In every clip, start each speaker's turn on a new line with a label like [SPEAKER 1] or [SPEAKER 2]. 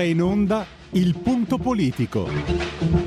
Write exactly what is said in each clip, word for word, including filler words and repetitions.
[SPEAKER 1] in onda Il Punto Politico.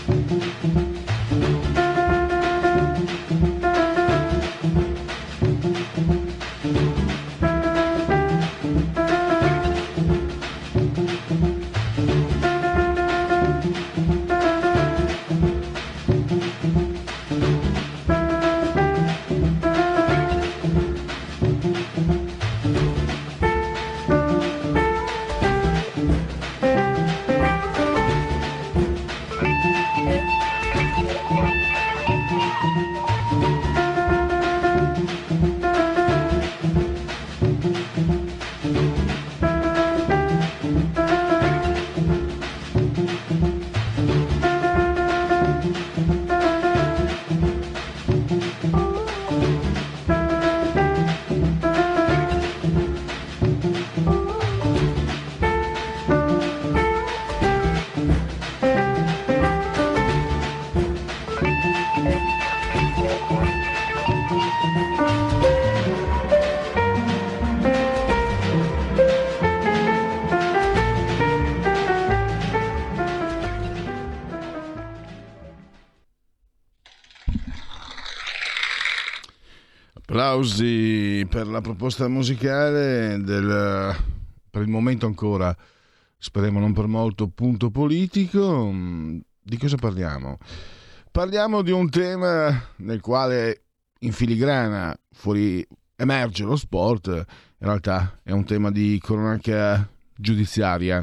[SPEAKER 2] Applausi per la proposta musicale del, per il momento ancora, speriamo non per molto, Punto Politico. Di cosa parliamo? Parliamo di un tema nel quale in filigrana fuori emerge lo sport, in realtà è un tema di cronaca giudiziaria.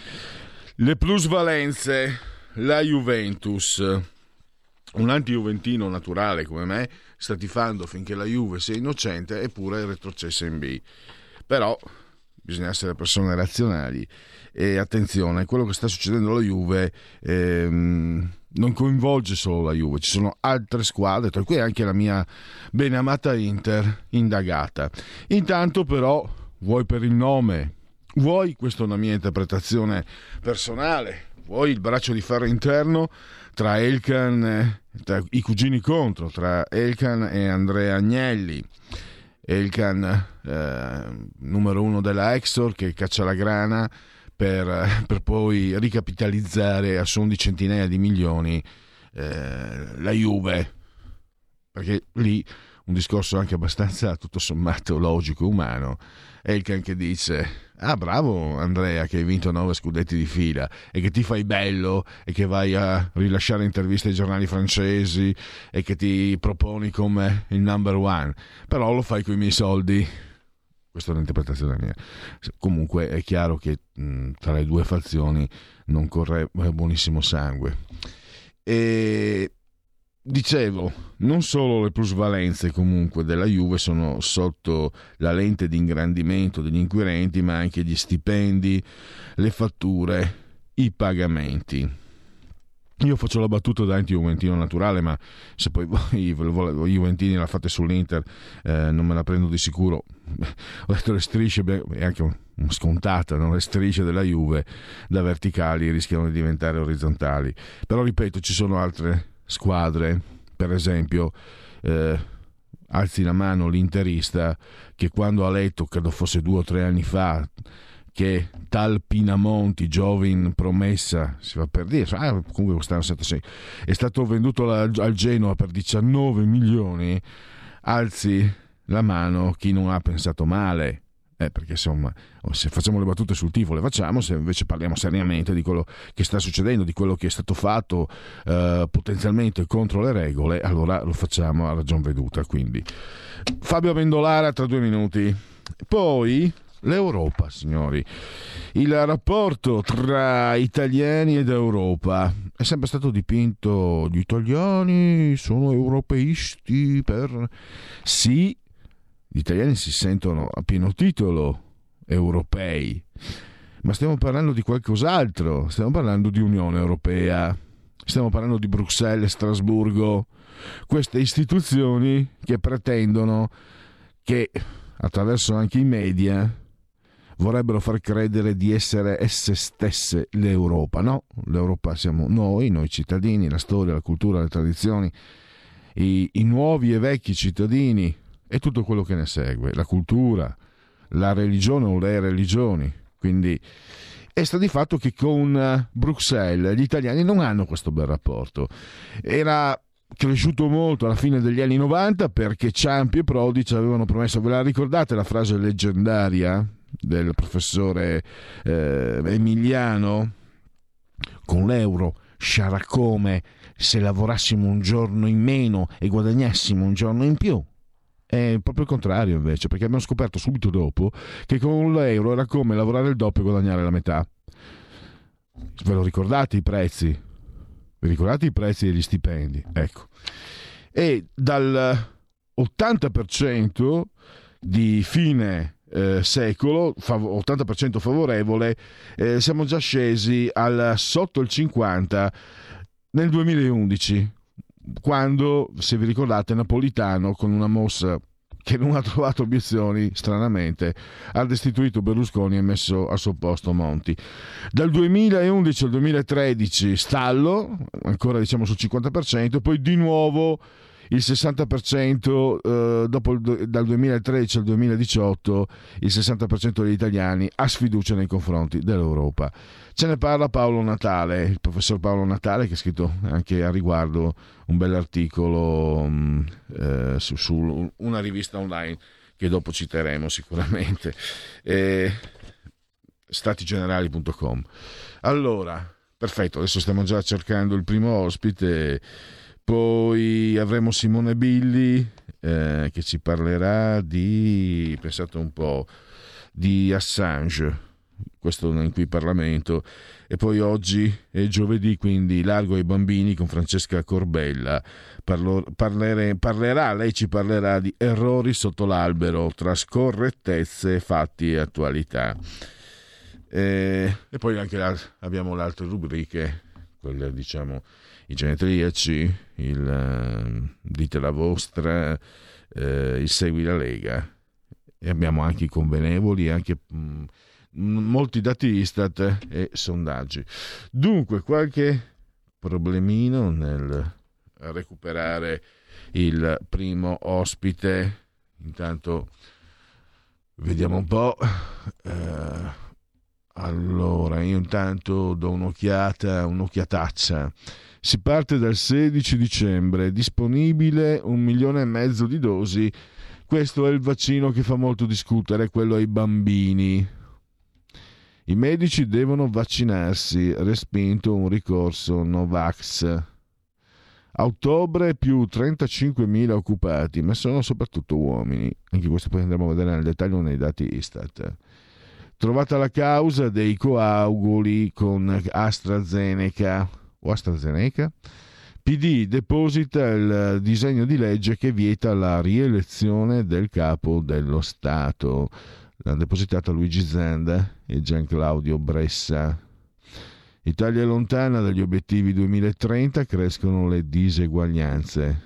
[SPEAKER 2] Le plusvalenze, la Juventus. Un anti-juventino naturale come me sta tifando finché la Juve sia innocente, eppure è retrocessa in B. Però bisogna essere persone razionali e attenzione, quello che sta succedendo alla Juve ehm, non coinvolge solo la Juve, ci sono altre squadre, tra cui anche la mia beneamata Inter indagata. Intanto però, vuoi per il nome, vuoi, questa è una mia interpretazione personale, vuoi il braccio di ferro interno tra Elkan, tra i cugini contro, tra Elkan e Andrea Agnelli. Elkan, eh, numero uno della Exor, che caccia la grana per, per poi ricapitalizzare a suon di centinaia di milioni eh, la Juve, perché lì un discorso anche abbastanza tutto sommato logico, umano. Elkan che dice: ah, bravo Andrea che hai vinto nove scudetti di fila e che ti fai bello e che vai a rilasciare interviste ai giornali francesi e che ti proponi come il number one, però lo fai con i miei soldi. Questa è un'interpretazione mia. Comunque è chiaro che mh, tra le due fazioni non corre buonissimo sangue. E dicevo, non solo le plusvalenze comunque della Juve sono sotto la lente di ingrandimento degli inquirenti, ma anche gli stipendi, le fatture, i pagamenti. Io faccio la battuta da anti-juventino naturale, ma se poi voi i juventini la fate sull'Inter eh, non me la prendo di sicuro. Ho detto le strisce, beh, è anche scontata, no? Le strisce della Juve da verticali rischiano di diventare orizzontali. Però ripeto, ci sono altre squadre, per esempio eh, alzi la mano l'interista che quando ha letto, credo fosse due o tre anni fa, che tal Pinamonti, Giovin promessa, si va per dire, ah, comunque quest'anno settantasei, è stato venduto la, al Genoa per diciannove milioni, alzi la mano chi non ha pensato male. Eh, perché insomma, se facciamo le battute sul tifo le facciamo, se invece parliamo seriamente di quello che sta succedendo, di quello che è stato fatto eh, potenzialmente contro le regole, allora lo facciamo a ragion veduta. Quindi Fabio Vendolara tra due minuti. Poi l'Europa, signori, il rapporto tra italiani ed Europa è sempre stato dipinto: gli italiani sono europeisti per... Sì, gli italiani si sentono a pieno titolo europei, ma stiamo parlando di qualcos'altro, stiamo parlando di Unione Europea, stiamo parlando di Bruxelles e Strasburgo, queste istituzioni che pretendono che, attraverso anche i media, vorrebbero far credere di essere esse stesse l'Europa. No, l'Europa siamo noi, noi cittadini, la storia, la cultura, le tradizioni, i, i nuovi e vecchi cittadini, e tutto quello che ne segue, la cultura, la religione o le religioni. Quindi E sta di fatto che con Bruxelles gli italiani non hanno questo bel rapporto. Era cresciuto molto alla fine degli anni novanta perché Ciampi e Prodi ci avevano promesso, ve la ricordate la frase leggendaria del professore eh, Emiliano? Con l'euro sarà come se lavorassimo un giorno in meno e guadagnassimo un giorno in più. È proprio il contrario invece, perché abbiamo scoperto subito dopo che con l'euro era come lavorare il doppio e guadagnare la metà. Ve lo ricordate i prezzi? Vi ricordate i prezzi degli stipendi? Ecco. E dal ottanta per cento di fine eh, secolo, fav- ottanta per cento favorevole, eh, siamo già scesi al sotto il cinquanta nel duemilaundici, quando, se vi ricordate, Napolitano, con una mossa che non ha trovato obiezioni, stranamente, ha destituito Berlusconi e messo al suo posto Monti. Dal duemilaundici al duemilatredici stallo, ancora diciamo sul cinquanta per cento, poi di nuovo il sessanta per cento, eh, dopo il, dal duemilatredici al duemiladiciotto il sessanta per cento degli italiani ha sfiducia nei confronti dell'Europa. Ce ne parla Paolo Natale, il professor Paolo Natale, che ha scritto anche a riguardo un bell'articolo mh, eh, su, su una rivista online che dopo citeremo sicuramente, eh, statigenerali punto com. Allora, perfetto, adesso stiamo già cercando il primo ospite. Poi avremo Simone Billi eh, che ci parlerà di, pensate un po', di Assange, questo in qui Parlamento. E poi oggi è giovedì, quindi largo ai bambini con Francesca Corbella. Parlo, parlere, parlerà, lei ci parlerà di errori sotto l'albero tra scorrettezze, fatti e attualità. E, e poi anche la, abbiamo le altre rubriche, quelle diciamo i genetriaci, il uh, dite la vostra, uh, il segui la Lega, e abbiamo anche i convenevoli, anche mh, molti dati Istat e sondaggi. Dunque qualche problemino nel recuperare il primo ospite. Intanto vediamo un po'. Uh, allora io intanto do un'occhiata, un'occhiataccia. Si parte dal sedici dicembre, disponibile un milione e mezzo di dosi. Questo è il vaccino che fa molto discutere, quello ai bambini. I medici devono vaccinarsi, respinto un ricorso Novax. A ottobre più trentacinquemila occupati, ma sono soprattutto uomini. Anche questo poi andremo a vedere nel dettaglio nei dati Istat. Trovata la causa dei coaguli con AstraZeneca o AstraZeneca, P D deposita il disegno di legge che vieta la rielezione del capo dello Stato. L'hanno depositata Luigi Zanda e Gian Claudio Bressa. Italia lontana dagli obiettivi duemilatrenta, crescono le diseguaglianze.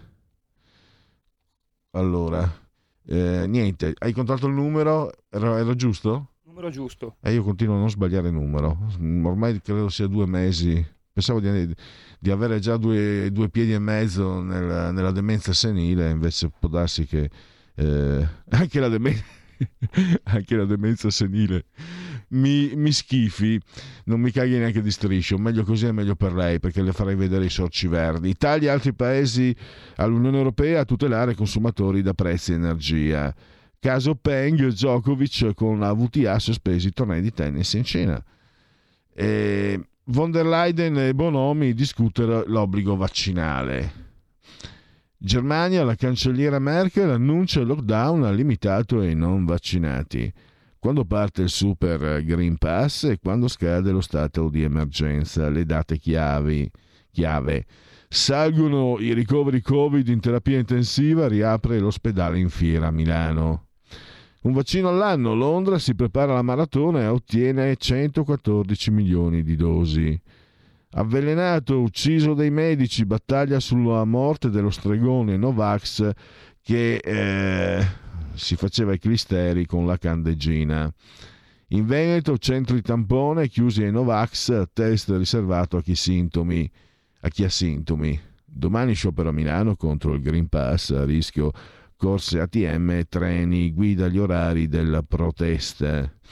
[SPEAKER 2] Allora, eh, niente, hai contato il numero? Era, era giusto?
[SPEAKER 3] Numero giusto.
[SPEAKER 2] E eh, io continuo a non sbagliare il numero. Ormai credo sia due mesi. Pensavo di, di avere già due, due piedi e mezzo nella, nella demenza senile, invece può darsi che eh, anche, la demen- anche la demenza senile mi, mi schifi, non mi caghi neanche di striscio. Meglio così è meglio per lei, perché le farei vedere i sorci verdi. Italia e altri paesi all'Unione Europea a tutelare i consumatori da prezzi e energia. Caso Peng, Djokovic con la V T A sospesi i tornei di tennis in Cina. E von der Leyen e Bonomi discutere l'obbligo vaccinale. Germania, la cancelliera Merkel annuncia il lockdown limitato ai non vaccinati. Quando parte il super Green Pass e quando scade lo stato di emergenza, le date chiavi, chiave. Salgono i ricoveri Covid in terapia intensiva, riapre l'ospedale in Fiera a Milano. Un vaccino all'anno, Londra si prepara alla maratona e ottiene centoquattordici milioni di dosi. Avvelenato, ucciso dai medici, battaglia sulla morte dello stregone Novax che eh, si faceva i clisteri con la candeggina. In Veneto, centri tampone chiusi ai Novax, test riservato a chi sintomi, a chi ha sintomi. Domani sciopero a Milano contro il Green Pass, a rischio corse A T M, treni, guida gli orari della protesta.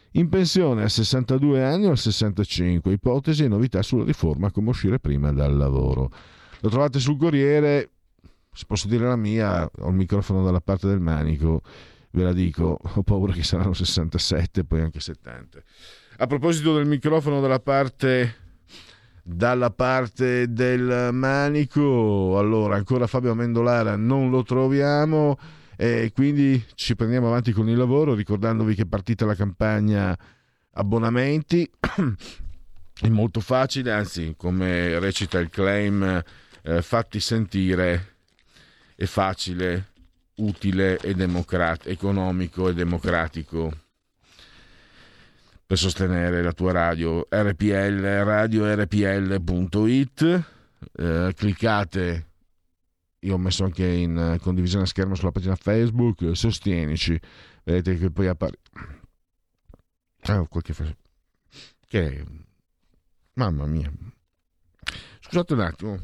[SPEAKER 2] in pensione a sessantadue anni o a sessantacinque, ipotesi e novità sulla riforma, come uscire prima dal lavoro. Lo trovate sul Corriere. Se posso dire la mia, ho il microfono dalla parte del manico, ve la dico, ho paura che saranno sessantasette, poi anche settanta. A proposito del microfono dalla parte dalla parte del manico, allora ancora Fabio Amendolara non lo troviamo e quindi ci prendiamo avanti con il lavoro, ricordandovi che è partita la campagna abbonamenti. È molto facile, anzi, come recita il claim, eh, fatti sentire, è facile, utile e democrat- economico e democratico per sostenere la tua radio. R P L, radio R P L punto it, eh, cliccate, io ho messo anche in condivisione a schermo sulla pagina Facebook, sostienici, vedete che poi appare ah, qualche che mamma mia, scusate un attimo.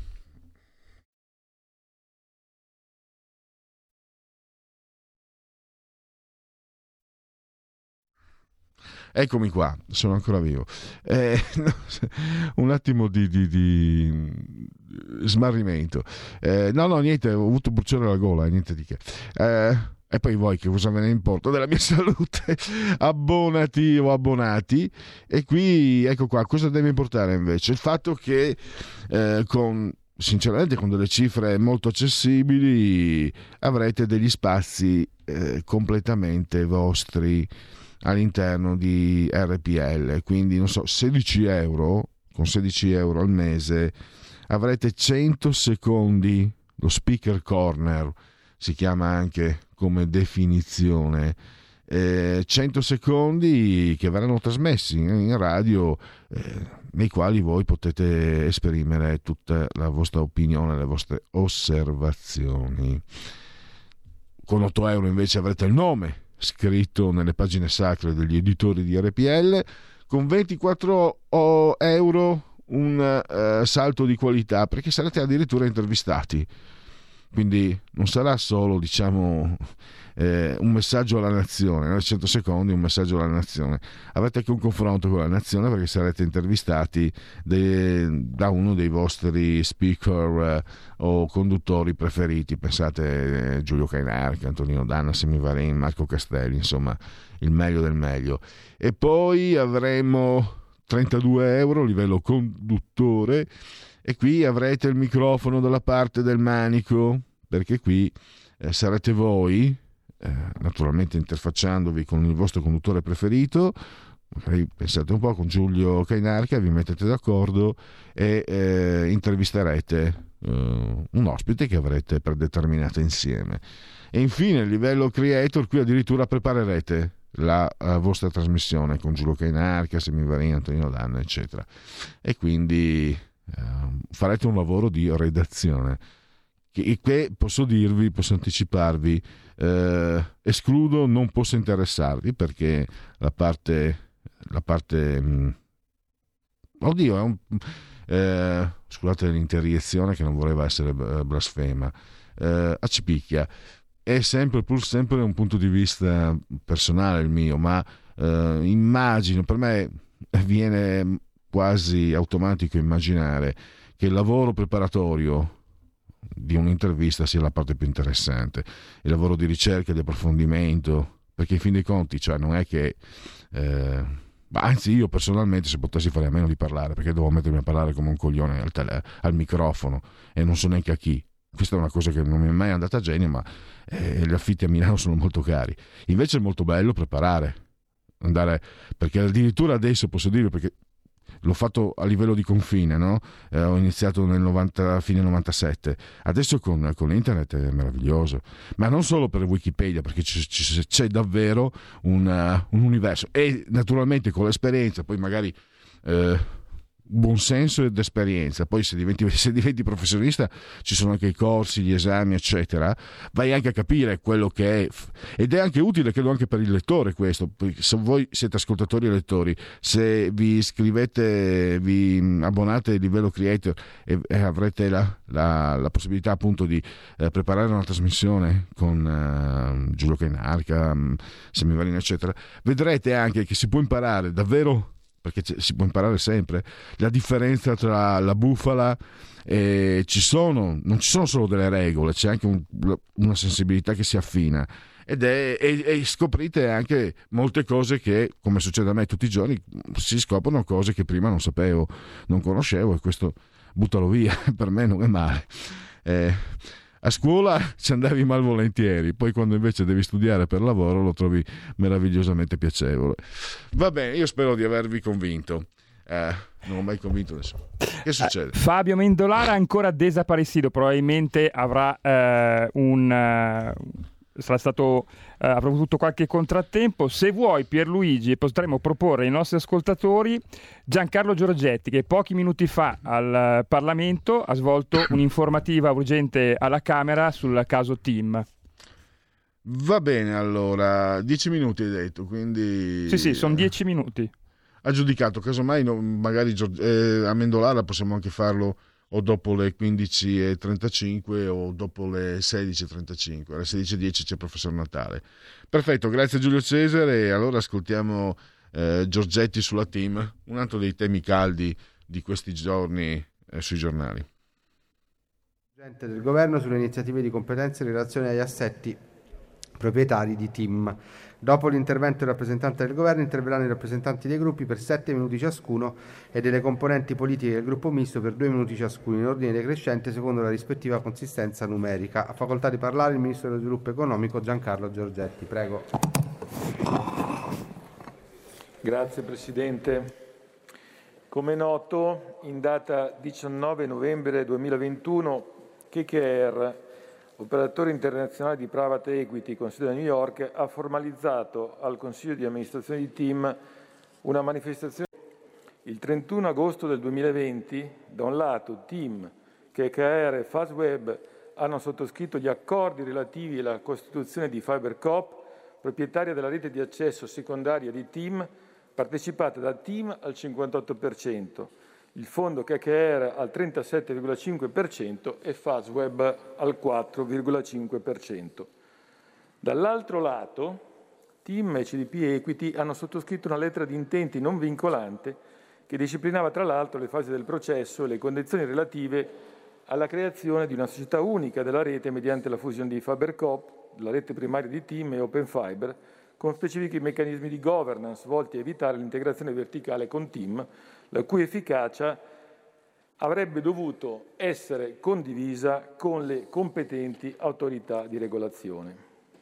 [SPEAKER 2] Eccomi qua, sono ancora vivo. Eh, un attimo di, di, di smarrimento. Eh, no, no, niente, ho avuto bruciare la gola, niente di che. Eh, e poi voi che cosa ve ne importa della mia salute? Abbonati o abbonati. E qui, ecco qua, cosa deve importare invece? Il fatto che eh, con... sinceramente con delle cifre molto accessibili avrete degli spazi eh, completamente vostri all'interno di R P L, quindi non so, sedici euro, con sedici euro al mese avrete cento secondi, lo speaker corner si chiama anche come definizione, eh, cento secondi che verranno trasmessi in radio, eh, nei quali voi potete esprimere tutta la vostra opinione, le vostre osservazioni. Con otto euro invece avrete il nome scritto nelle pagine sacre degli editori di R P L, con ventiquattro euro un uh, salto di qualità, perché sarete addirittura intervistati, quindi non sarà solo, diciamo, eh, un messaggio alla nazione, no? cento secondi un messaggio alla nazione, avrete anche un confronto con la nazione, perché sarete intervistati de- da uno dei vostri speaker eh, o conduttori preferiti. Pensate eh, Giulio Cainarca, Antonino Danna, Semivarin, Marco Castelli, insomma il meglio del meglio. E poi avremo trentadue euro livello conduttore, e qui avrete il microfono dalla parte del manico, perché qui eh, sarete voi, eh, naturalmente interfacciandovi con il vostro conduttore preferito. Pensate un po', con Giulio Cainarca vi mettete d'accordo e eh, intervisterete eh, un ospite che avrete predeterminato insieme. E infine il livello creator, qui addirittura preparerete la uh, vostra trasmissione con Giulio Cainarca, Semivarin, Antonino Danna, eccetera, e quindi Uh, farete un lavoro di redazione che, che posso dirvi, posso anticiparvi, uh, escludo non possa interessarvi, perché la parte la parte mh, oddio è un, uh, scusate l'interiezione, che non voleva essere blasfema, uh, accipicchia, è sempre pur sempre un punto di vista personale il mio, ma uh, immagino, per me viene quasi automatico immaginare che il lavoro preparatorio di un'intervista sia la parte più interessante, il lavoro di ricerca e di approfondimento, perché in fin dei conti, cioè, non è che eh, anzi, io personalmente, se potessi fare a meno di parlare, perché devo mettermi a parlare come un coglione al, tele, al microfono e non so neanche a chi. Questa è una cosa che non mi è mai andata a genio, ma eh, gli affitti a Milano sono molto cari. Invece è molto bello preparare, andare, perché addirittura adesso posso dire, perché l'ho fatto a livello di confine, no? Eh, ho iniziato nel novanta, fine novantasette. Adesso con, con internet è meraviglioso, ma non solo per Wikipedia, perché c- c- c'è davvero un, uh, un universo, e naturalmente con l'esperienza poi magari eh, buonsenso ed esperienza. Poi se diventi, se diventi professionista ci sono anche i corsi, gli esami eccetera, vai anche a capire quello che è, ed è anche utile credo anche per il lettore questo. Se voi siete ascoltatori e lettori, se vi iscrivete, vi abbonate a livello creator e, e avrete la, la, la possibilità appunto di eh, preparare una trasmissione con eh, Giulio Cainarca, um, Semivarino eccetera, vedrete anche che si può imparare davvero, perché si può imparare sempre, la differenza tra la bufala e ci sono, non ci sono solo delle regole, c'è anche un, una sensibilità che si affina ed è, e, e scoprite anche molte cose che, come succede a me tutti i giorni, si scoprono cose che prima non sapevo, non conoscevo, e questo buttalo via, per me non è male. Eh, a scuola ci andavi malvolentieri, poi quando invece devi studiare per lavoro lo trovi meravigliosamente piacevole. Va bene, io spero di avervi convinto. Eh, non ho mai convinto nessuno. Che succede?
[SPEAKER 3] Eh, Fabio Mendolara ancora desaparecido, probabilmente avrà eh, un... Uh... sarà stato eh, avrà avuto qualche contrattempo. Se vuoi, Pierluigi, potremmo proporre ai nostri ascoltatori Giancarlo Giorgetti, che pochi minuti fa al uh, Parlamento ha svolto un'informativa urgente alla Camera sul caso Tim.
[SPEAKER 2] Va bene, allora dieci minuti hai detto, quindi
[SPEAKER 3] sì sì sono dieci minuti.
[SPEAKER 2] Ha giudicato, casomai no, magari eh, a Mendolara possiamo anche farlo o dopo le quindici e trentacinque o dopo le sedici e trentacinque. Alle sedici e dieci c'è il professor Natale. Perfetto, grazie Giulio Cesare. E allora ascoltiamo eh, Giorgetti sulla Tim, un altro dei temi caldi di questi giorni eh, sui giornali.
[SPEAKER 4] Presidente del Governo sulle iniziative di competenza in relazione agli assetti proprietari di Tim. Dopo l'intervento del rappresentante del governo interverranno i rappresentanti dei gruppi per sette minuti ciascuno e delle componenti politiche del gruppo misto per due minuti ciascuno, in ordine decrescente secondo la rispettiva consistenza numerica. Ha facoltà di parlare il Ministro dello Sviluppo Economico Giancarlo Giorgetti. Prego.
[SPEAKER 5] Grazie Presidente. Come è noto, in data diciannove novembre duemilaventuno K K R, operatore internazionale di private equity con sede a New York, ha formalizzato al Consiglio di amministrazione di Tim una manifestazione. Il trentuno agosto del duemilaventi, da un lato Tim, K K R e Fastweb hanno sottoscritto gli accordi relativi alla costituzione di FiberCop, proprietaria della rete di accesso secondaria di Tim, partecipata da Tim al cinquantotto per cento, il fondo K K R al trentasette virgola cinque per cento e Fastweb al quattro virgola cinque per cento. Dall'altro lato, Tim e C D P Equity hanno sottoscritto una lettera di intenti non vincolante che disciplinava tra l'altro le fasi del processo e le condizioni relative alla creazione di una società unica della rete mediante la fusione di FiberCop, la rete primaria di Tim e Open Fiber, con specifici meccanismi di governance volti a evitare l'integrazione verticale con Tim, la cui efficacia avrebbe dovuto essere condivisa con le competenti autorità di regolazione.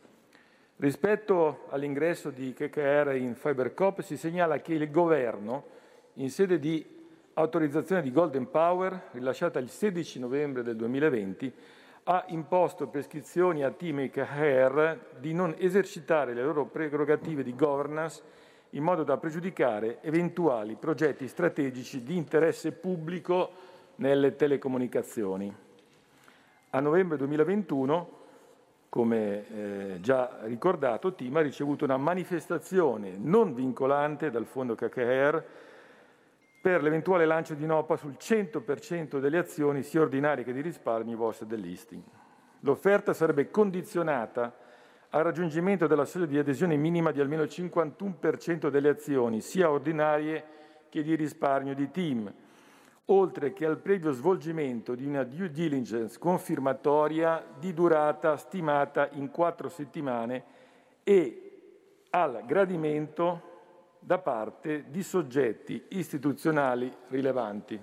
[SPEAKER 5] Rispetto all'ingresso di K K R in FiberCop si segnala che il Governo, in sede di autorizzazione di Golden Power, rilasciata il sedici novembre del duemilaventi, ha imposto prescrizioni a Tim e K K R di non esercitare le loro prerogative di governance in modo da pregiudicare eventuali progetti strategici di interesse pubblico nelle telecomunicazioni. A novembre duemilaventuno, come eh, già ricordato, Tim ha ricevuto una manifestazione non vincolante dal fondo K K R per l'eventuale lancio di NOPA sul cento per cento delle azioni sia ordinarie che di risparmi poste del listing. L'offerta sarebbe condizionata al raggiungimento della soglia di adesione minima di almeno il cinquantuno per cento delle azioni, sia ordinarie che di risparmio di Tim, oltre che al previo svolgimento di una due diligence confermatoria di durata stimata in quattro settimane e al gradimento da parte di soggetti istituzionali rilevanti.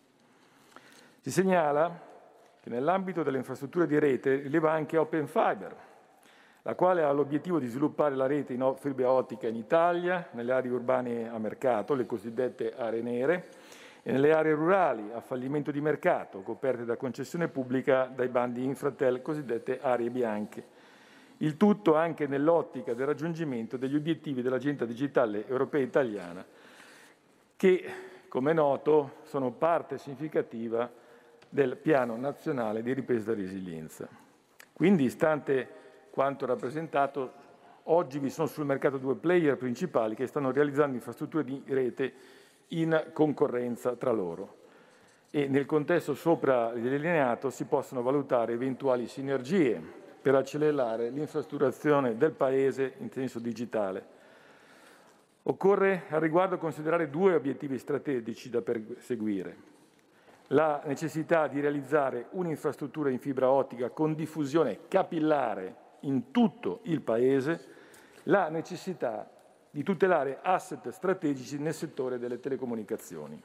[SPEAKER 5] Si segnala che nell'ambito delle infrastrutture di rete rileva anche Open Fiber, la quale ha l'obiettivo di sviluppare la rete in fibra ottica in Italia, nelle aree urbane a mercato, le cosiddette aree nere, e nelle aree rurali a fallimento di mercato, coperte da concessione pubblica dai bandi Infratel, cosiddette aree bianche. Il tutto anche nell'ottica del raggiungimento degli obiettivi dell'Agenda Digitale Europea Italiana, che come è noto, sono parte significativa del Piano Nazionale di Ripresa e Resilienza. Quindi, stante quanto rappresentato, oggi vi sono sul mercato due player principali che stanno realizzando infrastrutture di rete in concorrenza tra loro. E nel contesto sopra delineato si possono valutare eventuali sinergie per accelerare l'infrastrutturazione del Paese in senso digitale. Occorre al riguardo considerare due obiettivi strategici da perseguire: la necessità di realizzare un'infrastruttura in fibra ottica con diffusione capillare in tutto il Paese, la necessità di tutelare asset strategici nel settore delle telecomunicazioni.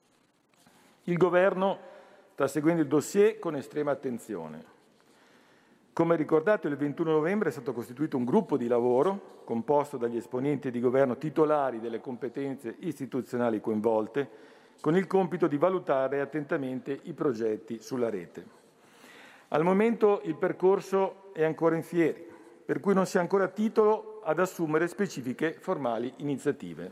[SPEAKER 5] Il Governo sta seguendo il dossier con estrema attenzione. Come ricordato, il ventuno novembre è stato costituito un gruppo di lavoro composto dagli esponenti di governo titolari delle competenze istituzionali coinvolte, con il compito di valutare attentamente i progetti sulla rete. Al momento il percorso è ancora in fieri, per cui non si ha ancora titolo ad assumere specifiche formali iniziative.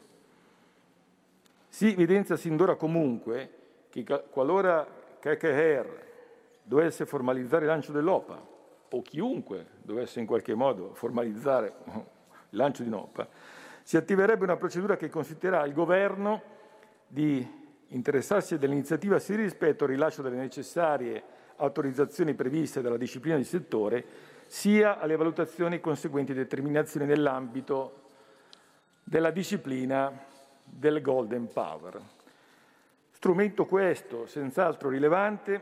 [SPEAKER 5] Si evidenzia sin d'ora comunque che qualora K K R dovesse formalizzare il lancio dell'O P A, o chiunque dovesse in qualche modo formalizzare il lancio di un'O P A, si attiverebbe una procedura che consentirà al Governo di interessarsi dell'iniziativa sia rispetto al rilascio delle necessarie autorizzazioni previste dalla disciplina di settore, sia alle valutazioni conseguenti determinazioni nell'ambito della disciplina del Golden Power. Strumento questo senz'altro rilevante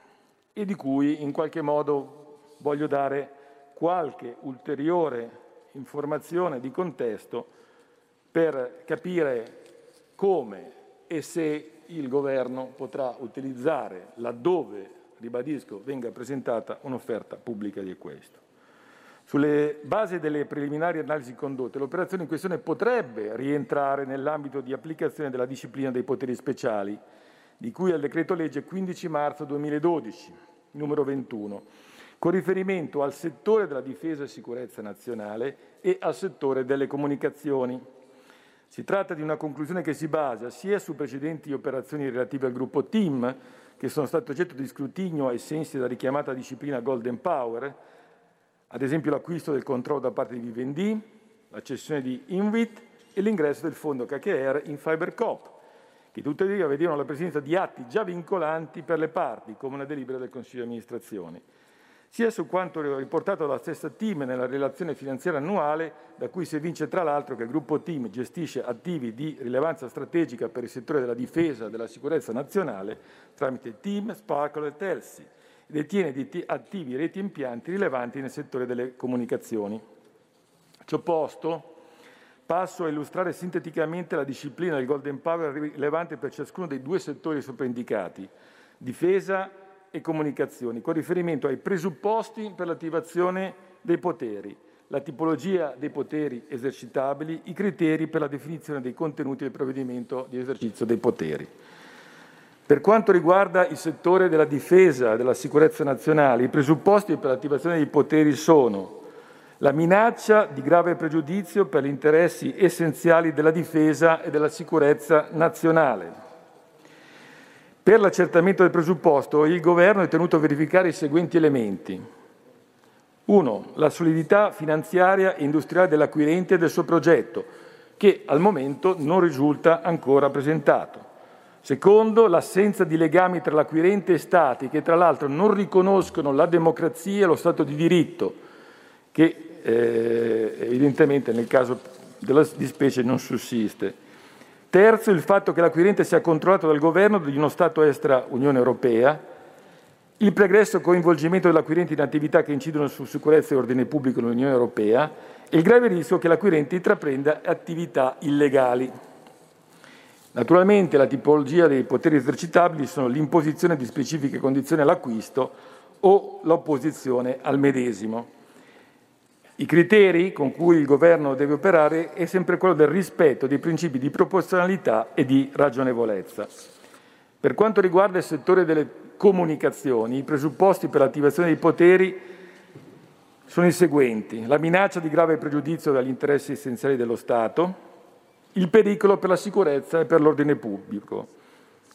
[SPEAKER 5] e di cui in qualche modo voglio dare qualche ulteriore informazione di contesto per capire come e se il Governo potrà utilizzare, laddove, ribadisco, venga presentata un'offerta pubblica di questo. Sulle basi delle preliminari analisi condotte, l'operazione in questione potrebbe rientrare nell'ambito di applicazione della disciplina dei poteri speciali, di cui al decreto legge quindici marzo duemiladodici, numero ventuno, con riferimento al settore della difesa e sicurezza nazionale e al settore delle comunicazioni. Si tratta di una conclusione che si basa sia su precedenti operazioni relative al gruppo TIM, che sono state oggetto di scrutinio ai sensi della richiamata disciplina Golden Power, ad esempio l'acquisto del controllo da parte di Vivendi, la cessione di Invit e l'ingresso del fondo K K R in FiberCop, che tuttavia vedevano la presenza di atti già vincolanti per le parti, come una delibera del Consiglio di amministrazione, sia su quanto riportato dalla stessa TIM nella relazione finanziaria annuale, da cui si evince tra l'altro che il gruppo TIM gestisce attivi di rilevanza strategica per il settore della difesa e della sicurezza nazionale tramite TIM, Sparkle e Telsi, detiene di attivi reti e impianti rilevanti nel settore delle comunicazioni. Ciò posto, passo a illustrare sinteticamente la disciplina del Golden Power rilevante per ciascuno dei due settori sopraindicati, difesa e comunicazioni, con riferimento ai presupposti per l'attivazione dei poteri, la tipologia dei poteri esercitabili, i criteri per la definizione dei contenuti del provvedimento di esercizio dei poteri. Per quanto riguarda il settore della difesa e della sicurezza nazionale, i presupposti per l'attivazione dei poteri sono la minaccia di grave pregiudizio per gli interessi essenziali della difesa e della sicurezza nazionale. Per l'accertamento del presupposto, il Governo è tenuto a verificare i seguenti elementi. uno. La solidità finanziaria e industriale dell'acquirente e del suo progetto, che al momento non risulta ancora presentato. Secondo, l'assenza di legami tra l'acquirente e Stati che tra l'altro non riconoscono la democrazia e lo Stato di diritto, che eh, evidentemente nel caso della di specie non sussiste. Terzo, il fatto che l'acquirente sia controllato dal governo di uno Stato extra Unione Europea, il pregresso coinvolgimento dell'acquirente in attività che incidono su sicurezza e ordine pubblico nell'Unione Europea e il grave rischio che l'acquirente intraprenda attività illegali. Naturalmente la tipologia dei poteri esercitabili sono l'imposizione di specifiche condizioni all'acquisto o l'opposizione al medesimo. I criteri con cui il Governo deve operare è sempre quello del rispetto dei principi di proporzionalità e di ragionevolezza. Per quanto riguarda il settore delle comunicazioni, i presupposti per l'attivazione dei poteri sono i seguenti: la minaccia di grave pregiudizio dagli interessi essenziali dello Stato, il pericolo per la sicurezza e per l'ordine pubblico,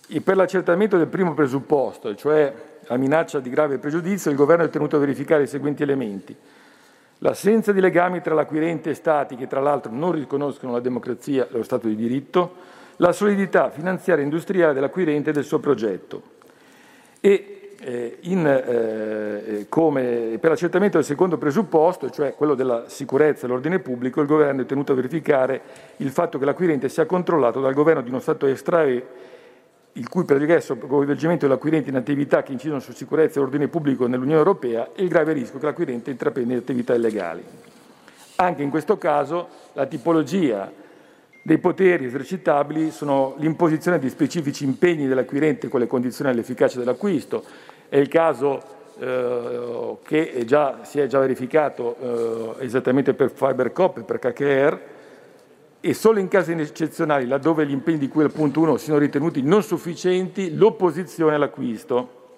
[SPEAKER 5] E per l'accertamento del primo presupposto, cioè la minaccia di grave pregiudizio, il Governo è tenuto a verificare i seguenti elementi. L'assenza di legami tra l'acquirente e Stati che tra l'altro non riconoscono la democrazia e lo Stato di diritto, la solidità finanziaria e industriale dell'acquirente e del suo progetto. E eh, in, eh, come per l'accertamento del secondo presupposto, cioè quello della sicurezza e l'ordine pubblico, il Governo è tenuto a verificare il fatto che l'acquirente sia controllato dal Governo di uno Stato estraneo il cui pregresso coinvolgimento dell'acquirente in attività che incidono su sicurezza e ordine pubblico nell'Unione Europea e il grave rischio che l'acquirente intraprenda attività illegali. Anche in questo caso la tipologia dei poteri esercitabili sono l'imposizione di specifici impegni dell'acquirente con le condizioni all'efficacia dell'acquisto. È il caso eh, che è già, si è già verificato eh, esattamente per FiberCop e per K K R, e solo in casi eccezionali, laddove gli impegni di cui al punto uno siano ritenuti non sufficienti, l'opposizione all'acquisto.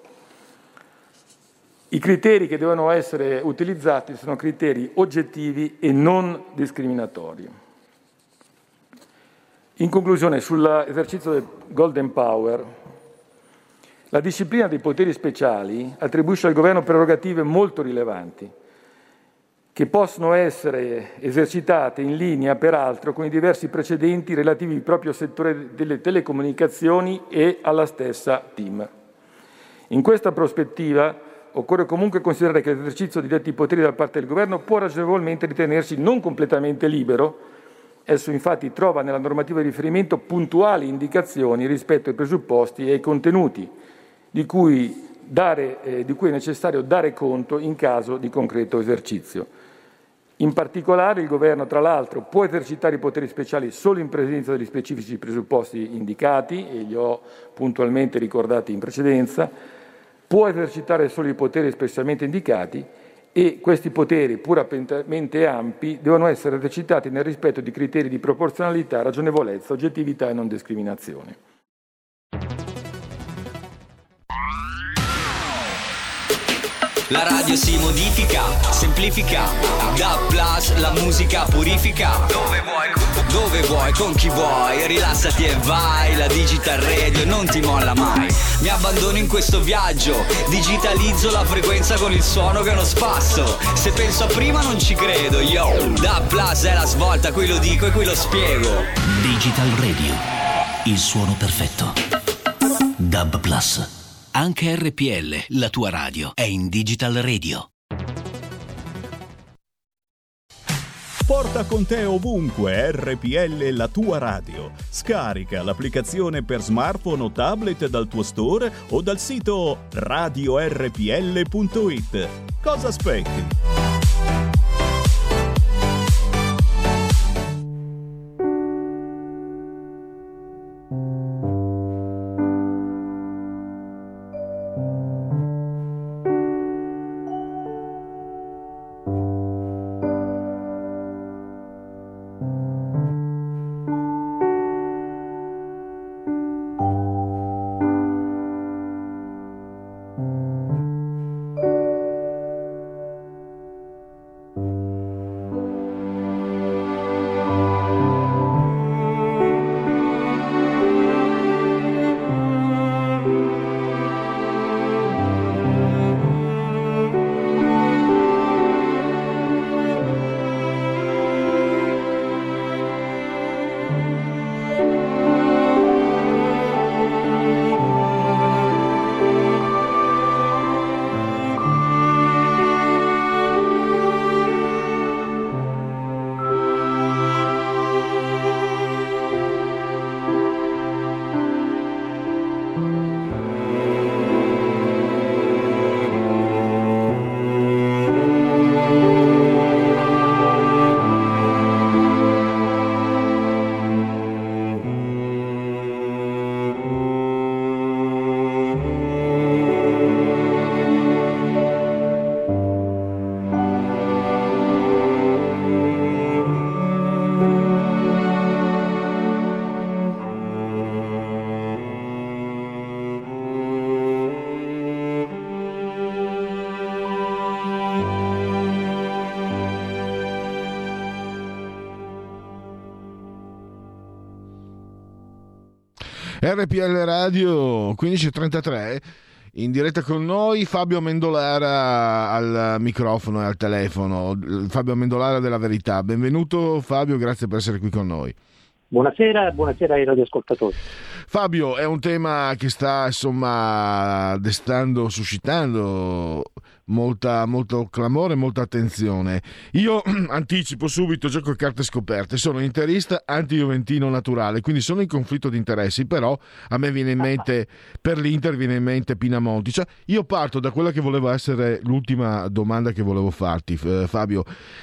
[SPEAKER 5] I criteri che devono essere utilizzati sono criteri oggettivi e non discriminatori. In conclusione, sull'esercizio del Golden Power, la disciplina dei poteri speciali attribuisce al Governo prerogative molto rilevanti, che possono essere esercitate in linea, peraltro, con i diversi precedenti relativi proprio al settore delle telecomunicazioni e alla stessa T I M. In questa prospettiva occorre comunque considerare che l'esercizio di detti poteri da parte del Governo può ragionevolmente ritenersi non completamente libero. Esso infatti trova nella normativa di riferimento puntuali indicazioni rispetto ai presupposti e ai contenuti di cui, dare, eh, di cui è necessario dare conto in caso di concreto esercizio. In particolare il Governo, tra l'altro, può esercitare i poteri speciali solo in presenza degli specifici presupposti indicati, e li ho puntualmente ricordati in precedenza, può esercitare solo i poteri espressamente indicati e questi poteri, pur apparentemente ampi, devono essere esercitati nel rispetto di criteri di proporzionalità, ragionevolezza, oggettività e non discriminazione.
[SPEAKER 6] La radio si modifica, semplifica, da plus la musica purifica. Dove vuoi, dove vuoi, con chi vuoi, rilassati e vai. La Digital Radio non ti molla mai. Mi abbandono in questo viaggio, digitalizzo la frequenza con il suono che non spasso. Se penso a prima non ci credo, yo. Da plus è la svolta, qui lo dico e qui lo spiego.
[SPEAKER 7] Digital Radio, il suono perfetto. Dub Plus. Anche R P L, la tua radio, è in Digital Radio.
[SPEAKER 1] Porta con te ovunque R P L, la tua radio. Scarica l'applicazione per smartphone o tablet dal tuo store o dal sito radio erre pi elle punto it. Cosa aspetti?
[SPEAKER 2] R P L Radio quindici e trentatré, in diretta con noi Fabio Amendolara al microfono e al telefono. Fabio Amendolara della Verità. Benvenuto Fabio, grazie per essere qui con noi.
[SPEAKER 8] Buonasera, buonasera ai radioascoltatori.
[SPEAKER 2] Fabio, è un tema che sta insomma destando, suscitando molta, molto clamore, molta attenzione. Io anticipo subito, gioco a carte scoperte, sono interista anti-juventino naturale, quindi sono in conflitto di interessi, però a me viene in mente, per l'Inter viene in mente Pinamonti. Cioè, io parto da quella che voleva essere l'ultima domanda che volevo farti, Fabio.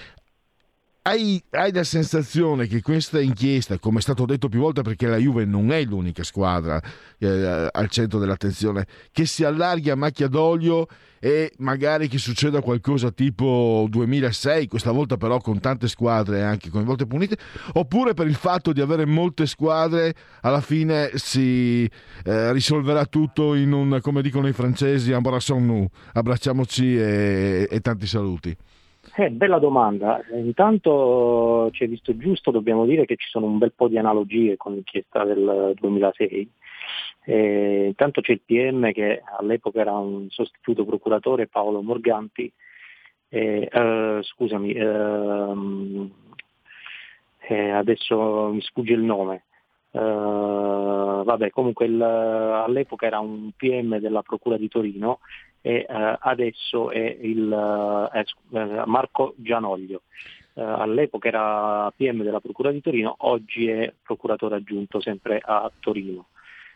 [SPEAKER 2] Hai, hai la sensazione che questa inchiesta, come è stato detto più volte, perché la Juve non è l'unica squadra eh, al centro dell'attenzione, che si allarghi a macchia d'olio e magari che succeda qualcosa tipo duemilasei, questa volta però con tante squadre anche coinvolte punite, oppure per il fatto di avere molte squadre alla fine si eh, risolverà tutto in un, come dicono i francesi, embrassons-nous, abbracciamoci e, e tanti saluti?
[SPEAKER 8] Eh, bella domanda. Intanto ci è visto giusto, dobbiamo dire che ci sono un bel po' di analogie con l'inchiesta del duemilasei. Eh, intanto c'è il P M che all'epoca era un sostituto procuratore, Paolo Morganti, eh, eh, scusami, eh, eh, adesso mi sfugge il nome. Uh, vabbè, comunque il, all'epoca era un P M della Procura di Torino e uh, adesso è il uh, è, uh, Marco Gianoglio. Uh, all'epoca era P M della Procura di Torino, oggi è procuratore aggiunto sempre a Torino.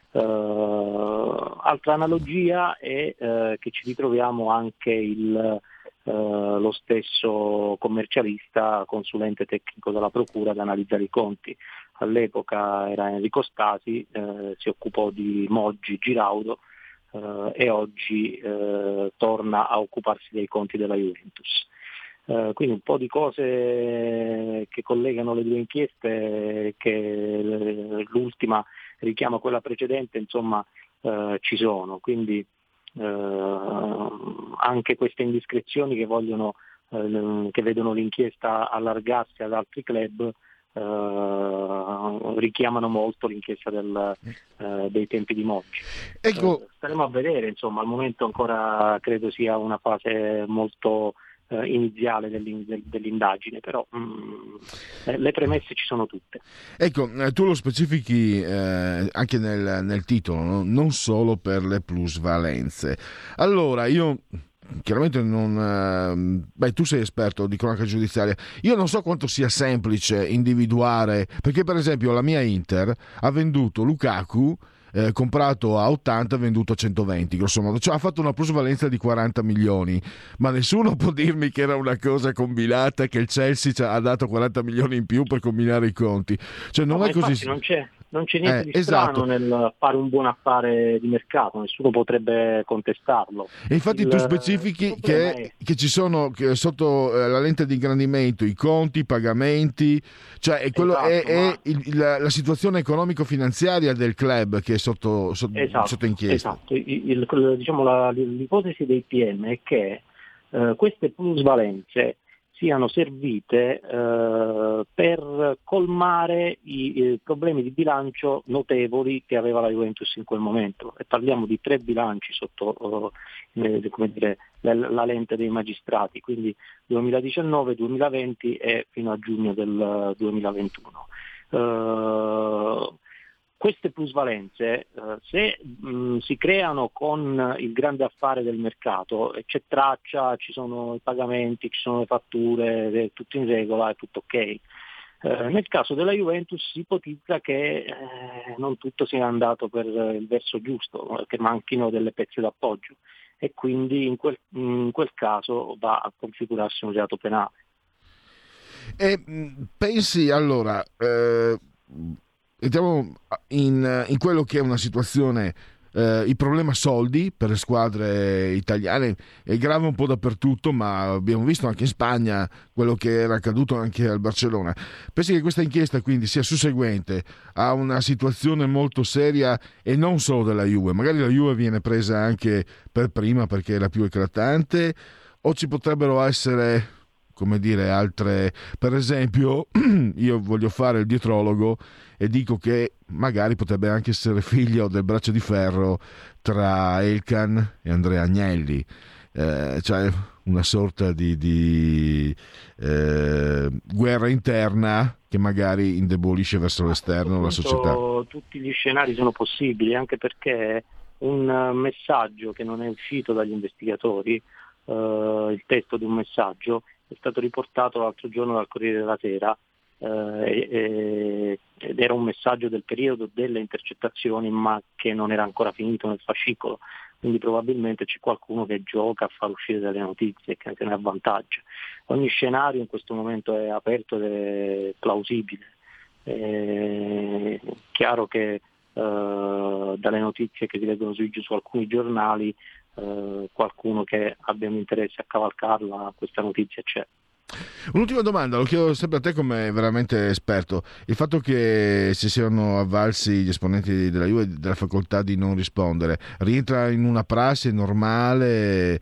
[SPEAKER 8] Uh, altra analogia è uh, che ci ritroviamo anche il, uh, lo stesso commercialista, consulente tecnico della Procura, ad analizzare i conti. All'epoca era Enrico Stasi, eh, si occupò di Moggi, Giraudo eh, e oggi eh, torna a occuparsi dei conti della Juventus. Eh, quindi un po' di cose che collegano le due inchieste, che l'ultima richiama quella precedente, insomma eh, ci sono. Quindi eh, anche queste indiscrezioni che vogliono, eh, che vedono l'inchiesta allargarsi ad altri club, Uh, richiamano molto l'inchiesta del, uh, dei tempi di Moggi. Ecco. Uh, staremo a vedere, insomma, al momento ancora credo sia una fase molto uh, iniziale dell'indagine, però um, le premesse ci sono tutte. Ecco,
[SPEAKER 2] tu lo specifichi eh, anche nel, nel titolo, no? Non solo per le plusvalenze. Allora, io chiaramente non... Beh, tu sei esperto di cronaca giudiziaria. Io non so quanto sia semplice individuare, perché per esempio la mia Inter ha venduto Lukaku, eh, comprato a ottanta, venduto a centoventi, grosso modo, cioè ha fatto una plusvalenza di quaranta milioni, ma nessuno può dirmi che era una cosa combinata, che il Chelsea ha dato quaranta milioni in più per combinare i conti, cioè non
[SPEAKER 8] no,
[SPEAKER 2] è così.
[SPEAKER 8] Non c'è. Non c'è niente
[SPEAKER 2] eh,
[SPEAKER 8] di strano, esatto, nel fare un buon affare di mercato, nessuno potrebbe contestarlo.
[SPEAKER 2] E infatti il, tu specifichi che, è... che ci sono che sotto la lente di ingrandimento i conti, i pagamenti, cioè è, quello, esatto, è, ma... è il, la, la situazione economico-finanziaria del club che è sotto, sotto,
[SPEAKER 8] esatto,
[SPEAKER 2] sotto inchiesta.
[SPEAKER 8] Esatto, il, il, diciamo, la, l'ipotesi dei P M è che eh, queste plusvalenze siano servite eh, per colmare i, i problemi di bilancio notevoli che aveva la Juventus in quel momento, e parliamo di tre bilanci sotto eh, come dire, la, la lente dei magistrati, quindi duemiladiciannove, duemilaventi e fino a giugno del duemilaventuno. Uh, Queste plusvalenze, eh, se mh, si creano con il grande affare del mercato, e c'è traccia, ci sono i pagamenti, ci sono le fatture, è tutto in regola, è tutto ok. Eh, nel caso della Juventus si ipotizza che eh, non tutto sia andato per il verso giusto, che manchino delle pezze d'appoggio, e quindi in quel, in quel caso va a configurarsi un reato penale.
[SPEAKER 2] E pensi allora... Eh... Entriamo in, in quello che è una situazione, eh, il problema soldi per le squadre italiane è grave un po' dappertutto, ma abbiamo visto anche in Spagna quello che era accaduto anche al Barcellona. Pensi che questa inchiesta quindi sia susseguente a una situazione molto seria, e non solo della Juve, magari la Juve viene presa anche per prima perché è la più eclatante, o ci potrebbero essere come dire, altre. Per esempio, io voglio fare il dietrologo e dico che magari potrebbe anche essere figlio del braccio di ferro tra Elkann e Andrea Agnelli, eh, cioè una sorta di, di eh, guerra interna che magari indebolisce verso l'esterno la società.
[SPEAKER 8] Tutti gli scenari sono possibili, anche perché un messaggio che non è uscito dagli investigatori, eh, il testo di un messaggio, è stato riportato l'altro giorno dal Corriere della Sera, eh, e, ed era un messaggio del periodo delle intercettazioni, ma che non era ancora finito nel fascicolo, quindi probabilmente c'è qualcuno che gioca a far uscire delle notizie, che se ne avvantaggia. Ogni scenario in questo momento è aperto ed è plausibile. È chiaro che Uh, dalle notizie che si leggono su, su alcuni giornali, uh, qualcuno che abbia un interesse a cavalcarla, questa notizia c'è.
[SPEAKER 2] Un'ultima domanda, lo chiedo sempre a te come veramente esperto: il fatto che si siano avvalsi gli esponenti della Juve della facoltà di non rispondere rientra in una prassi normale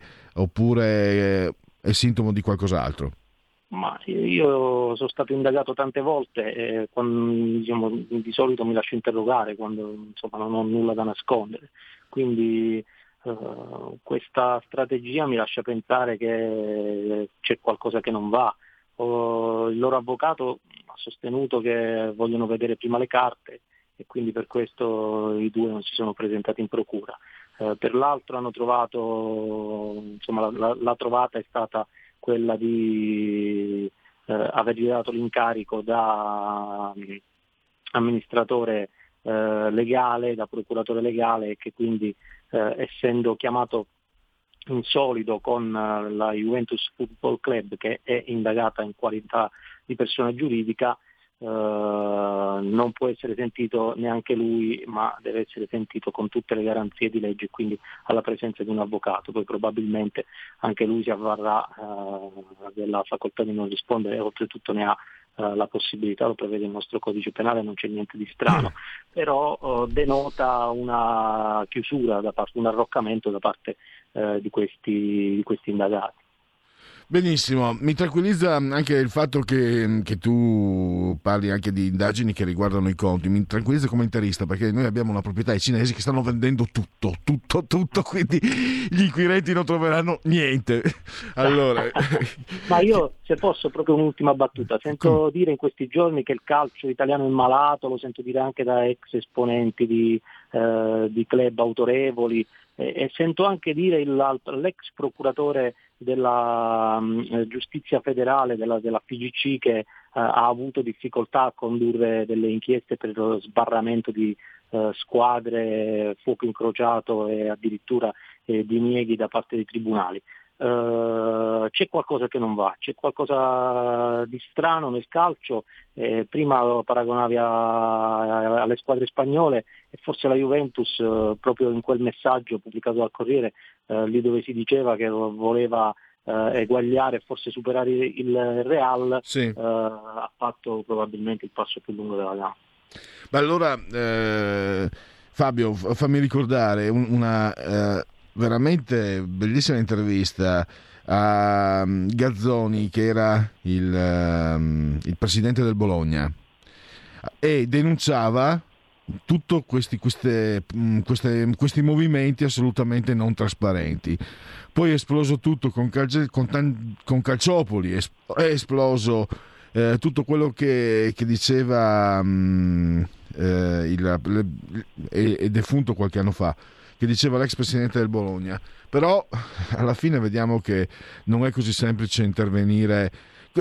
[SPEAKER 2] oppure è sintomo di qualcos'altro?
[SPEAKER 8] Ma io sono stato indagato tante volte e quando, diciamo, di solito mi lascio interrogare quando insomma non ho nulla da nascondere, quindi uh, questa strategia mi lascia pensare che c'è qualcosa che non va. Uh, il loro avvocato ha sostenuto che vogliono vedere prima le carte e quindi per questo i due non si sono presentati in procura. Uh, per l'altro hanno trovato, insomma la, la, la trovata è stata quella di eh, avergli dato l'incarico da um, amministratore eh, legale, da procuratore legale, e che quindi eh, essendo chiamato in solido con uh, la Juventus Football Club, che è indagata in qualità di persona giuridica, Uh, non può essere sentito neanche lui, ma deve essere sentito con tutte le garanzie di legge, quindi alla presenza di un avvocato. Poi probabilmente anche lui si avvarrà uh, della facoltà di non rispondere e oltretutto ne ha uh, la possibilità, lo prevede il nostro codice penale, non c'è niente di strano, però uh, denota una chiusura da parte, un arroccamento da parte uh, di questi, di questi indagati.
[SPEAKER 2] Benissimo, mi tranquillizza anche il fatto che, che tu parli anche di indagini che riguardano i conti, mi tranquillizza come interista, perché noi abbiamo una proprietà, i cinesi che stanno vendendo tutto, tutto, tutto, quindi gli inquirenti non troveranno niente. Allora,
[SPEAKER 8] ma io, se posso, proprio un'ultima battuta, sento come? dire in questi giorni che il calcio italiano è malato, lo sento dire anche da ex esponenti di, eh, di club autorevoli, e, e sento anche dire il, l'ex procuratore della um, giustizia federale della, della F I G C che uh, ha avuto difficoltà a condurre delle inchieste per lo sbarramento di uh, squadre, fuoco incrociato e addirittura eh, dinieghi da parte dei tribunali. Uh, c'è qualcosa che non va, c'è qualcosa di strano nel calcio, eh, prima lo paragonavi a, alle squadre spagnole e forse la Juventus uh, proprio in quel messaggio pubblicato dal Corriere, uh, lì dove si diceva che voleva uh, eguagliare e forse superare il Real, sì. uh, ha fatto probabilmente il passo più lungo della gamba.
[SPEAKER 2] Ma allora eh, Fabio, fammi ricordare una eh... veramente bellissima intervista a Gazzoni, che era il, um, il presidente del Bologna, e denunciava tutti questi, queste, queste, questi movimenti assolutamente non trasparenti. Poi è esploso tutto con, Calci, con, con Calciopoli, è esploso eh, tutto quello che, che diceva um, eh, il, il, è defunto qualche anno fa, che diceva l'ex presidente del Bologna. Però alla fine vediamo che non è così semplice intervenire.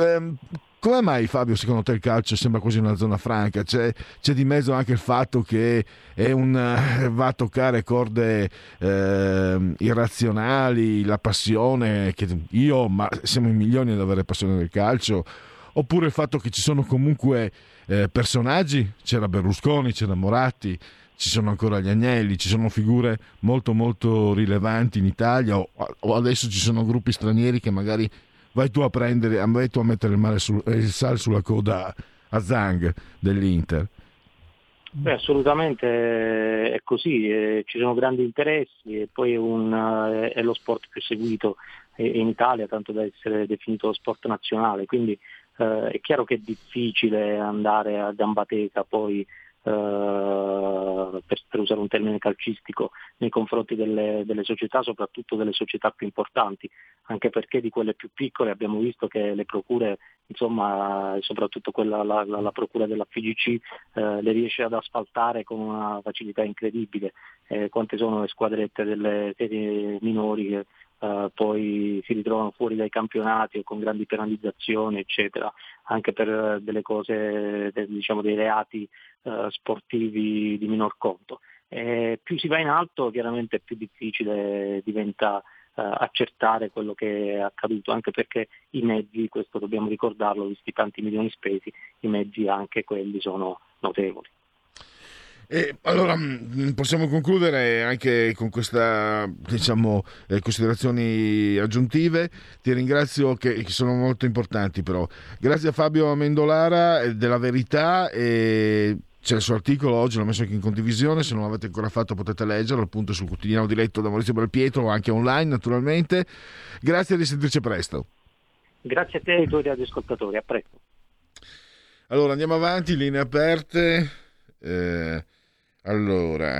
[SPEAKER 2] Come mai, Fabio, secondo te il calcio sembra quasi una zona franca? C'è, c'è di mezzo anche il fatto che è un, va a toccare corde eh, irrazionali, la passione, che io, ma siamo in milioni ad avere passione del calcio, oppure il fatto che ci sono comunque eh, personaggi, c'era Berlusconi, c'era Moratti, ci sono ancora gli Agnelli, ci sono figure molto molto rilevanti in Italia, o, o adesso ci sono gruppi stranieri che magari vai tu a prendere, vai tu a mettere il, male sul, il sale sulla coda a Zhang dell'Inter.
[SPEAKER 8] Beh, assolutamente è così, eh, ci sono grandi interessi e poi è, un, eh, è lo sport più seguito in Italia, tanto da essere definito lo sport nazionale, quindi eh, è chiaro che è difficile andare a gamba tesa poi Uh, per, per usare un termine calcistico, nei confronti delle, delle società, soprattutto delle società più importanti, anche perché di quelle più piccole abbiamo visto che le procure, insomma, soprattutto quella, la, la, la procura della F I G C uh, le riesce ad asfaltare con una facilità incredibile. Eh, quante sono le squadrette delle serie minori che Uh, poi si ritrovano fuori dai campionati o con grandi penalizzazioni, eccetera, anche per uh, delle cose, de, diciamo dei reati uh, sportivi di minor conto. E più si va in alto, chiaramente più difficile diventa uh, accertare quello che è accaduto, anche perché i mezzi, questo dobbiamo ricordarlo, visti tanti milioni spesi, i mezzi anche quelli sono notevoli.
[SPEAKER 2] E allora possiamo concludere anche con questa, diciamo, eh, considerazioni aggiuntive. Ti ringrazio, che, che sono molto importanti però. Grazie a Fabio Amendolara eh, della Verità, e c'è il suo articolo oggi, l'ho messo anche in condivisione, se non l'avete ancora fatto potete leggerlo, appunto sul quotidiano diretto da Maurizio Belpietro o anche online naturalmente. Grazie e risentirci presto.
[SPEAKER 8] Grazie a te e ai tuoi radioascoltatori, a presto.
[SPEAKER 2] Allora andiamo avanti, linee aperte. Eh, allora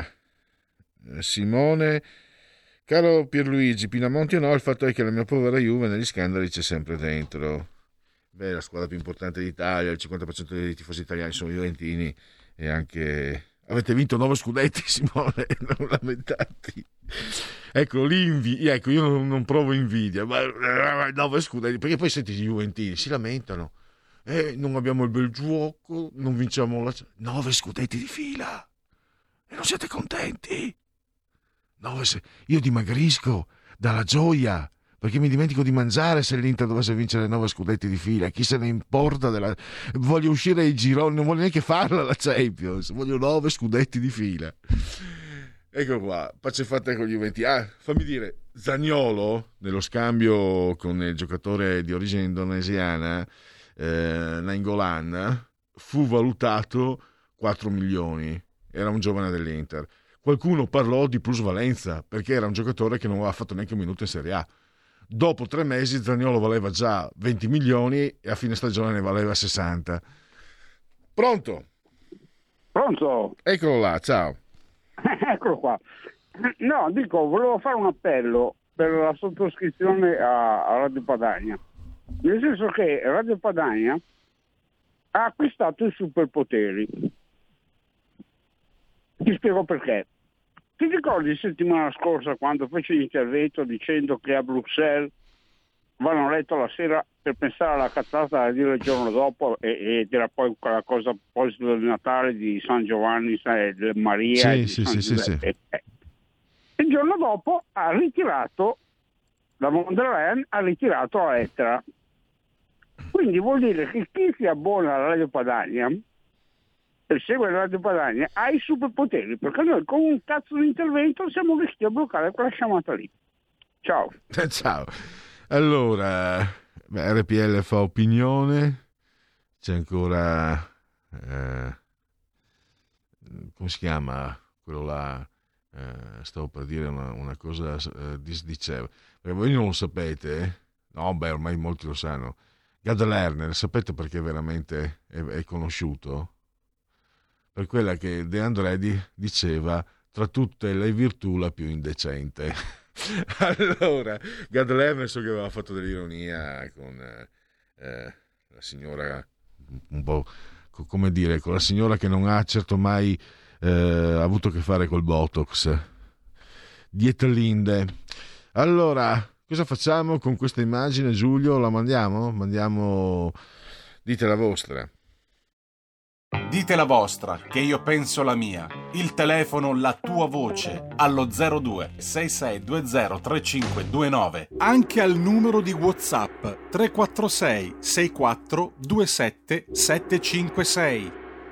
[SPEAKER 2] Simone: caro Pierluigi, Pinamonti o no, il fatto è che la mia povera Juve negli scandali c'è sempre dentro. Beh, la squadra più importante d'Italia, il cinquanta per cento dei tifosi italiani sono juventini, e anche avete vinto nove scudetti, Simone, non lamentati. Ecco, l'invidia, ecco, io non, non provo invidia, ma nove scudetti, perché poi senti i juventini si lamentano. Eh, non abbiamo il bel gioco, non vinciamo la... Nove scudetti di fila e non siete contenti? Nove se... Io dimagrisco dalla gioia perché mi dimentico di mangiare se l'Inter dovesse vincere nove scudetti di fila. Chi se ne importa della... Voglio uscire ai gironi, non voglio neanche farla la Champions, voglio nove scudetti di fila. Ecco qua, pace fatta con gli Juventini. Ah, fammi dire, Zaniolo nello scambio con il giocatore di origine indonesiana Eh, Nainggolan fu valutato quattro milioni, era un giovane dell'Inter. Qualcuno parlò di plusvalenza perché era un giocatore che non aveva fatto neanche un minuto in Serie A. Dopo tre mesi Zaniolo valeva già venti milioni e a fine stagione ne valeva sessanta. Pronto?
[SPEAKER 9] Pronto?
[SPEAKER 2] Eccolo là, ciao.
[SPEAKER 9] Eccolo qua. No, dico, volevo fare un appello per la sottoscrizione a, a Radio Padania. Nel senso che Radio Padania ha acquistato i superpoteri. Ti spiego perché. Ti ricordi settimana scorsa quando fece l'intervento dicendo che a Bruxelles vanno a letto la sera per pensare alla cazzata da dire il giorno dopo, e, ed era poi quella cosa a proposito del Natale di San Giovanni, di Maria,
[SPEAKER 2] sì,
[SPEAKER 9] di
[SPEAKER 2] sì,
[SPEAKER 9] San
[SPEAKER 2] sì, sì, sì.
[SPEAKER 9] Il giorno dopo ha ritirato, la von der Leyen ha ritirato la lettera. Quindi vuol dire che chi si abbona alla Radio Padania e segue la Radio Padania ha i superpoteri, perché noi con un cazzo di intervento siamo riusciti a bloccare quella chiamata lì. Ciao.
[SPEAKER 2] Ciao. Allora, beh, R P L fa opinione, c'è ancora eh, come si chiama quello là, eh, stavo per dire una, una cosa eh, disdicevole, perché voi non lo sapete, eh? No, beh, ormai molti lo sanno. Gad Lerner, sapete perché veramente è, è conosciuto? Per quella che De Andredi diceva: tra tutte le virtù la più indecente. Allora, Gad Lerner, so che aveva fatto dell'ironia con eh, la signora, un po' come dire, con la signora che non ha certo mai eh, avuto a che fare col Botox, Dietlinde. Allora, cosa facciamo con questa immagine, Giulio? La mandiamo? Mandiamo... Dite la vostra.
[SPEAKER 10] Dite la vostra, che io penso la mia. Il telefono, la tua voce, allo zero due sei sei due zero tre cinque due nove. Anche al numero di WhatsApp tre quattro sei sei quattro due sette sette cinque sei.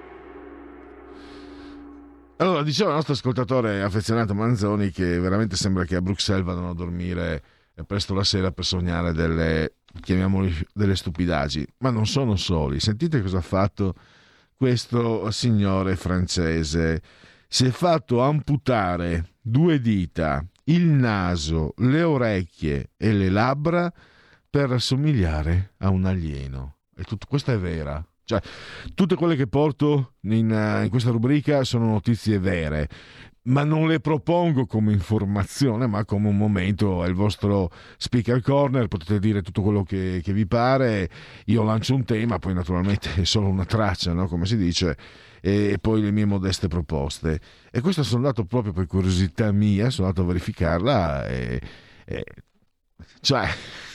[SPEAKER 2] Allora, diceva il nostro ascoltatore affezionato Manzoni che veramente sembra che a Bruxelles vadano a dormire presto la sera per sognare delle, chiamiamoli, delle stupidaggini, ma non sono soli. Sentite cosa ha fatto questo signore francese. Si è fatto amputare due dita, il naso, le orecchie e le labbra per assomigliare a un alieno. E tutto questa è vera. Cioè, tutte quelle che porto in, in questa rubrica sono notizie vere, ma non le propongo come informazione, ma come un momento. È il vostro speaker corner, potete dire tutto quello che, che vi pare. Io lancio un tema, poi naturalmente è solo una traccia, no? Come si dice, e poi le mie modeste proposte. E questo sono andato proprio per curiosità mia, sono andato a verificarla e, e cioè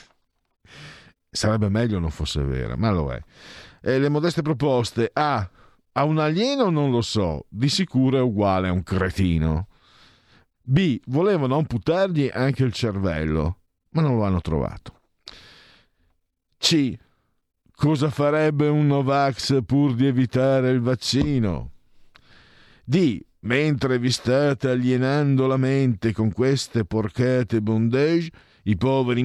[SPEAKER 2] sarebbe meglio non fosse vera, ma lo è. E le modeste proposte: A, a un alieno non lo so, di sicuro è uguale a un cretino. B, volevano amputargli anche il cervello, ma non lo hanno trovato. C, cosa farebbe un Novax pur di evitare il vaccino? D, mentre vi state alienando la mente con queste porcate bondage, i poveri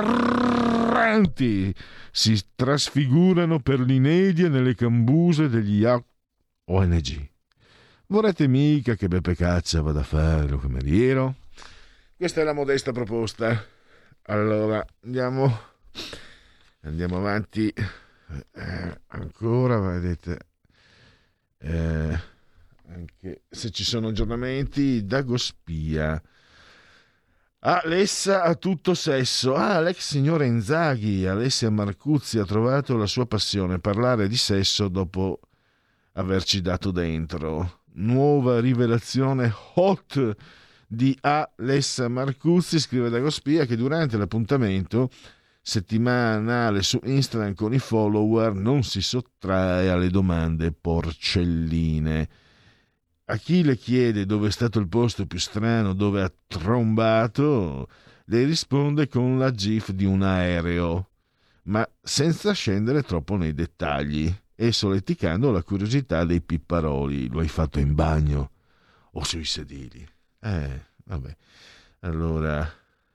[SPEAKER 2] migranti si trasfigurano per l'inedia nelle cambuse degli O N G. Vorrete mica che Beppe Caccia vada a fare lo cameriero? Questa è la modesta proposta. Allora andiamo andiamo avanti eh, ancora, vedete, eh, anche se ci sono aggiornamenti. Dagospia: Alessa a tutto sesso. Ah, l'ex signore Inzaghi, Alessia Marcuzzi, ha trovato la sua passione, parlare di sesso dopo averci dato dentro. Nuova rivelazione hot di Alessia Marcuzzi, scrive Dagospia, che durante l'appuntamento settimanale su Instagram con i follower non si sottrae alle domande porcelline. A chi le chiede dove è stato il posto più strano dove ha trombato, le risponde con la gif di un aereo, ma senza scendere troppo nei dettagli e solleticando la curiosità dei pipparoli. Lo hai fatto in bagno o sui sedili? Eh, vabbè. Allora,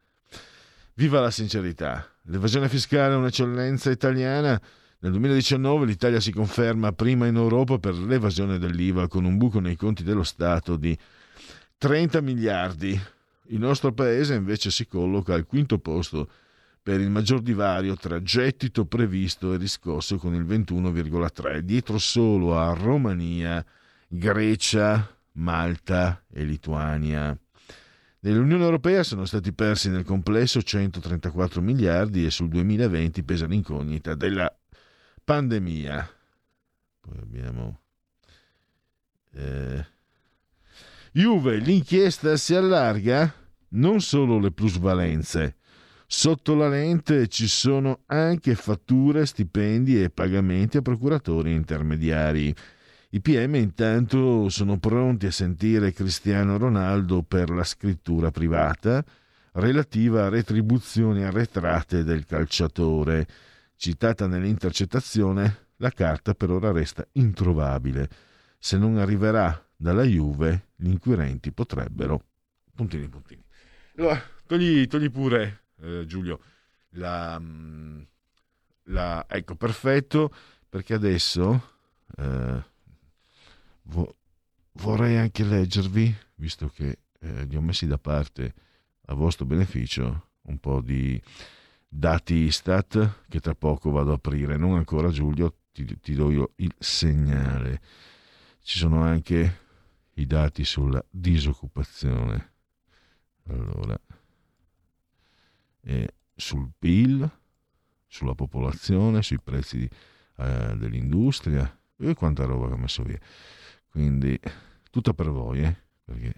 [SPEAKER 2] viva la sincerità. L'evasione fiscale è un'eccellenza italiana. Nel duemiladiciannove l'Italia si conferma prima in Europa per l'evasione dell'I V A, con un buco nei conti dello Stato di trenta miliardi. Il nostro paese invece si colloca al quinto posto per il maggior divario tra gettito previsto e riscosso, con il ventuno virgola tre, dietro solo a Romania, Grecia, Malta e Lituania. Nell'Unione Europea sono stati persi nel complesso centotrentaquattro miliardi e sul duemilaventi pesa l'incognita della pandemia. Poi abbiamo eh... Juve, l'inchiesta si allarga, non solo le plusvalenze. Sotto la lente ci sono anche fatture, stipendi e pagamenti a procuratori intermediari. I P M intanto sono pronti a sentire Cristiano Ronaldo per la scrittura privata relativa a retribuzioni arretrate del calciatore. Citata nell'intercettazione, la carta per ora resta introvabile. Se non arriverà dalla Juve, gli inquirenti potrebbero... Puntini, puntini. Allora, togli, togli pure, eh, Giulio, la, la... Ecco, perfetto, perché adesso eh, vo, vorrei anche leggervi, visto che eh, li ho messi da parte a vostro beneficio, un po' di dati Istat che tra poco vado a aprire. Non ancora, Giulio, ti, ti do io il segnale. Ci sono anche i dati sulla disoccupazione, allora, e sul P I L, sulla popolazione, sui prezzi eh, dell'industria e quanta roba che ho messo via. Quindi tutta per voi, eh, perché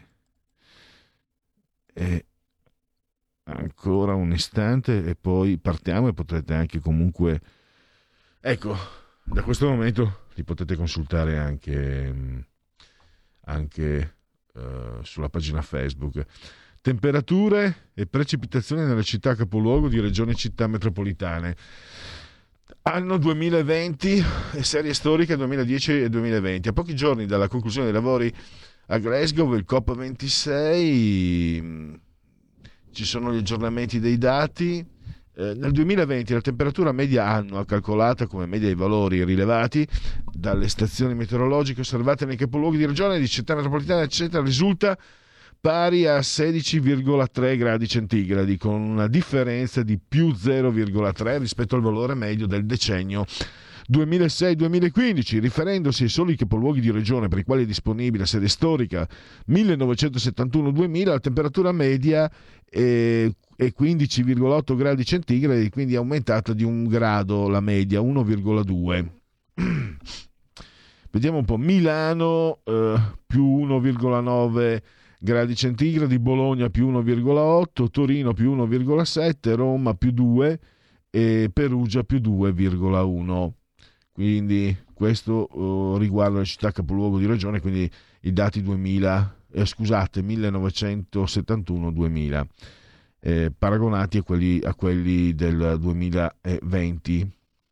[SPEAKER 2] è ancora un istante e poi partiamo, e potrete anche comunque, ecco, da questo momento li potete consultare anche anche uh, sulla pagina Facebook. Temperature e precipitazioni nelle città capoluogo di regioni e città metropolitane. Anno duemilaventi e serie storica duemiladieci e duemilaventi. A pochi giorni dalla conclusione dei lavori a Glasgow, il COP ventisei, ci sono gli aggiornamenti dei dati Eh, nel duemilaventi la temperatura media annua, calcolata come media dei valori rilevati dalle stazioni meteorologiche osservate nei capoluoghi di regione, di città metropolitane, eccetera, risulta pari a sedici virgola tre gradi centigradi, con una differenza di più zero virgola tre rispetto al valore medio del decennio duemilasei duemilaquindici, riferendosi ai soli capoluoghi di regione per i quali è disponibile la serie storica millenovecentosettantuno duemila, la temperatura media è, è quindici virgola otto gradi centigradi, quindi è aumentata di un grado la media, uno virgola due. Vediamo un po'. Milano eh, più uno virgola nove gradi centigradi, Bologna più uno virgola otto, Torino più uno virgola sette, Roma più due e Perugia più due virgola uno. Quindi questo uh, riguarda le città capoluogo di regione, quindi i dati duemila, eh, scusate, millenovecentosettantuno duemila, eh, paragonati a quelli, a quelli del duemilaventi.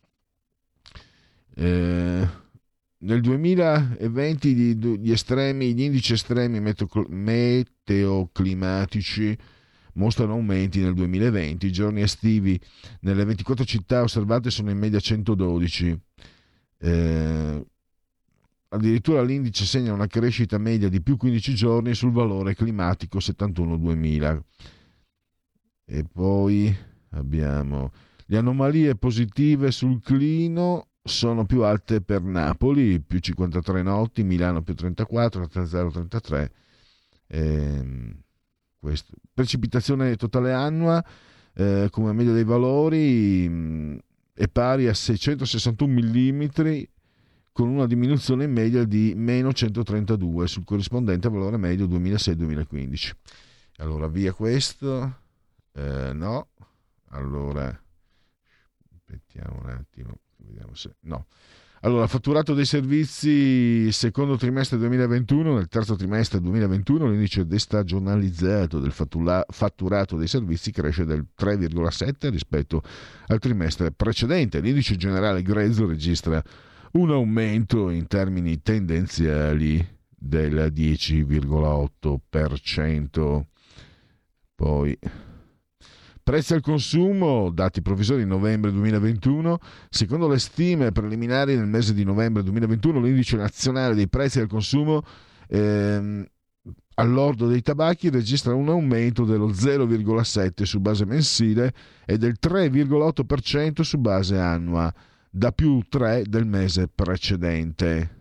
[SPEAKER 2] Eh, nel duemilaventi gli, gli estremi, gli indici estremi meteo, meteoclimatici mostrano aumenti nel duemilaventi. I giorni estivi nelle ventiquattro città osservate sono in media centododici. Eh, addirittura l'indice segna una crescita media di più quindici giorni sul valore climatico settantuno duemila. E poi abbiamo le anomalie positive sul clino sono più alte per Napoli, più cinquantatré noti, Milano più trentaquattro, zero trentatré. Eh, questo. Precipitazione totale annua eh, come media dei valori mh, è pari a seicentosessantuno millimetri, con una diminuzione in media di meno centotrentadue sul corrispondente valore medio duemilasei duemilaquindici. Allora via questo, eh, no, allora aspettiamo un attimo, vediamo se no. Allora, fatturato dei servizi secondo trimestre duemilaventuno, nel terzo trimestre duemilaventuno l'indice destagionalizzato del fatturato dei servizi cresce del tre virgola sette rispetto al trimestre precedente. L'indice generale grezzo registra un aumento in termini tendenziali del dieci virgola otto per cento. Poi prezzi al consumo, dati provvisori di novembre duemilaventuno. Secondo le stime preliminari nel mese di novembre duemilaventuno, l'indice nazionale dei prezzi al consumo ehm, all'ordo dei tabacchi registra un aumento dello zero virgola sette su base mensile e del tre virgola otto per cento su base annua, da più tre del mese precedente.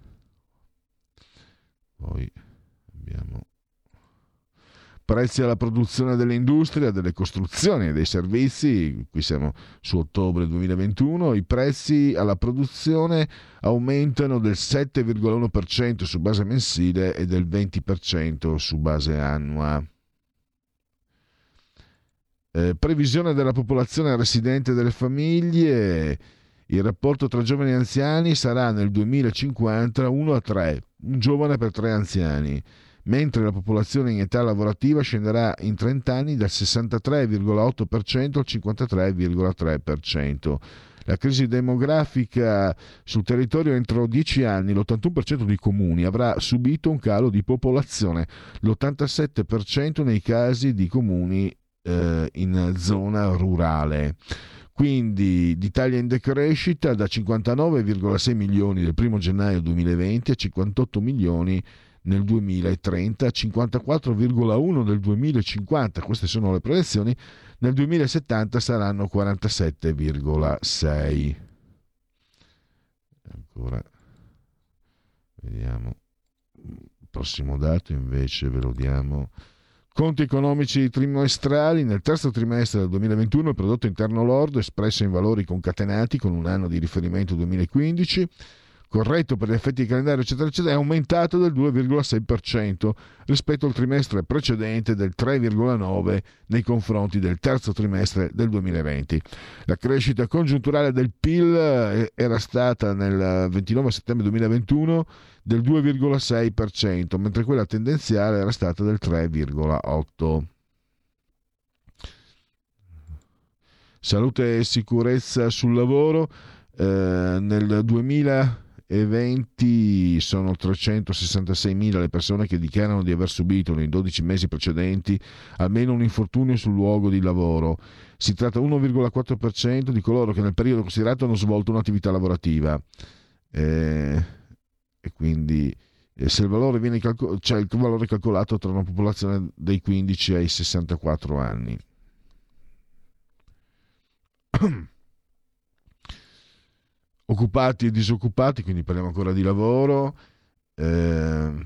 [SPEAKER 2] Poi abbiamo prezzi alla produzione dell'industria, delle costruzioni e dei servizi. Qui siamo su ottobre duemilaventuno. I prezzi alla produzione aumentano del sette virgola uno per cento su base mensile e del venti per cento su base annua. Eh, previsione della popolazione residente delle famiglie. Il rapporto tra giovani e anziani sarà nel duemilacinquanta uno a tre, un giovane per tre anziani, mentre la popolazione in età lavorativa scenderà in trenta anni dal sessantatré virgola otto per cento al cinquantatré virgola tre per cento. La crisi demografica sul territorio entro dieci anni, l'ottantuno per cento dei comuni avrà subito un calo di popolazione, l'ottantasette per cento nei casi di comuni eh, in zona rurale. Quindi l'Italia in decrescita da cinquantanove virgola sei milioni del primo gennaio duemilaventi a cinquantotto milioni nel duemilatrenta, cinquantaquattro virgola uno nel duemilacinquanta, queste sono le proiezioni, nel duemilasettanta saranno quarantasette virgola sei. Ancora vediamo il prossimo dato, invece ve lo diamo. Conti economici trimestrali. Nel terzo trimestre del duemilaventuno il prodotto interno lordo espresso in valori concatenati con un anno di riferimento duemilaquindici, corretto per gli effetti di calendario eccetera eccetera, è aumentato del due virgola sei per cento rispetto al trimestre precedente, del tre virgola nove per cento nei confronti del terzo trimestre del duemilaventi. La crescita congiunturale del P I L era stata nel ventinove settembre duemilaventuno del due virgola sei per cento, mentre quella tendenziale era stata del tre virgola otto per cento. Salute e sicurezza sul lavoro. Eh, nel duemila duemilaventi sono trecentosessantaseimila le persone che dichiarano di aver subito nei dodici mesi precedenti almeno un infortunio sul luogo di lavoro. Si tratta uno virgola quattro per cento di coloro che nel periodo considerato hanno svolto un'attività lavorativa. Eh, e quindi eh, se il valore viene calcol- cioè il valore calcolato tra una popolazione dei quindici ai sessantaquattro anni. Occupati e disoccupati, quindi parliamo ancora di lavoro. Eh,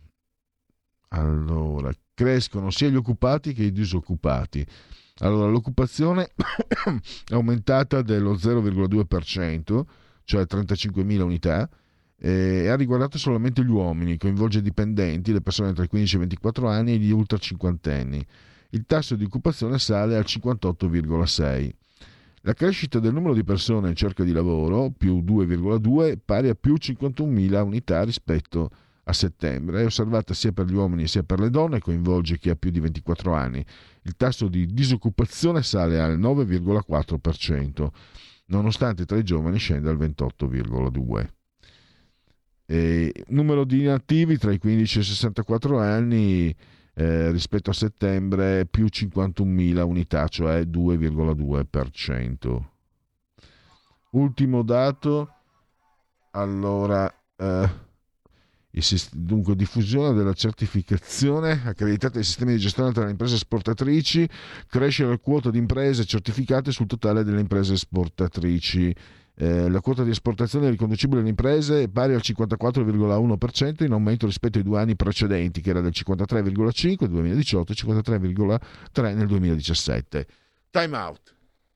[SPEAKER 2] allora, crescono sia gli occupati che i disoccupati. Allora, l'occupazione è aumentata dello zero virgola due per cento, cioè trentacinquemila unità, e ha riguardato solamente gli uomini, coinvolge i dipendenti, le persone tra i quindici e i ventiquattro anni e gli ultra cinquantenni. Il tasso di occupazione sale al cinquantotto virgola sei. La crescita del numero di persone in cerca di lavoro, più due virgola due, pari a più cinquantunomila unità rispetto a settembre, è osservata sia per gli uomini sia per le donne e coinvolge chi ha più di ventiquattro anni. Il tasso di disoccupazione sale al nove virgola quattro per cento, nonostante tra i giovani scende al ventotto virgola due. E numero di inattivi tra i quindici e i sessantaquattro anni eh, rispetto a settembre più cinquantunomila unità, cioè due virgola due per cento. Ultimo dato, allora eh, il, dunque diffusione della certificazione accreditata ai sistemi di gestione tra le imprese esportatrici, cresce la quota di imprese certificate sul totale delle imprese esportatrici. Eh, la quota di esportazione riconducibile alle imprese è pari al cinquantaquattro virgola uno per cento, in aumento rispetto ai due anni precedenti, che era del cinquantatré virgola cinque nel duemiladiciotto e cinquantatré virgola tre nel duemiladiciassette. Time out.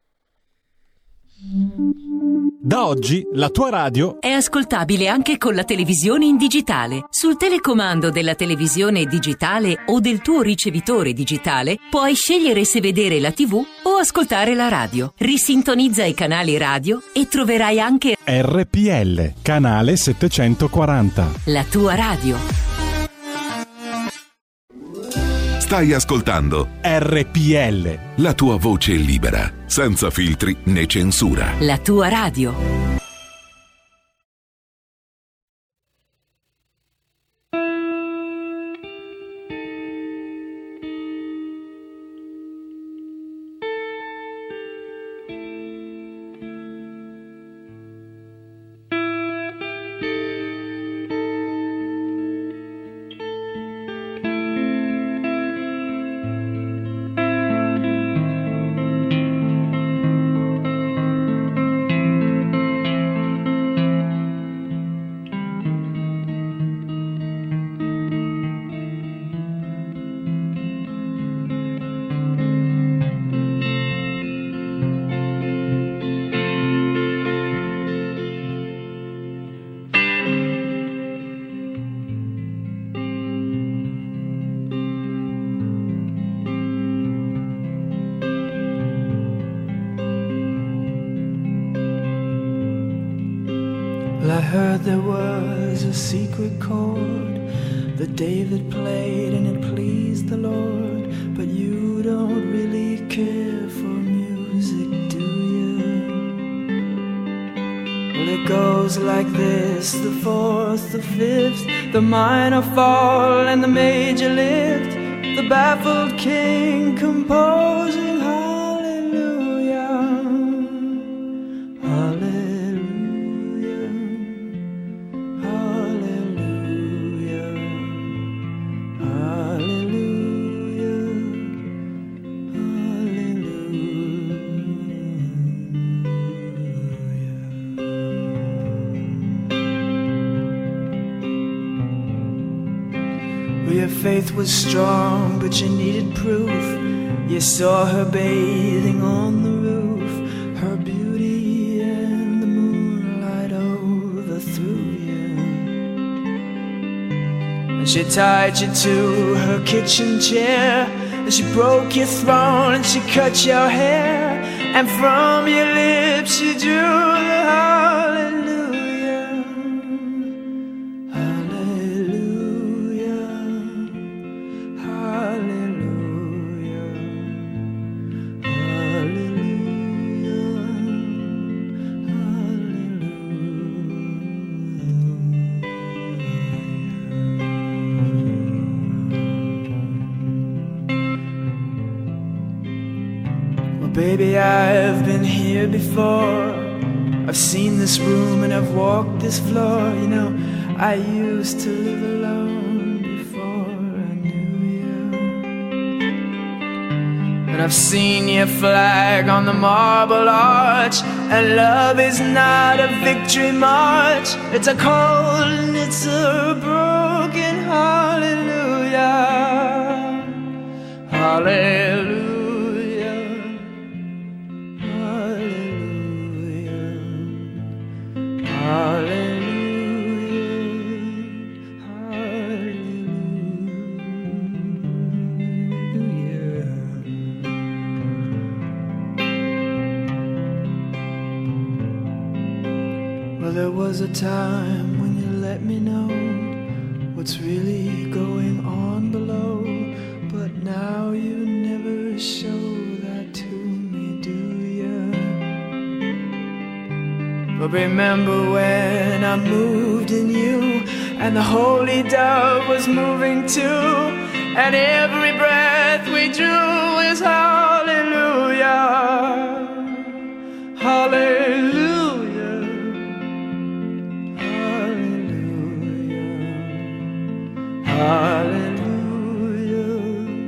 [SPEAKER 11] Da oggi la tua radio
[SPEAKER 12] è ascoltabile anche con la televisione in digitale. Sul telecomando della televisione digitale o del tuo ricevitore digitale puoi scegliere se vedere la tivù o ascoltare la radio. Risintonizza i canali radio e troverai anche
[SPEAKER 11] R P L, canale settecentoquaranta.
[SPEAKER 12] La tua radio.
[SPEAKER 13] Stai ascoltando
[SPEAKER 11] R P L,
[SPEAKER 13] la tua voce libera, senza filtri né censura.
[SPEAKER 12] La tua radio.
[SPEAKER 14] I heard there was a secret chord that David played and it pleased the Lord, but you don't really care for music, do you? Well, it goes like this: the fourth, the fifth, the minor fall and the major lift, the baffled king composing hallelujah, hallelujah. Your faith was strong, but you needed proof. You saw her bathing on the roof, her beauty and the moonlight overthrew you. And she tied you to her kitchen chair, and she broke your throne, and she cut your hair, and from your lips she drew the hallelujah. baby, I've been here before. I've seen this room and I've walked this floor. You know, I used to live alone before I knew you. And I've seen your flag on the marble arch. And love is not a victory march. It's a cold and it's a broken hallelujah. Hallelujah. There was a time when you let me know what's really going on below, but now you never show that to me, do you? But remember when I moved in you, and the holy dove was moving too, and every breath we drew is hallelujah, hallelujah. Hallelujah,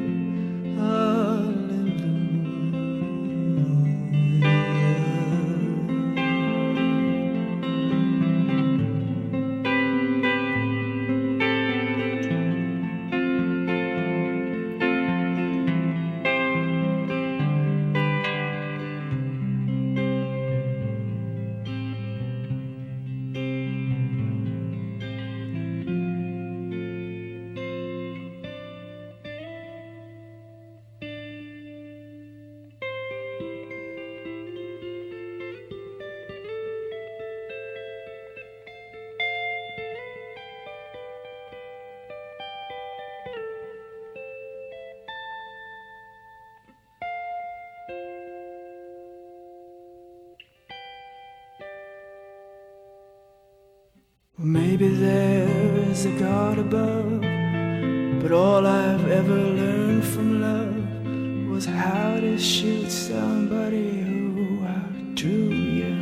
[SPEAKER 14] maybe there's a God above, but all I've ever learned from love was how to shoot somebody who outdrew you.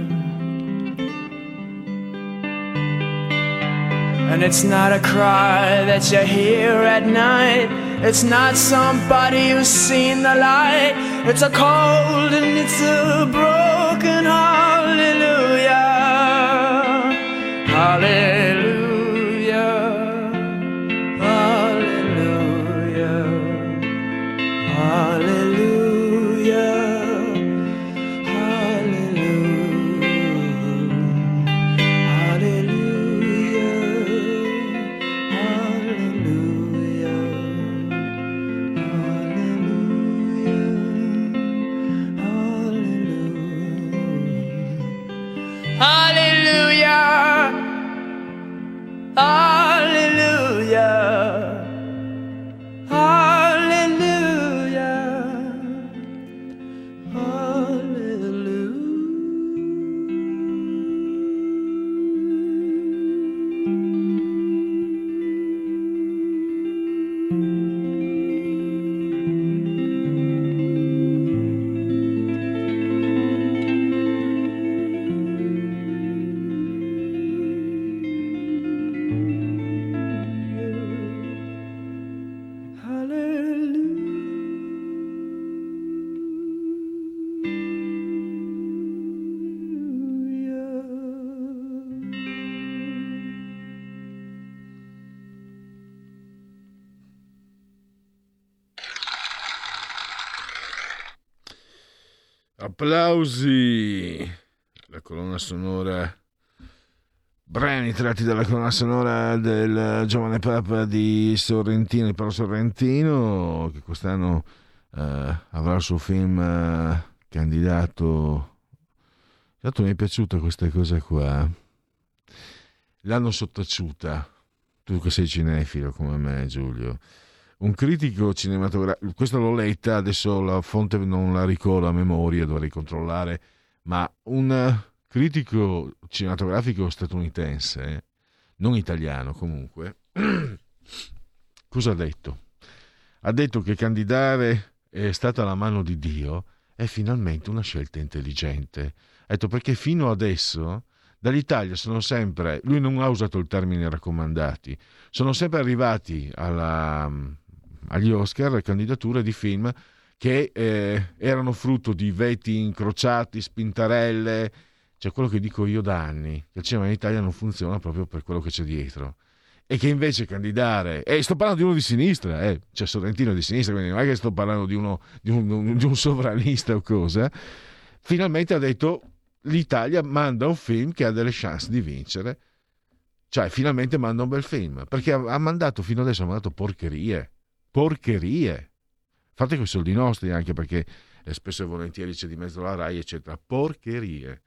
[SPEAKER 14] And it's not a cry that you hear at night, it's not somebody who's seen the light, it's a cold and it's a broken hallelujah. Hallelujah, hallelujah, hallelujah, hallelujah, hallelujah, hallelujah, hallelujah. Hallelujah, hallelujah, hallelujah.
[SPEAKER 2] Applausi, la colonna sonora, brani tratti dalla colonna sonora del Giovane Papa di Sorrentino, di Paolo Sorrentino, che quest'anno eh, avrà il suo film eh, candidato. Tanto mi è piaciuta questa cosa qua, l'hanno sottaciuta, tu che sei cinefilo come me, Giulio. Un critico cinematografico, questo l'ho letta, adesso la fonte non la ricordo a memoria, dovrei controllare, ma un critico cinematografico statunitense, eh, non italiano comunque, cosa ha detto? Ha detto che candidare è stata la mano di Dio è finalmente una scelta intelligente. Ha detto, perché fino adesso dall'Italia sono sempre, lui non ha usato il termine raccomandati, sono sempre arrivati alla, agli Oscar candidature di film che eh, erano frutto di veti incrociati, spintarelle, cioè quello che dico io da anni, che il cinema in Italia non funziona proprio per quello che c'è dietro. E che invece candidare, e sto parlando di uno di sinistra, eh, cioè Sorrentino di sinistra, quindi non è che sto parlando di uno di un, di un sovranista o cosa, finalmente ha detto l'Italia manda un film che ha delle chance di vincere, cioè finalmente manda un bel film, perché ha, ha mandato fino adesso ha mandato porcherie, porcherie, fate con i soldi nostri, anche perché eh, spesso e volentieri c'è di mezzo la Rai eccetera, porcherie.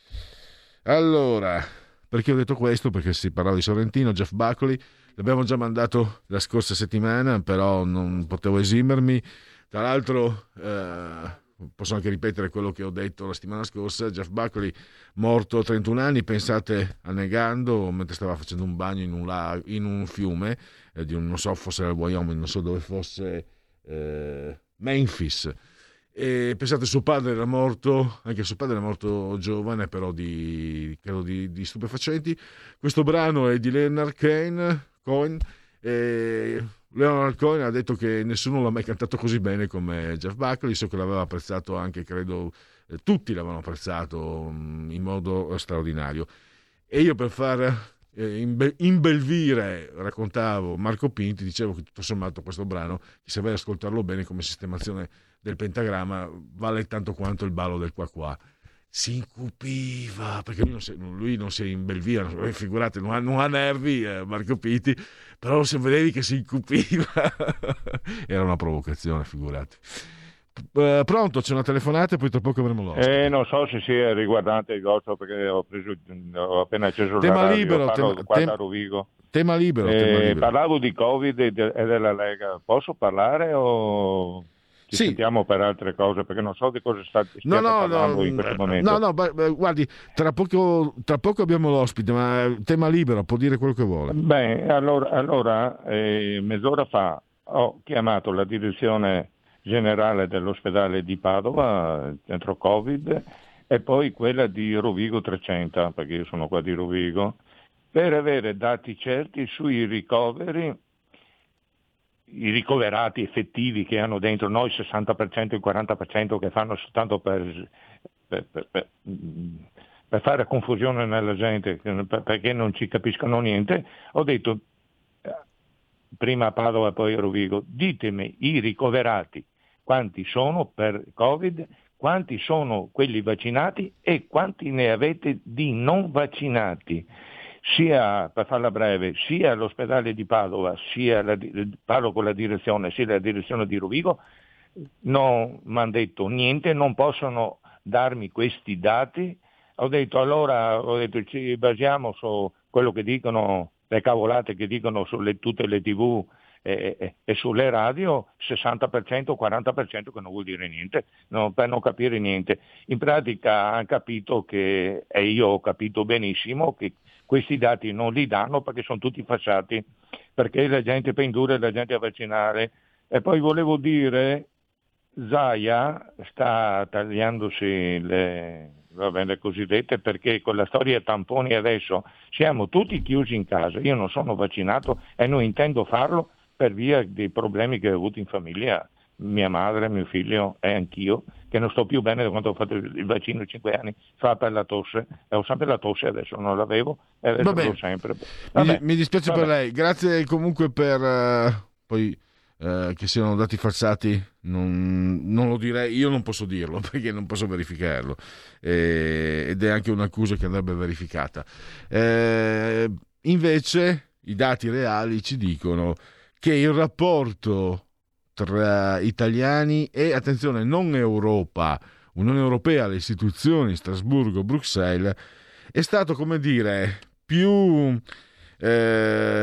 [SPEAKER 2] Allora, perché ho detto questo? Perché si parlava di Sorrentino, Jeff Buckley, l'abbiamo già mandato la scorsa settimana, però non potevo esimermi. Tra l'altro eh, posso anche ripetere quello che ho detto la settimana scorsa. Jeff Buckley, morto a trentuno anni, pensate, annegando mentre stava facendo un bagno in un, lago, in un fiume eh, di un, non so, fosse il Wyoming, non so dove fosse, eh, Memphis. E pensate, suo padre era morto, anche suo padre era morto giovane, però di, credo di, di stupefacenti. Questo brano è di Leonard Cohen, Cohen e Leonard Cohen ha detto che nessuno l'ha mai cantato così bene come Jeff Buckley, so che l'aveva apprezzato anche, credo eh, tutti l'avevano apprezzato mh, in modo straordinario. E io, per far eh, imbe- imbelvire, raccontavo Marco Pinti, dicevo che tutto sommato questo brano, se vai ad ascoltarlo bene come sistemazione del pentagramma, vale tanto quanto il ballo del qua qua. Si incupiva, perché lui non si, lui non si imbelviva, figurate, non ha, non ha nervi eh, Marco Pitti, però se vedevi che si incupiva era una provocazione, figurati. Uh, pronto, c'è una telefonata e poi tra poco avremo l'ospite.
[SPEAKER 15] Eh, non so se sia riguardante il Gosto, perché ho, preso, ho appena acceso il
[SPEAKER 2] tema
[SPEAKER 15] radio,
[SPEAKER 2] libero,
[SPEAKER 15] parlo
[SPEAKER 2] tema,
[SPEAKER 15] qua
[SPEAKER 2] tem-
[SPEAKER 15] da Rovigo.
[SPEAKER 2] Tema libero,
[SPEAKER 15] eh,
[SPEAKER 2] tema libero.
[SPEAKER 15] Parlavo di Covid e, de- e della Lega, posso parlare o ci
[SPEAKER 2] sì.
[SPEAKER 15] sentiamo per altre cose, perché non so di cosa state
[SPEAKER 2] no, no,
[SPEAKER 15] parlando
[SPEAKER 2] no,
[SPEAKER 15] in questo momento.
[SPEAKER 2] No, no, beh, guardi, tra poco, tra poco abbiamo l'ospite, ma tema libero, può dire quello che vuole.
[SPEAKER 15] Beh, allora, allora eh, mezz'ora fa ho chiamato la direzione generale dell'ospedale di Padova, centro Covid, e poi quella di Rovigo trecento, perché io sono qua di Rovigo, per avere dati certi sui ricoveri, i ricoverati effettivi che hanno dentro noi, il sessanta per cento, il quaranta per cento che fanno soltanto per, per, per, per, per fare confusione nella gente, perché non ci capiscono niente. Ho detto, prima a Padova e poi a Rovigo, ditemi i ricoverati quanti sono per Covid, quanti sono quelli vaccinati e quanti ne avete di non vaccinati. Sia, per farla breve, sia all'ospedale di Padova, sia la, parlo con la direzione, sia la direzione di Rovigo, non mi hanno detto niente, non possono darmi questi dati. Ho detto allora, ho detto, ci basiamo su quello che dicono, le cavolate che dicono sulle tutte le tivù e, e, e sulle radio, sessanta per cento, quaranta per cento, che non vuol dire niente, no, per non capire niente. In pratica hanno capito che, e io ho capito benissimo, che questi dati non li danno perché sono tutti falsati, perché la gente per indurre la gente a vaccinare. E poi volevo dire, Zaia sta tagliandosi le, vabbè, le cosiddette, perché con la storia tamponi adesso siamo tutti chiusi in casa. Io non sono vaccinato e non intendo farlo per via dei problemi che ho avuto in famiglia, mia madre, mio figlio e anch'io, che non sto più bene da quando ho fatto il vaccino cinque anni fa per la tosse, e ho sempre la tosse, adesso non l'avevo e adesso l'ho sempre. Vabbè,
[SPEAKER 2] mi, mi dispiace
[SPEAKER 15] vabbè.
[SPEAKER 2] per lei, grazie comunque per uh, poi uh, che siano dati falsati, non, non lo direi, io non posso dirlo perché non posso verificarlo, eh, ed è anche un'accusa che andrebbe verificata. Eh, invece i dati reali ci dicono che il rapporto tra italiani e, attenzione, non Europa, Unione Europea, le istituzioni, Strasburgo, Bruxelles, è stato, come dire, più, eh,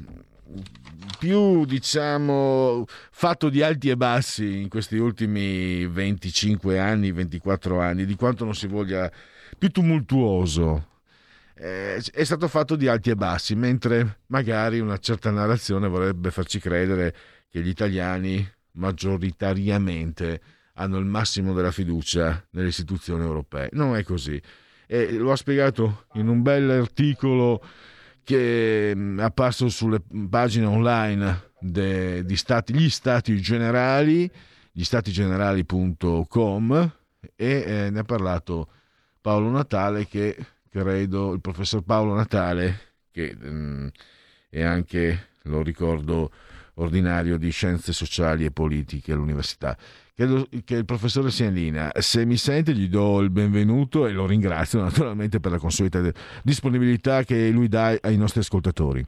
[SPEAKER 2] più diciamo, fatto di alti e bassi in questi ultimi venticinque anni, ventiquattro anni, di quanto non si voglia, più tumultuoso. Eh, è stato fatto di alti e bassi, mentre magari una certa narrazione vorrebbe farci credere che gli italiani maggioritariamente hanno il massimo della fiducia nelle istituzioni europee. Non è così. E lo ha spiegato in un bel articolo che è apparso sulle pagine online de, di stati, gli stati generali, gli stati generali punto com, e eh, ne ha parlato Paolo Natale, che credo, il professor Paolo Natale, che mh, è anche, lo ricordo, ordinario di Scienze Sociali e Politiche all'Università. Credo che il professore sia in linea. Se mi sente gli do il benvenuto e lo ringrazio naturalmente per la consueta disponibilità che lui dà ai nostri ascoltatori.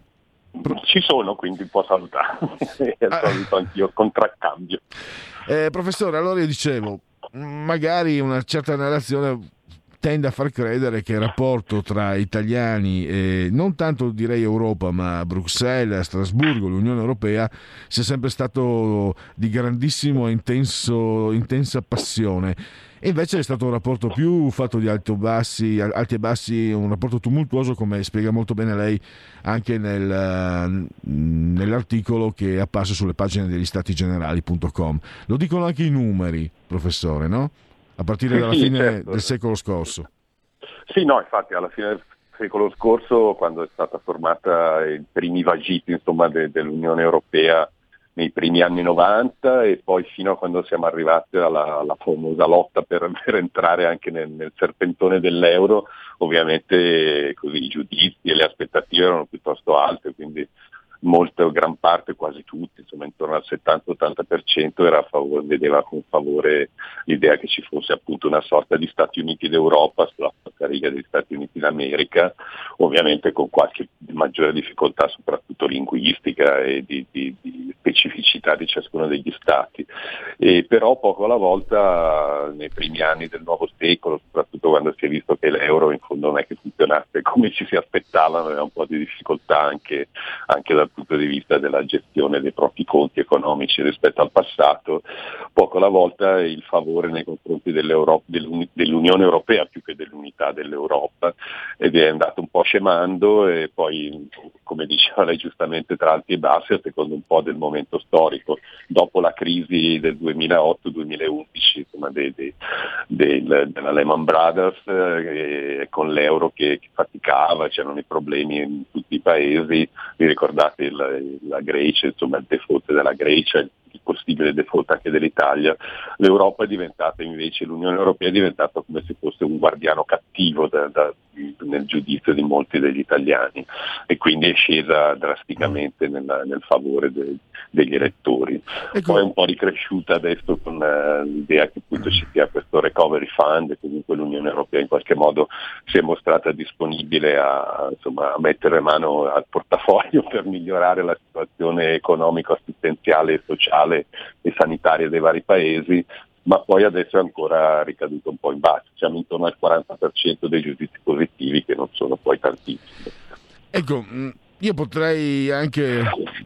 [SPEAKER 16] Ci sono, quindi può salutare. Saluto anch'io, contraccambio.
[SPEAKER 2] Eh, professore, allora io dicevo, magari una certa narrazione tende a far credere che il rapporto tra italiani e non tanto direi Europa, ma Bruxelles, Strasburgo, l'Unione Europea sia sempre stato di grandissimo e intenso, intensa passione, e invece è stato un rapporto più fatto di alti e bassi, alti e bassi, un rapporto tumultuoso, come spiega molto bene lei anche nel, nell'articolo che è apparso sulle pagine degli stati generali punto com. Lo dicono anche i numeri, professore, no? A partire dalla
[SPEAKER 16] sì,
[SPEAKER 2] fine
[SPEAKER 16] certo.
[SPEAKER 2] del secolo scorso.
[SPEAKER 16] Sì, no, infatti alla fine del secolo scorso, quando è stata formata i primi vagiti, insomma, de, dell'Unione Europea nei primi anni novanta, e poi fino a quando siamo arrivati alla, alla famosa lotta per, per entrare anche nel, nel serpentone dell'euro, ovviamente così i giudizi e le aspettative erano piuttosto alte, quindi molta, gran parte, quasi tutti, insomma intorno al settanta ottanta per cento era a favore, vedeva con favore l'idea che ci fosse appunto una sorta di Stati Uniti d'Europa sulla riga degli Stati Uniti d'America, ovviamente con qualche maggiore difficoltà soprattutto linguistica e di, di, di specificità di ciascuno degli stati. E però poco alla volta nei primi anni del nuovo secolo, soprattutto quando si è visto che l'euro in fondo non è che funzionasse come ci si aspettava, aveva un po' di difficoltà anche, anche dal punto di vista della gestione dei propri conti economici rispetto al passato, poco alla volta il favore nei confronti dell'Europa, dell'Unione Europea più che dell'unità dell'Europa, ed è andato un po' scemando, e poi, come diceva lei giustamente, tra alti e bassi a secondo un po' del momento storico. Dopo la crisi del duemilaotto duemilaundici, insomma, dei, dei, del, della Lehman Brothers, eh, con l'euro che, che faticava, c'erano i problemi in tutti i paesi, vi ricordate il, la Grecia, insomma il default della Grecia, il possibile default anche dell'Italia. L'Europa è diventata invece, l'Unione Europea è diventata come se fosse un guardiano cattivo da, da, nel giudizio di molti degli italiani, e quindi è scesa drasticamente nella, nel favore de, degli elettori. Ecco. Poi è un po' ricresciuta adesso con uh, l'idea che appunto ci sia questo recovery fund, e comunque l'Unione Europea in qualche modo si è mostrata disponibile a, insomma, a mettere mano al portafoglio per migliorare la situazione economico-assistenziale e sociale e sanitaria dei vari paesi, ma poi adesso è ancora ricaduto un po' in basso, siamo intorno al quaranta per cento dei giudizi positivi, che non sono poi tantissimi.
[SPEAKER 2] Ecco, io potrei anche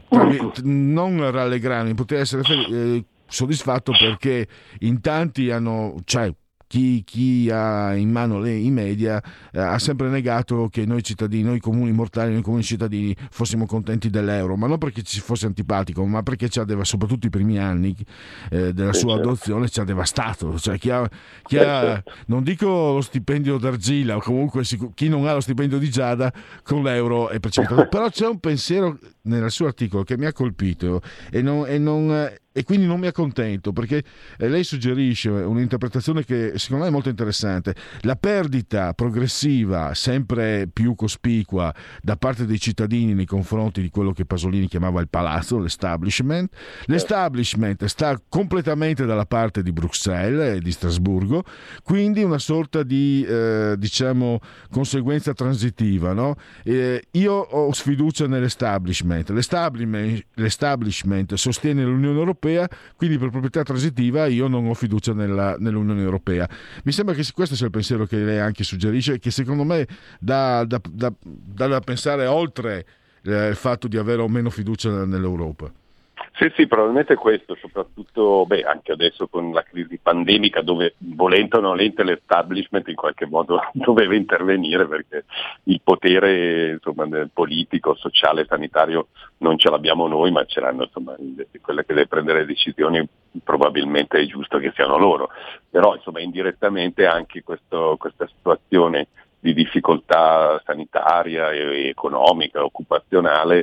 [SPEAKER 2] non rallegrarmi, potrei essere eh, soddisfatto, perché in tanti hanno, cioè Chi, chi ha in mano le, i media eh, ha sempre negato che noi cittadini, noi comuni mortali, noi comuni cittadini fossimo contenti dell'euro, ma non perché ci fosse antipatico, ma perché ci ha devastato, soprattutto i primi anni eh, della sua adozione, ci ha devastato. Cioè, chi ha, chi ha, non dico lo stipendio d'argilla, o comunque chi non ha lo stipendio di Giada, con l'euro è precipitato. Però c'è un pensiero nel suo articolo che mi ha colpito, e non, e non e quindi non mi accontento, perché lei suggerisce un'interpretazione che secondo me è molto interessante: la perdita progressiva sempre più cospicua da parte dei cittadini nei confronti di quello che Pasolini chiamava il palazzo, l'establishment. L'establishment sta completamente dalla parte di Bruxelles e di Strasburgo, quindi una sorta di eh, diciamo conseguenza transitiva, no? Eh, io ho sfiducia nell'establishment. l'establishment l'establishment sostiene l'Unione Europea, quindi per proprietà transitiva io non ho fiducia nella, nell'Unione Europea. Mi sembra che questo sia il pensiero che lei anche suggerisce, che secondo me dà da, da, da, da pensare oltre eh, il fatto di avere o meno fiducia nell'Europa.
[SPEAKER 16] Sì, sì, probabilmente questo, soprattutto beh, anche adesso con la crisi pandemica, dove volente o nolente l'establishment in qualche modo doveva intervenire, perché il potere insomma, politico, sociale, sanitario non ce l'abbiamo noi, ma ce l'hanno insomma, quelle che deve prendere le decisioni, probabilmente è giusto che siano loro. Però insomma indirettamente anche questo, questa situazione di difficoltà sanitaria, e economica, occupazionale,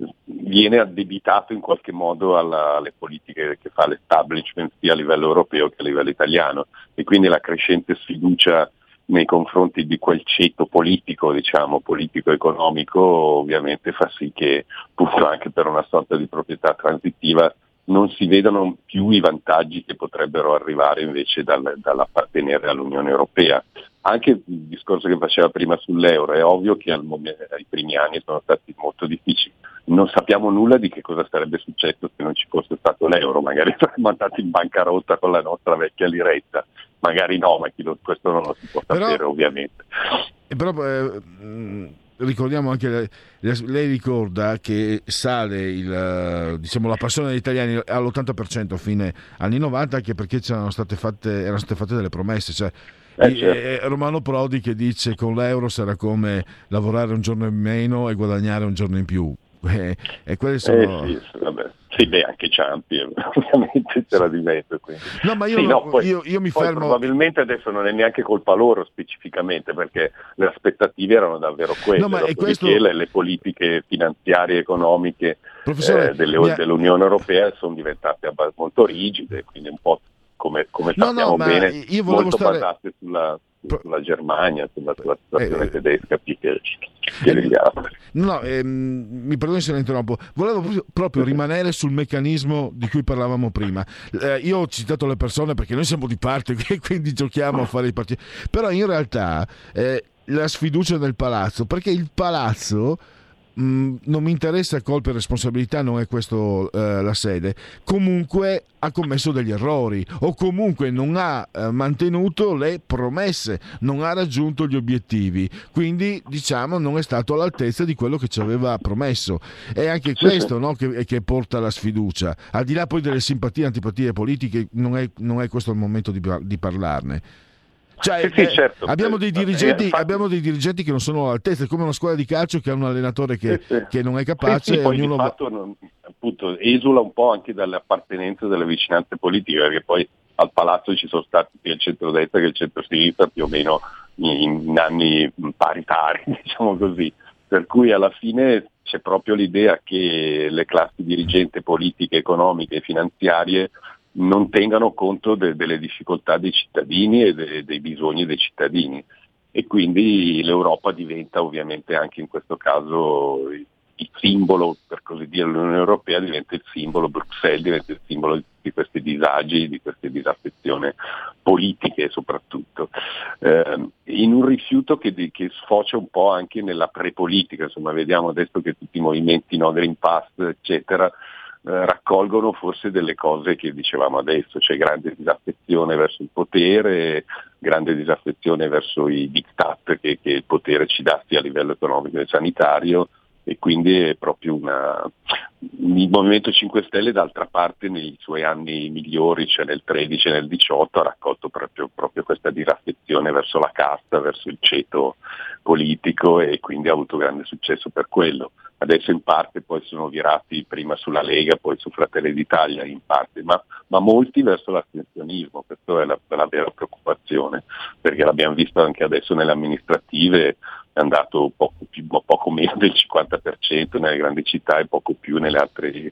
[SPEAKER 16] viene addebitato in qualche modo alla, alle politiche che fa l'establishment sia a livello europeo che a livello italiano, e quindi la crescente sfiducia nei confronti di quel ceto politico, diciamo, politico-economico, ovviamente fa sì che appunto anche per una sorta di proprietà transitiva non si vedano più i vantaggi che potrebbero arrivare invece dal, dall'appartenere all'Unione Europea. Anche il discorso che faceva prima sull'euro, è ovvio che al momento, ai primi anni sono stati molto difficili. Non sappiamo nulla di che cosa sarebbe successo se non ci fosse stato l'euro, magari saremmo andati in bancarotta con la nostra vecchia liretta, magari no, ma chi lo, questo non lo si può sapere però, ovviamente.
[SPEAKER 2] Però eh, ricordiamo anche, lei, lei ricorda che sale il, diciamo, la passione degli italiani all'ottanta per cento a fine anni novanta, anche perché c'erano state fatte, erano state fatte delle promesse, cioè Eh, certo. Romano Prodi che dice con l'euro sarà come lavorare un giorno in meno e guadagnare un giorno in più, e, e quelli sono...
[SPEAKER 16] eh, sì, vabbè. Sì, beh, anche Ciampi ovviamente c'era di mezzo, quindi.
[SPEAKER 2] No, ma io,
[SPEAKER 16] sì, no, poi,
[SPEAKER 2] io, io mi
[SPEAKER 16] poi
[SPEAKER 2] fermo.
[SPEAKER 16] Probabilmente adesso non è neanche colpa loro specificamente, perché le aspettative erano davvero quelle.
[SPEAKER 2] No, ma è questo...
[SPEAKER 16] le, le politiche finanziarie e economiche eh, delle, mia... dell'Unione Europea sono diventate molto rigide, quindi un po' come, come
[SPEAKER 2] no,
[SPEAKER 16] sappiamo
[SPEAKER 2] no,
[SPEAKER 16] bene,
[SPEAKER 2] io
[SPEAKER 16] molto
[SPEAKER 2] stare...
[SPEAKER 16] basate sulla, sulla Germania, sulla, sulla situazione eh, tedesca più che, che degli altri.
[SPEAKER 2] No, ehm, mi perdoni se la interrompo. Volevo proprio, proprio rimanere sul meccanismo di cui parlavamo prima. Eh, io ho citato le persone perché noi siamo di parte e quindi giochiamo a fare i partiti. Però in realtà eh, la sfiducia del palazzo, perché il palazzo mh, non mi interessa colpe e responsabilità, non è questo eh, la sede. Comunque ha commesso degli errori o comunque non ha eh, mantenuto le promesse, non ha raggiunto gli obiettivi, quindi diciamo non è stato all'altezza di quello che ci aveva promesso. È anche sì, questo sì. No, che, che porta la sfiducia, al di là poi delle simpatie e antipatie politiche, non è, non è questo il momento di, di parlarne. Cioè,
[SPEAKER 16] sì, sì, certo.
[SPEAKER 2] eh, abbiamo, dei dirigenti, eh, infatti... abbiamo dei dirigenti che non sono all'altezza, è come una squadra di calcio che ha un allenatore che, sì, sì. che non è capace.
[SPEAKER 16] Sì, sì,
[SPEAKER 2] e
[SPEAKER 16] poi
[SPEAKER 2] ognuno
[SPEAKER 16] di fatto non, appunto, esula un po' anche dalle appartenenze delle vicinanze politiche, perché poi al palazzo ci sono stati sia il centrodestra che il centrosinistra più o meno in, in anni paritari, diciamo così. Per cui alla fine c'è proprio l'idea che le classi dirigenti politiche, economiche e finanziarie non tengano conto de- delle difficoltà dei cittadini e de- dei bisogni dei cittadini, e quindi l'Europa diventa ovviamente anche in questo caso il, il simbolo, per così dire, l'Unione Europea diventa il simbolo, Bruxelles diventa il simbolo di questi disagi, di queste disaffezioni politiche soprattutto, eh, in un rifiuto che, che sfocia un po' anche nella prepolitica. Insomma, vediamo adesso che tutti i movimenti, no, Green Pass eccetera, Eh, raccolgono forse delle cose che dicevamo adesso, cioè grande disaffezione verso il potere, grande disaffezione verso i diktat che, che il potere ci dà sia a livello economico e sanitario, e quindi è proprio una... Il Movimento cinque Stelle d'altra parte nei suoi anni migliori, cioè nel tredici e nel diciotto, ha raccolto proprio, proprio questa disaffezione verso la casta, verso il ceto politico, e quindi ha avuto grande successo per quello. Adesso in parte poi sono virati prima sulla Lega, poi su Fratelli d'Italia in parte, ma, ma molti verso l'astensionismo. Questa è la, la vera preoccupazione, perché l'abbiamo visto anche adesso nelle amministrative, è andato poco, più, poco meno del cinquanta per cento nelle grandi città e poco più nelle altre, e,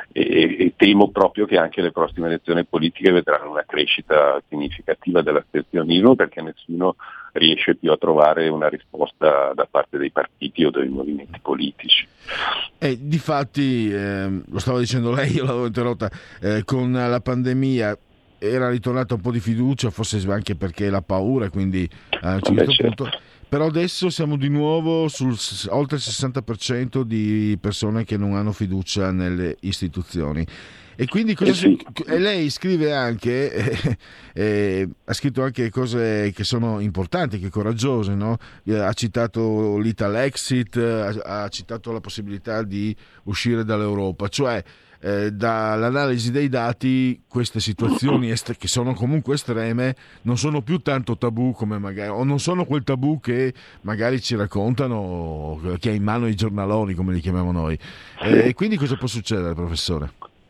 [SPEAKER 16] e temo proprio che anche le prossime elezioni politiche vedranno una crescita significativa dell'astensionismo, perché nessuno riesce più a trovare una risposta da parte dei partiti o dei movimenti politici.
[SPEAKER 2] E difatti, eh, lo stava dicendo lei, io l'avevo interrotta, eh, con la pandemia era ritornata un po' di fiducia, forse anche perché la paura, quindi a un certo Beh, punto... Certo. Però adesso siamo di nuovo sul oltre il sessanta per cento di persone che non hanno fiducia nelle istituzioni. E quindi cosa
[SPEAKER 16] eh sì.
[SPEAKER 2] si, e lei scrive anche, eh, eh, ha scritto anche cose che sono importanti, che coraggiose, no? Ha citato l'Italexit, ha, ha citato la possibilità di uscire dall'Europa, cioè eh, dall'analisi dei dati queste situazioni est- che sono comunque estreme non sono più tanto tabù come magari, o non sono quel tabù che magari ci raccontano, che ha in mano i giornaloni come li chiamiamo noi. E eh, quindi cosa può succedere, professore?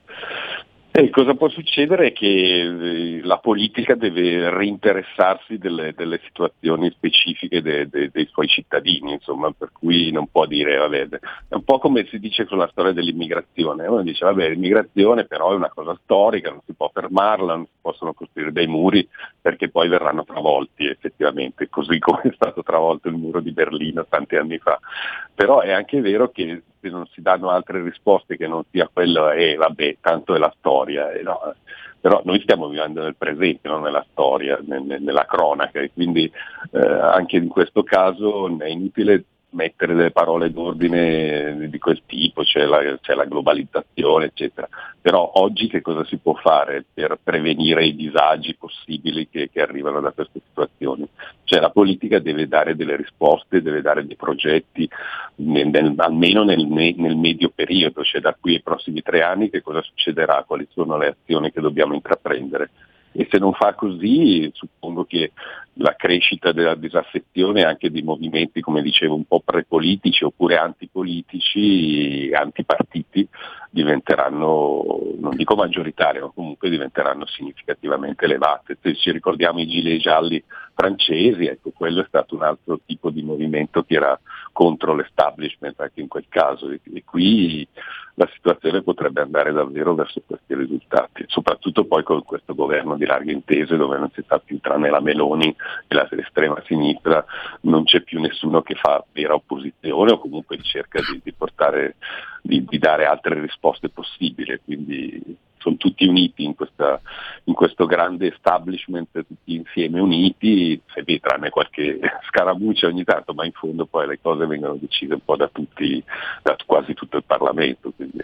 [SPEAKER 16] E cosa può succedere è che la politica deve reinteressarsi delle, delle situazioni specifiche de, de, dei suoi cittadini, insomma, per cui non può dire, vabbè, è un po' come si dice sulla storia dell'immigrazione, uno dice, vabbè, l'immigrazione però è una cosa storica, non si può fermarla, non si possono costruire dei muri perché poi verranno travolti effettivamente, così come è stato travolto il muro di Berlino tanti anni fa. Però è anche vero che se non si danno altre risposte che non sia quello, e eh, vabbè, tanto è la storia, eh, no. Però noi stiamo vivendo nel presente, non nella storia, nel, nella cronaca, e quindi eh, anche in questo caso è inutile mettere delle parole d'ordine di quel tipo, c'è la, c'è la globalizzazione, eccetera. Però oggi che cosa si può fare per prevenire i disagi possibili che, che arrivano da queste situazioni? Cioè la politica deve dare delle risposte, deve dare dei progetti, nel, nel, almeno nel, nel medio periodo, cioè da qui ai prossimi tre anni che cosa succederà, quali sono le azioni che dobbiamo intraprendere. E se non fa così, suppongo che la crescita della disaffezione anche di movimenti, come dicevo, un po' prepolitici oppure antipolitici, antipartiti, diventeranno, non dico maggioritarie, ma comunque diventeranno significativamente elevate. Se ci ricordiamo i gilet gialli francesi, ecco, quello è stato un altro tipo di movimento che era contro l'establishment anche in quel caso, e, e qui la situazione potrebbe andare davvero verso questi risultati, soprattutto poi con questo governo di larghe intese dove non si sta più tranne la Meloni e la, l'estrema sinistra, non c'è più nessuno che fa vera opposizione o comunque cerca di, di portare, di, di dare altre risposte possibili, quindi sono tutti uniti in, questa, in questo grande establishment, tutti insieme uniti, e tranne qualche scaramuccia ogni tanto, ma in fondo poi le cose vengono decise un po' da tutti, da quasi tutto il Parlamento, quindi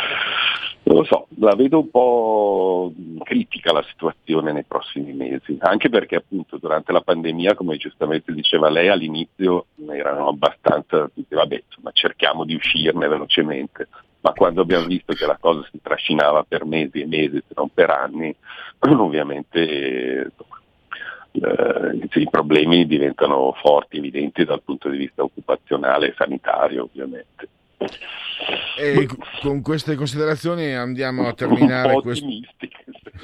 [SPEAKER 16] non lo so, la vedo un po' critica la situazione nei prossimi mesi, anche perché appunto durante la pandemia, come giustamente diceva lei, all'inizio erano abbastanza, vabbè, insomma, cerchiamo di uscirne velocemente, ma quando abbiamo visto che la cosa si trascinava per mesi e mesi, se non per anni, ovviamente eh, i problemi diventano forti, evidenti dal punto di vista occupazionale e sanitario, ovviamente.
[SPEAKER 2] E con queste considerazioni andiamo a terminare.
[SPEAKER 16] Un po'
[SPEAKER 2] questo...
[SPEAKER 16] ottimistiche.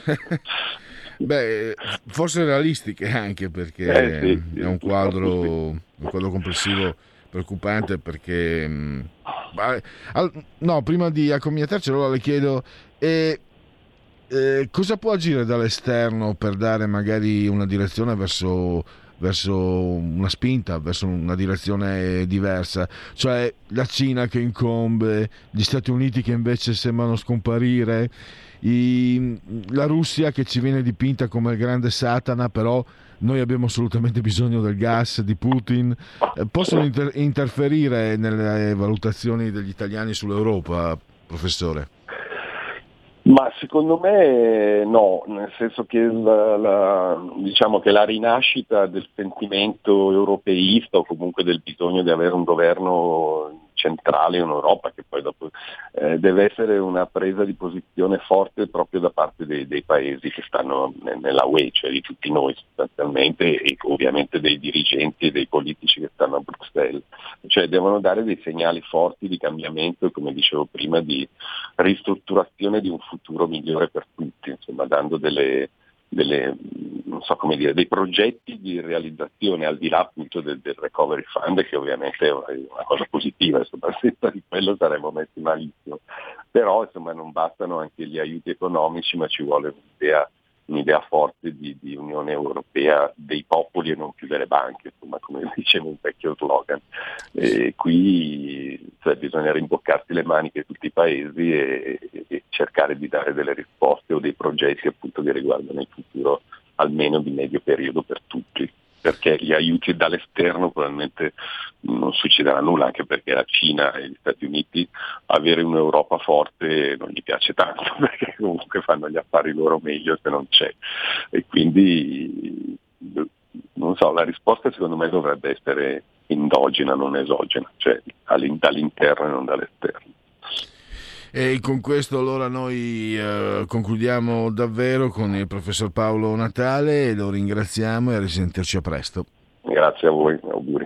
[SPEAKER 2] Beh, forse realistiche anche, perché
[SPEAKER 16] eh, sì, sì,
[SPEAKER 2] è un quadro, un quadro complessivo preoccupante, perché mh, al, no, prima di accomiatarci allora le chiedo eh, eh, cosa può agire dall'esterno per dare magari una direzione verso verso una spinta, verso una direzione diversa, cioè la Cina che incombe, gli Stati Uniti che invece sembrano scomparire, i, la Russia che ci viene dipinta come il grande Satana, però noi abbiamo assolutamente bisogno del gas di Putin. Eh, possono inter- interferire nelle valutazioni degli italiani sull'Europa, professore?
[SPEAKER 16] Ma secondo me no, nel senso che la, la, diciamo che la rinascita del sentimento europeista o comunque del bisogno di avere un governo centrale in Europa, che poi dopo eh, deve essere una presa di posizione forte proprio da parte dei, dei paesi che stanno nella U E, cioè di tutti noi sostanzialmente, e ovviamente dei dirigenti e dei politici che stanno a Bruxelles, cioè devono dare dei segnali forti di cambiamento e, come dicevo prima, di ristrutturazione di un futuro migliore per tutti, insomma, dando delle delle, non so come dire, dei progetti di realizzazione al di là appunto del, del recovery fund, che ovviamente è una, una cosa positiva, insomma, senza di quello saremmo messi malissimo, però insomma non bastano anche gli aiuti economici, ma ci vuole un'idea, un'idea forte di, di Unione Europea dei popoli e non più delle banche, insomma, come diceva un vecchio slogan. E qui cioè, bisogna rimboccarsi le maniche tutti i paesi e, e cercare di dare delle risposte o dei progetti appunto che riguardano il futuro almeno di medio periodo per tutti. perché gli aiuti dall'esterno probabilmente non succederà nulla, anche perché la Cina e gli Stati Uniti avere un'Europa forte non gli piace tanto, perché comunque fanno gli affari loro meglio se non c'è, e quindi non so, la risposta secondo me dovrebbe essere endogena, non esogena, cioè dall'interno e non dall'esterno.
[SPEAKER 2] E con questo allora noi eh, concludiamo davvero con il professor Paolo Natale, lo ringraziamo e a risentirci a presto.
[SPEAKER 16] Grazie a voi, auguri.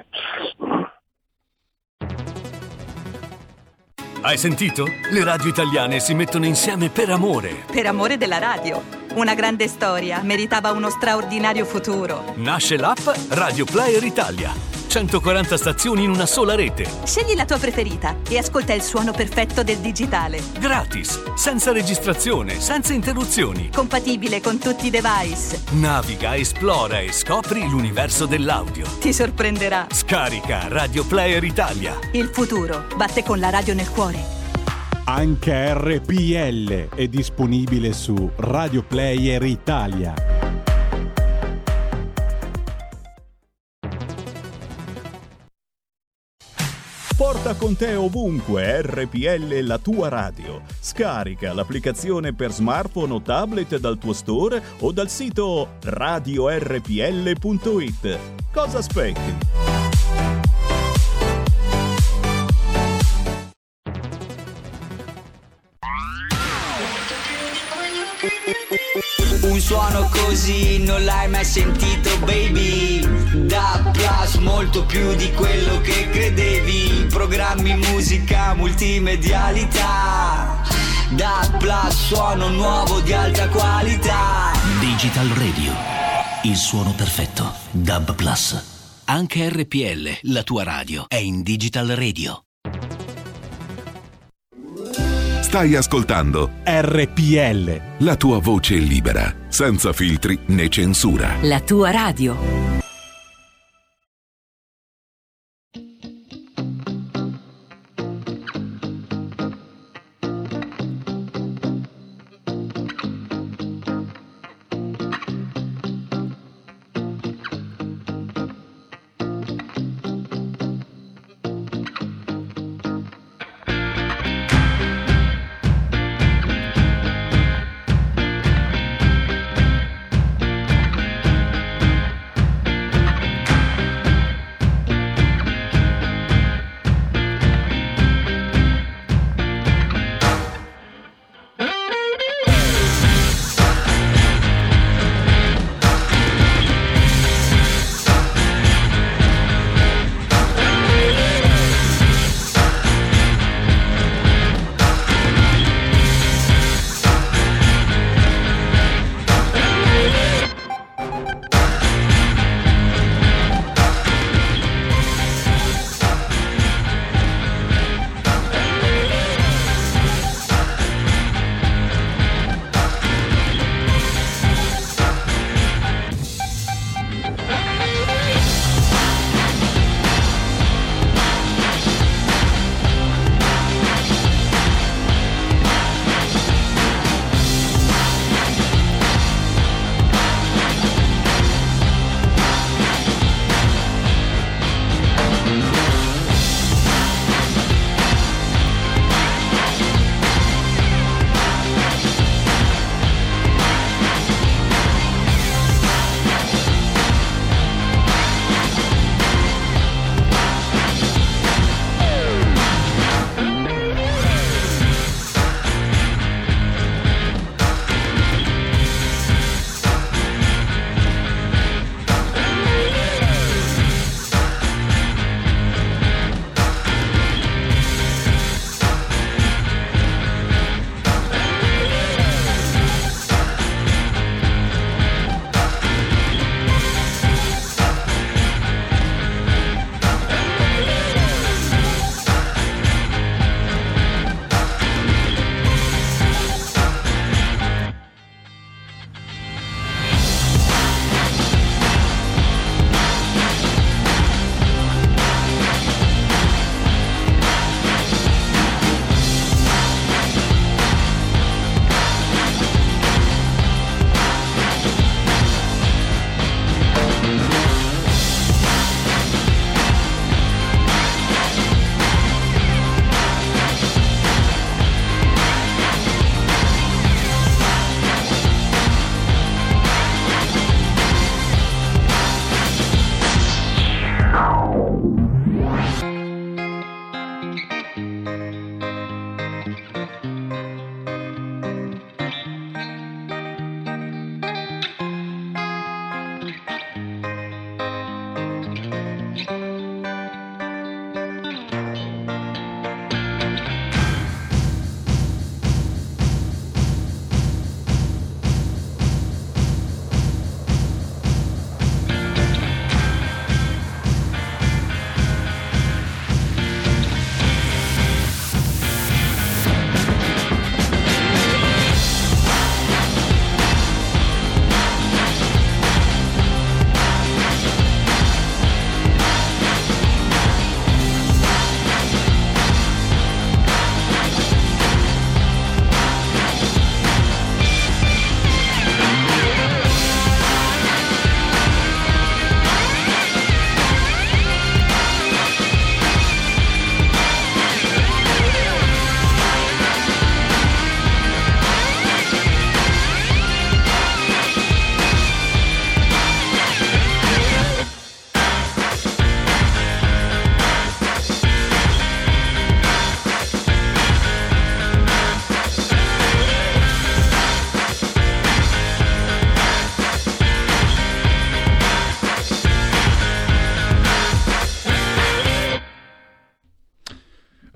[SPEAKER 17] Hai sentito? Le radio italiane si mettono insieme per amore.
[SPEAKER 18] Per amore della radio. Una grande storia meritava uno straordinario futuro.
[SPEAKER 17] Nasce l'app Radio Player Italia. centoquaranta stazioni in una sola rete.
[SPEAKER 18] Scegli la tua preferita e ascolta il suono perfetto del digitale.
[SPEAKER 17] Gratis, senza registrazione, senza interruzioni.
[SPEAKER 18] Compatibile con tutti i device.
[SPEAKER 17] Naviga, esplora e scopri l'universo dell'audio.
[SPEAKER 18] Ti sorprenderà.
[SPEAKER 17] Scarica Radio Player Italia.
[SPEAKER 18] Il futuro batte con la radio nel cuore.
[SPEAKER 11] Anche R P L è disponibile su Radio Player Italia.
[SPEAKER 1] Porta con te ovunque R P L, la tua radio. Scarica l'applicazione per smartphone o tablet dal tuo store o dal sito radio r p l punto i t. Cosa aspetti?
[SPEAKER 6] Un suono così non l'hai mai sentito, baby. Da Plus, molto più di quello che credevi. Programmi, musica, multimedialità. Da Plus, suono nuovo di alta qualità.
[SPEAKER 7] Digital Radio, il suono perfetto. Dub Plus. Anche R P L, la tua radio, è in Digital Radio.
[SPEAKER 13] Stai ascoltando
[SPEAKER 11] R P L,
[SPEAKER 13] la tua voce libera, senza filtri né censura.
[SPEAKER 12] La tua radio.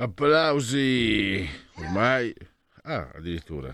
[SPEAKER 2] Applausi ormai, ah, addirittura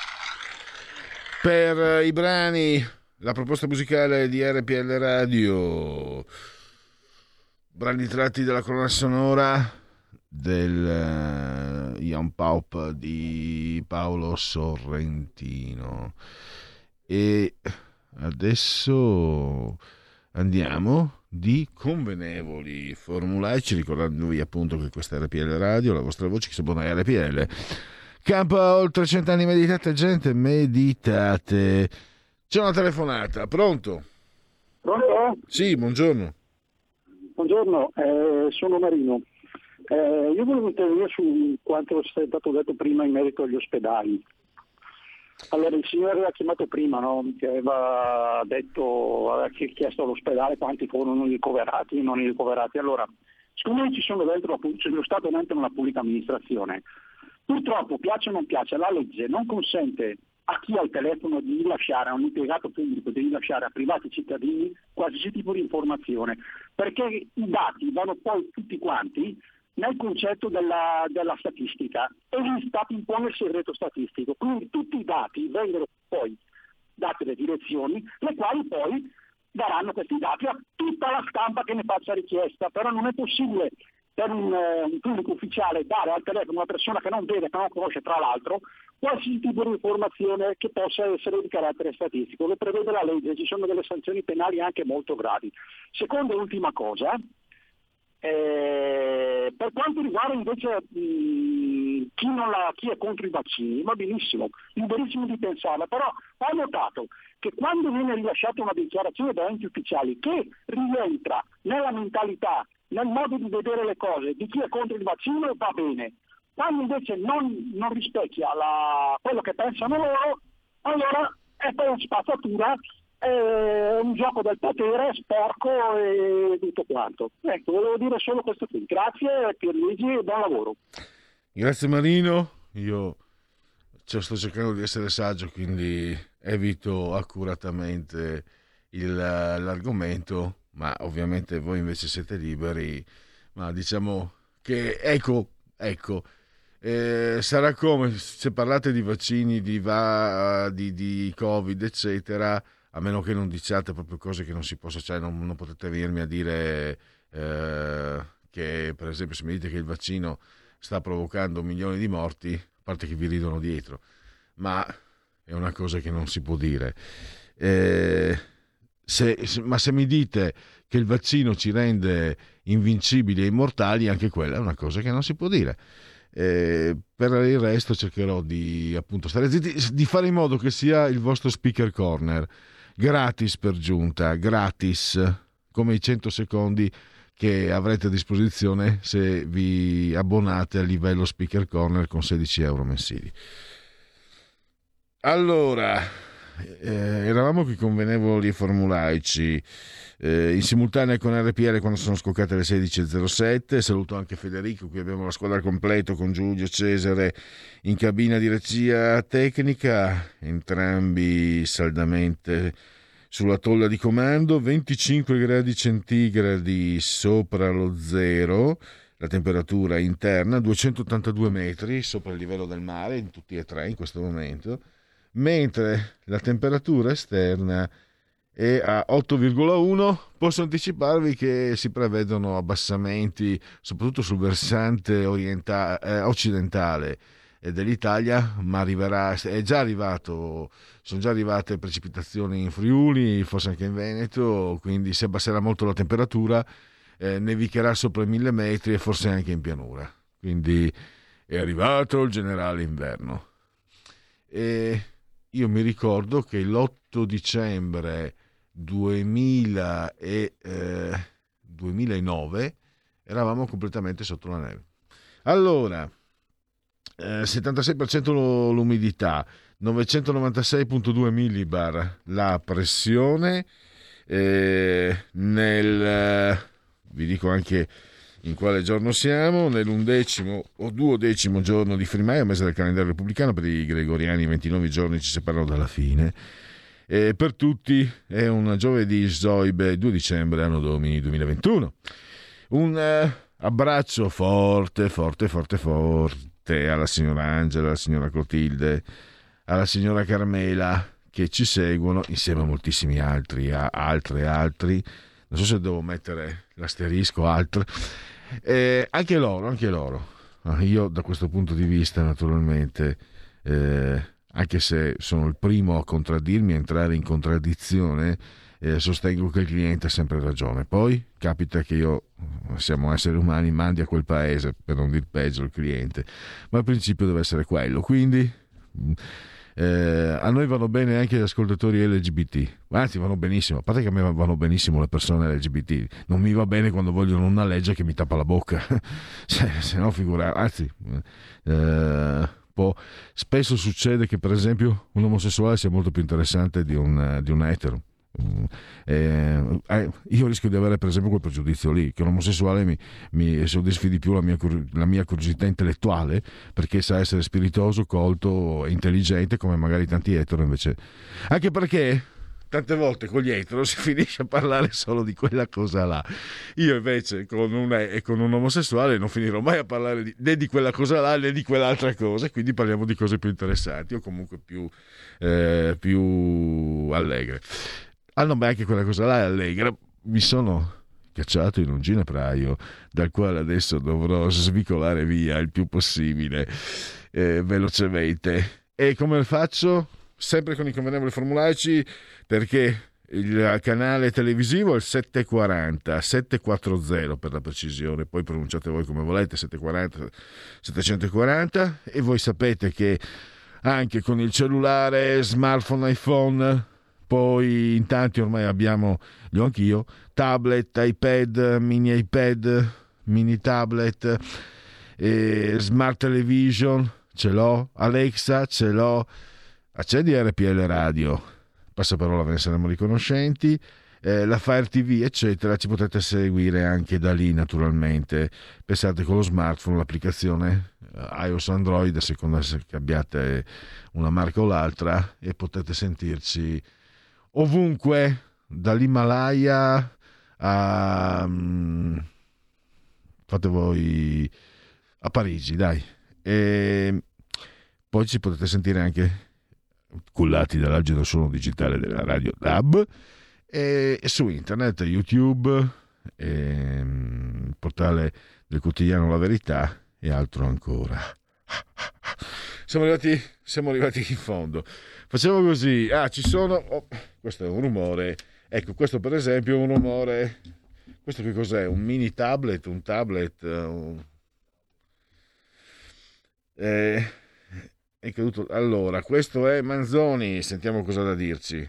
[SPEAKER 2] per i brani, la proposta musicale di R P L Radio, brani tratti dalla colonna sonora del uh, Young Pop di Paolo Sorrentino. E adesso andiamo di convenevoli formulaici, ricordandovi appunto che questa è R P L Radio, la vostra voce che si buona R P L. Campa oltre cent'anni, meditate gente, meditate. C'è una telefonata, pronto?
[SPEAKER 19] Pronto?
[SPEAKER 2] Sì, buongiorno.
[SPEAKER 19] Buongiorno, eh, sono Marino. Eh, io volevo intervenire su quanto è stato detto prima in merito agli ospedali. Allora, il signore aveva chiamato prima, no? Che aveva detto, aveva chiesto all'ospedale quanti furono i ricoverati e non i ricoverati. Allora, siccome ci sono dentro, lo Stato dentro una pubblica amministrazione, purtroppo, piace o non piace, la legge non consente a chi ha il telefono di rilasciare, a un impiegato pubblico di rilasciare a privati cittadini qualsiasi tipo di informazione, perché i dati vanno poi tutti quanti nel concetto della, della statistica e gli Stati impone il segreto statistico, quindi tutti i dati vengono poi dati alle direzioni, le quali poi daranno questi dati a tutta la stampa che ne faccia richiesta, però non è possibile per un, eh, un pubblico ufficiale dare al telefono una persona che non vede, che non conosce tra l'altro, qualsiasi tipo di informazione che possa essere di carattere statistico. Lo prevede la legge, ci sono delle sanzioni penali anche molto gravi. Seconda e ultima cosa, eh, per quanto riguarda invece mh, chi, non la, chi è contro i vaccini, va benissimo, liberissimo di pensarla, però ho notato che quando viene rilasciata una dichiarazione da enti ufficiali che rientra nella mentalità, nel modo di vedere le cose di chi è contro il vaccino, va bene. Quando invece non, non rispecchia la, quello che pensano loro, allora è poi una spazzatura, è un gioco del potere sporco e tutto quanto. Ecco, volevo dire solo questo qui. Grazie Pierluigi e buon lavoro.
[SPEAKER 2] Grazie Marino, io cioè, sto cercando di essere saggio, quindi evito accuratamente il, l'argomento, ma ovviamente voi invece siete liberi, ma diciamo che ecco, ecco, eh, sarà come se parlate di vaccini, di, va, di, di Covid, eccetera, a meno che non diciate proprio cose che non si possono, cioè non, non potete venirmi a dire eh, che, per esempio, se mi dite che il vaccino sta provocando milioni di morti, a parte che vi ridono dietro, ma è una cosa che non si può dire. Eh, se, ma se mi dite che il vaccino ci rende invincibili e immortali, anche quella è una cosa che non si può dire. Eh, per il resto cercherò di appunto stare zitti, di fare in modo che sia il vostro speaker corner gratis per giunta, gratis, come i cento secondi che avrete a disposizione se vi abbonate a livello speaker corner con sedici euro mensili. Allora, eh, eravamo qui convenevoli e formulaici eh, in simultanea con R P L quando sono scoccate le sedici e zero sette. Saluto anche Federico, qui abbiamo la squadra completa con Giulio Cesare in cabina di regia tecnica, entrambi saldamente sulla tolla di comando, venticinque gradi centigradi sopra lo zero, la temperatura interna, duecentottantadue metri sopra il livello del mare in tutti e tre in questo momento, mentre la temperatura esterna è a otto virgola uno. Posso anticiparvi che si prevedono abbassamenti soprattutto sul versante orienta- eh, occidentale dell'Italia, ma arriverà, è già arrivato, sono già arrivate precipitazioni in Friuli, forse anche in Veneto, quindi si abbasserà molto la temperatura, eh, nevicherà sopra i mille metri e forse anche in pianura, quindi è arrivato il generale inverno. E io mi ricordo che l'otto dicembre duemila e, eh, duemilanove eravamo completamente sotto la neve. Allora, eh, settantasei per cento l'umidità, novecentonovantasei virgola due millibar la pressione, eh, nel eh, vi dico anche in quale giorno siamo, nell'undecimo o duodecimo giorno di Frimaio, mese del calendario repubblicano. Per i gregoriani ventinove giorni ci separano dalla fine, e per tutti è un giovedì Zoibe due dicembre anno domini duemilaventuno. Un uh, abbraccio forte, forte, forte, forte alla signora Angela, alla signora Clotilde, alla signora Carmela, che ci seguono insieme a moltissimi altri, a altre, altri. Non so se devo mettere l'asterisco, altri. Eh, anche loro, anche loro. Io da questo punto di vista, naturalmente, eh, anche se sono il primo a contraddirmi, a entrare in contraddizione, eh, sostengo che il cliente ha sempre ragione. Poi capita che io, siamo esseri umani, mandi a quel paese, per non dir peggio, il cliente, ma il principio deve essere quello. Quindi eh, a noi vanno bene anche gli ascoltatori L G B T, anzi vanno benissimo, a parte che a me vanno benissimo le persone L G B T, non mi va bene quando vogliono una legge che mi tappa la bocca, se, se no figura, anzi eh, po', spesso succede che per esempio un omosessuale sia molto più interessante di un, di un etero. Eh, eh, io rischio di avere per esempio quel pregiudizio lì, che un omosessuale mi, mi soddisfi di più la mia, la mia curiosità intellettuale, perché sa essere spiritoso, colto e intelligente, come magari tanti etero invece. Anche perché tante volte con gli etero si finisce a parlare solo di quella cosa là. Io invece con un, e con un omosessuale non finirò mai a parlare di, né di quella cosa là né di quell'altra cosa, quindi parliamo di cose più interessanti o comunque più, eh, più allegre. Ah no, ma anche quella cosa là è allegra. Mi sono cacciato in un ginepraio dal quale adesso dovrò svicolare via il più possibile, eh, velocemente. E come faccio? Sempre con i convenevoli formulaici, perché il canale televisivo è il settecentoquaranta, settecentoquaranta per la precisione, poi pronunciate voi come volete, settecentoquaranta, settecentoquaranta, e voi sapete che anche con il cellulare, smartphone, iPhone, poi in tanti ormai abbiamo, li ho anch'io, tablet, iPad, mini iPad, mini tablet, eh, smart television, ce l'ho, Alexa, ce l'ho, accendi R P L Radio, passaparola, ve ne saremo riconoscenti, eh, la Fire T V, eccetera, ci potete seguire anche da lì naturalmente. Pensate con lo smartphone, l'applicazione eh, iOS o Android, a seconda se che abbiate una marca o l'altra, e potete sentirci ovunque, dall'Himalaya a um, fate voi a Parigi, dai. E poi ci potete sentire anche cullati dall'algido suono digitale della radio D A B, e, e su internet, YouTube, e, um, il portale del quotidiano La Verità e altro ancora. Siamo arrivati, siamo arrivati in fondo. Facciamo così. Ah, ci sono. Oh, questo è un rumore. Ecco, questo per esempio è un rumore. Questo che cos'è? Un mini tablet? Un tablet? Un... Eh, è caduto. Allora, questo è Manzoni. Sentiamo cosa ha da dirci.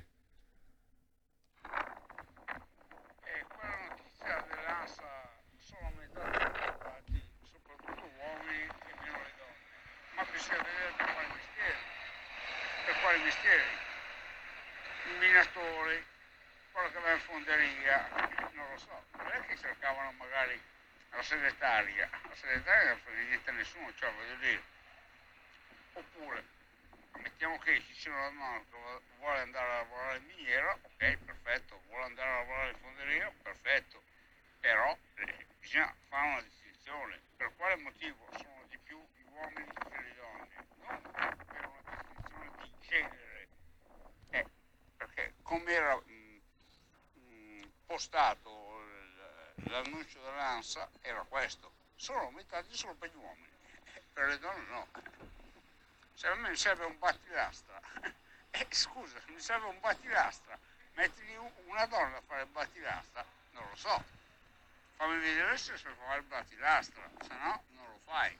[SPEAKER 9] Non lo so, non è che cercavano magari la segretaria, la segretaria non frega niente a nessuno, cioè voglio dire, oppure mettiamo che ci sia una donna che vuole andare a lavorare in miniera, ok, perfetto, vuole andare a lavorare in fonderia, perfetto, però eh, bisogna fare una distinzione. Per quale motivo sono di più gli uomini che le donne? Non per una distinzione di genere, eh, perché come era postato l'annuncio dell'ANSA era questo: sono aumentati solo per gli uomini, per le donne no. Se a me mi serve un battilastra, eh, scusa, mi serve un battilastra, mettili una donna a fare il battilastra, non lo so, fammi vedere se sai fare il battilastra, se no non lo fai.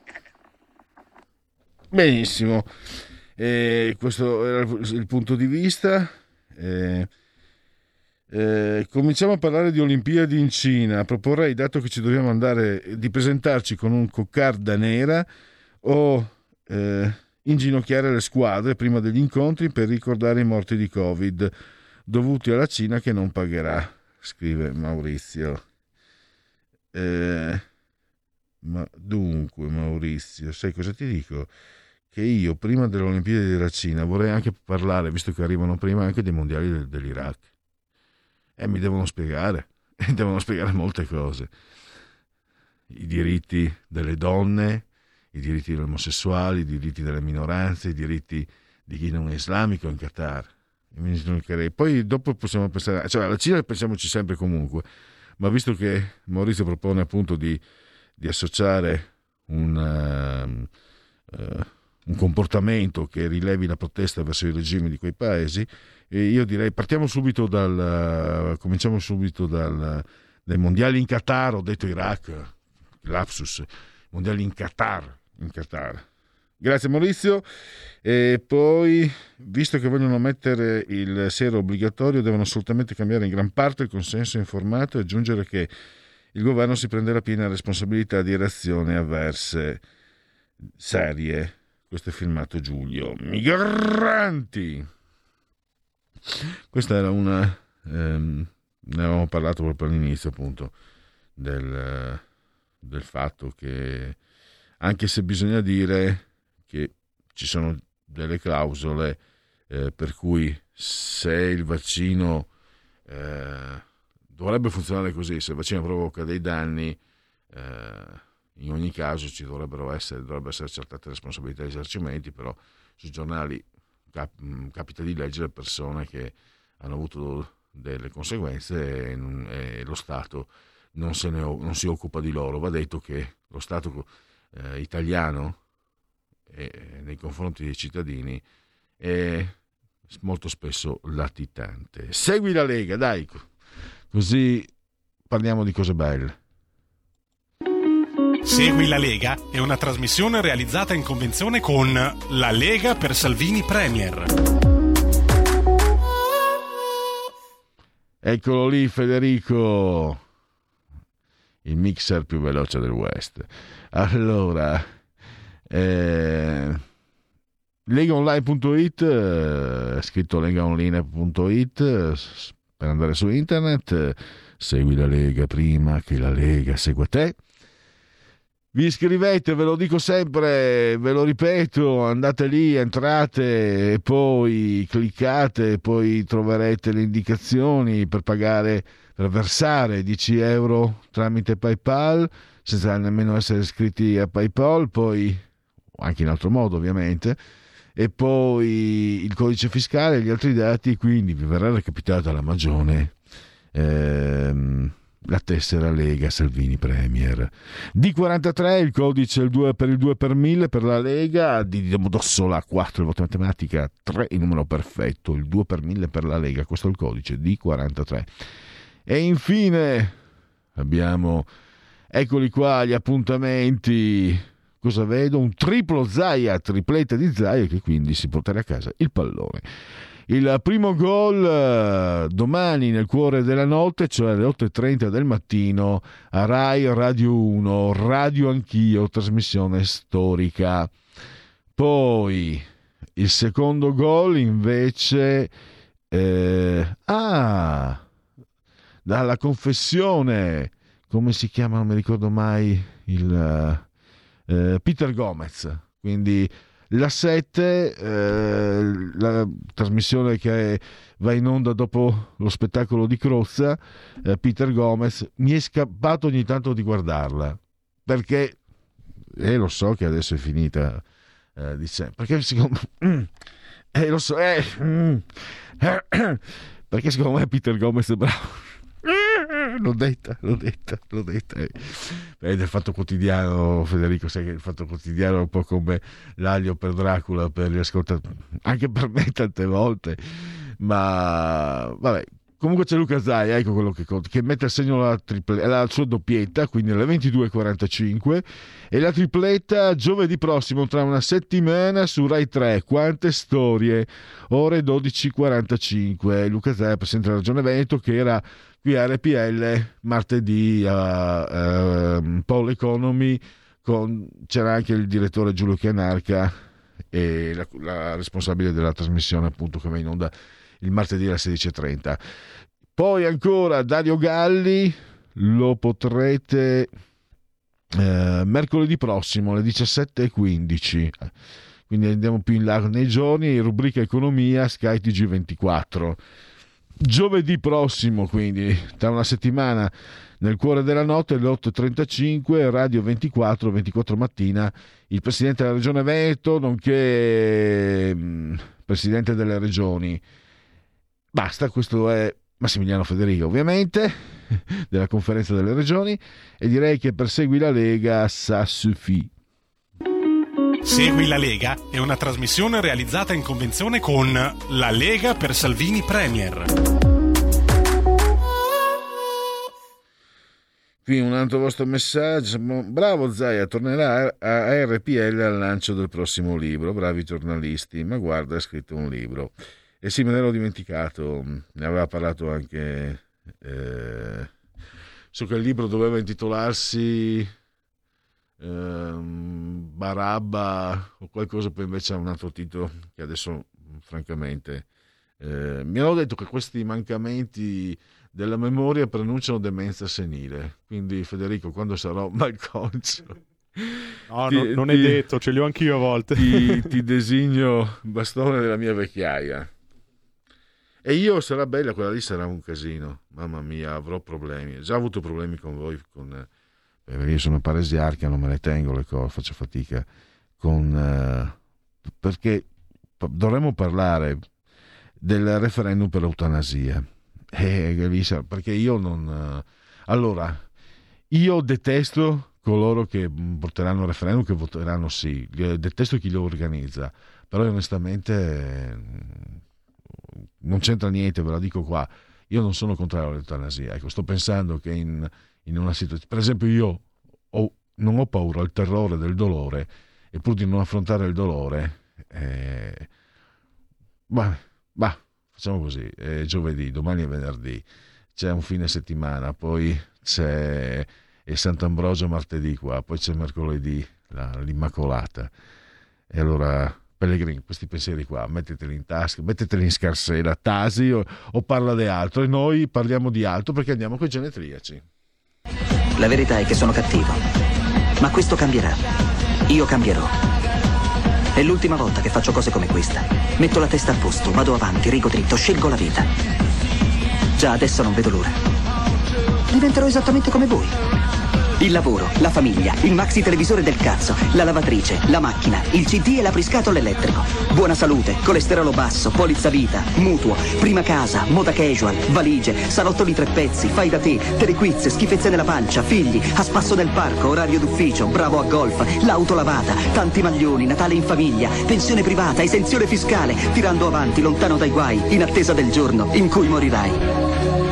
[SPEAKER 2] Benissimo, eh, questo era il punto di vista. eh, Eh, cominciamo a parlare di Olimpiadi in Cina. Proporrei, dato che ci dobbiamo andare, di presentarci con un coccarda nera o eh, inginocchiare le squadre prima degli incontri per ricordare i morti di Covid dovuti alla Cina che non pagherà, scrive Maurizio. Eh, ma dunque Maurizio, sai cosa ti dico? Che io prima delle Olimpiadi della Cina vorrei anche parlare, visto che arrivano prima, anche dei mondiali del, dell'Iraq. E mi devono spiegare, devono spiegare molte cose. i diritti delle donne, i diritti degli omosessuali, i diritti delle minoranze, i diritti di chi non è islamico in Qatar. Poi dopo possiamo pensare, cioè alla Cina pensiamoci sempre comunque, ma visto che Maurizio propone appunto di, di associare un, uh, uh, un comportamento che rilevi la protesta verso i regimi di quei paesi, e io direi partiamo subito dal, uh, cominciamo subito dal, dai mondiali in Qatar, ho detto Iraq, lapsus, mondiali in Qatar, in Qatar. Grazie Maurizio. E poi, visto che vogliono mettere il siero obbligatorio, devono assolutamente cambiare in gran parte il consenso informato e aggiungere che il governo si prenderà piena responsabilità di reazioni avverse serie. Questo è firmato Giulio. Migranti! Questa era una... Ehm, ne avevamo parlato proprio all'inizio appunto del, del fatto che, anche se bisogna dire che ci sono delle clausole eh, per cui se il vaccino eh, dovrebbe funzionare così, se il vaccino provoca dei danni, eh, in ogni caso ci dovrebbero essere, dovrebbe essere accertate responsabilità e risarcimenti, però sui giornali cap- capita di leggere persone che hanno avuto delle conseguenze e, non, e lo Stato non, se ne, non si occupa di loro. Va detto che lo Stato eh, italiano e nei confronti dei cittadini è molto spesso latitante. Segui la Lega, dai, così parliamo di cose belle.
[SPEAKER 10] Segui la Lega è una trasmissione realizzata in convenzione con La Lega per Salvini Premier.
[SPEAKER 2] Eccolo lì Federico, il mixer più veloce del West. Allora, Eh, legaonline punto it, eh, scritto legaonline punto it, eh, per andare su internet, eh, segui la Lega prima che la Lega segua te. Vi iscrivete, ve lo dico sempre, ve lo ripeto, andate lì, entrate e poi cliccate e poi troverete le indicazioni per pagare, per versare dieci euro tramite PayPal senza nemmeno essere iscritti a PayPal, poi anche in altro modo ovviamente, e poi il codice fiscale e gli altri dati, quindi vi verrà recapitata la magione, ehm, la tessera Lega Salvini Premier. D quarantatré il codice il due per il due per mille per la Lega, D di Domodossola quattro il voto matematica, tre il numero perfetto, il due per mille per la Lega, questo è il codice D quarantatré. E infine abbiamo, eccoli qua gli appuntamenti. Cosa vedo? Un triplo Zaia, tripletta di Zaia, che quindi si porterà a casa il pallone. Il primo gol domani nel cuore della notte, cioè alle otto e trenta del mattino, a Rai Radio uno, Radio Anch'io, trasmissione storica. Poi il secondo gol invece... Eh, ah, dalla confessione, come si chiama? Non mi ricordo mai il... Uh, Peter Gomez, quindi la sette, eh, la trasmissione che va in onda dopo lo spettacolo di Crozza, eh, Peter Gomez, mi è scappato ogni tanto di guardarla perché, e eh, lo so che adesso è finita, eh, dice, perché secondo me eh, lo so, eh, perché secondo me Peter Gomez è bravo. L'ho detta, l'ho detta, l'ho detta. Ed è il Fatto Quotidiano, Federico, sai che il Fatto Quotidiano è un po' come l'aglio per Dracula per gli ascoltatori, anche per me tante volte, ma vabbè. Comunque c'è Luca Zaia, ecco quello che conta, che mette a segno la, triple, la sua doppietta, quindi alle ventidue e quarantacinque, e la tripletta giovedì prossimo, tra una settimana, su Rai tre. Quante storie, ore dodici e quarantacinque. Luca Zaia, presidente della Regione Veneto, che era qui a R P L martedì a uh, Polo Economy, con, c'era anche il direttore Giulio Chianarca e la, la responsabile della trasmissione appunto che va in onda il martedì alle sedici e trenta. Poi ancora Dario Galli, lo potrete eh, mercoledì prossimo alle diciassette e quindici, quindi andiamo più in là nei giorni, rubrica economia Sky T G ventiquattro. giovedì prossimo, quindi tra una settimana, nel cuore della notte, alle otto e trentacinque, Radio ventiquattro, ventiquattro mattina, il Presidente della Regione Veneto, nonché mh, Presidente delle Regioni. Basta, questo è Massimiliano Federico, ovviamente, della Conferenza delle Regioni, e direi che per Segui la Lega, ça suffit.
[SPEAKER 10] Segui la Lega è una trasmissione realizzata in convenzione con La Lega per Salvini Premier.
[SPEAKER 2] Qui un altro vostro messaggio. Bravo Zaia, tornerà a R P L al lancio del prossimo libro. Bravi giornalisti. Ma guarda, ha scritto un libro. E sì, me l'ero dimenticato. Ne aveva parlato anche... Eh, so che il libro doveva intitolarsi eh, Barabba o qualcosa, poi invece ha un altro titolo che adesso francamente... Eh, mi hanno detto che questi mancamenti della memoria preannunciano demenza senile, quindi Federico, quando sarò malconcio
[SPEAKER 11] no,
[SPEAKER 2] ti,
[SPEAKER 11] no, non
[SPEAKER 2] ti,
[SPEAKER 11] è detto, ce li ho anch'io a volte,
[SPEAKER 2] ti, ti designo bastone della mia vecchiaia. E io, sarà bella, quella lì sarà un casino, mamma mia, avrò problemi, ho già avuto problemi con voi, con, eh, io sono paresiarca, non me le tengo le cose, faccio fatica con eh, perché dovremmo parlare del referendum per l'eutanasia. Eh, perché io non... Allora, io detesto coloro che porteranno il referendum, che voteranno sì, detesto chi lo organizza, però onestamente non c'entra niente, ve la dico qua, io non sono contrario all'eutanasia. Ecco, sto pensando che in, in una situazione... Per esempio io ho, non ho paura al terrore del dolore, e pur di non affrontare il dolore... Eh, bah, bah, facciamo così, è giovedì, domani è venerdì, c'è un fine settimana, poi c'è il Sant'Ambrogio martedì qua, poi c'è mercoledì la, l'Immacolata, e allora Pellegrini, questi pensieri qua metteteli in tasca, metteteli in scarsera, tasi o, o parla di altro, e noi parliamo di altro perché andiamo con i genetriaci.
[SPEAKER 20] La verità è che sono cattivo, ma questo cambierà, io cambierò. È l'ultima volta che faccio cose come questa. Metto la testa a posto, vado avanti, rigo dritto, scelgo la vita. Già adesso non vedo l'ora. Diventerò esattamente come voi. Il lavoro, la famiglia, il maxi televisore del cazzo, la lavatrice, la macchina, il C D e l'apriscatole elettrico. Buona salute, colesterolo basso, polizza vita, mutuo, prima casa, moda casual, valigie, salottoli tre pezzi, fai da te, telequiz, schifezze nella pancia, figli, a spasso nel parco, orario d'ufficio, bravo a golf, l'auto lavata, tanti maglioni, Natale in famiglia, pensione privata, esenzione fiscale, tirando avanti, lontano dai guai, in attesa del giorno in cui morirai.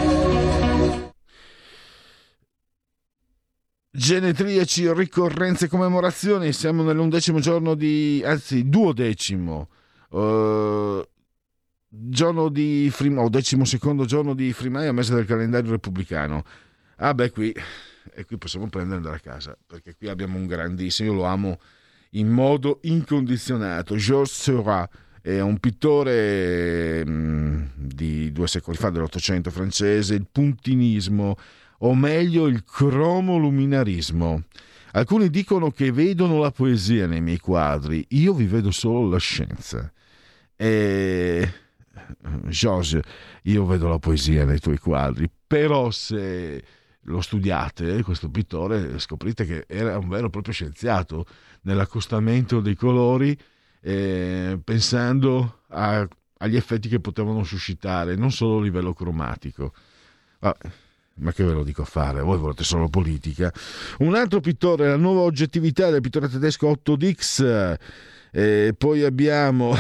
[SPEAKER 2] Genetriaci, ricorrenze, commemorazioni, siamo nell'undecimo giorno di, anzi duodecimo uh, giorno di Frimaio, decimo secondo giorno di Frimaio, mese del calendario repubblicano. Ah beh, qui, e qui possiamo prendere e andare a casa, perché qui abbiamo un grandissimo, io lo amo in modo incondizionato, Georges Seurat, è un pittore mh, di due secoli fa, dell'Ottocento francese, il puntinismo, o meglio il cromoluminarismo. Alcuni dicono che vedono la poesia nei miei quadri, io vi vedo solo la scienza. E Georges, io vedo la poesia nei tuoi quadri, però se lo studiate, questo pittore, scoprite che era un vero e proprio scienziato nell'accostamento dei colori, eh, pensando a, agli effetti che potevano suscitare, non solo a livello cromatico. Vabbè, ma che ve lo dico a fare, voi volete solo politica. Un altro pittore, la nuova oggettività del pittore tedesco Otto Dix. E poi abbiamo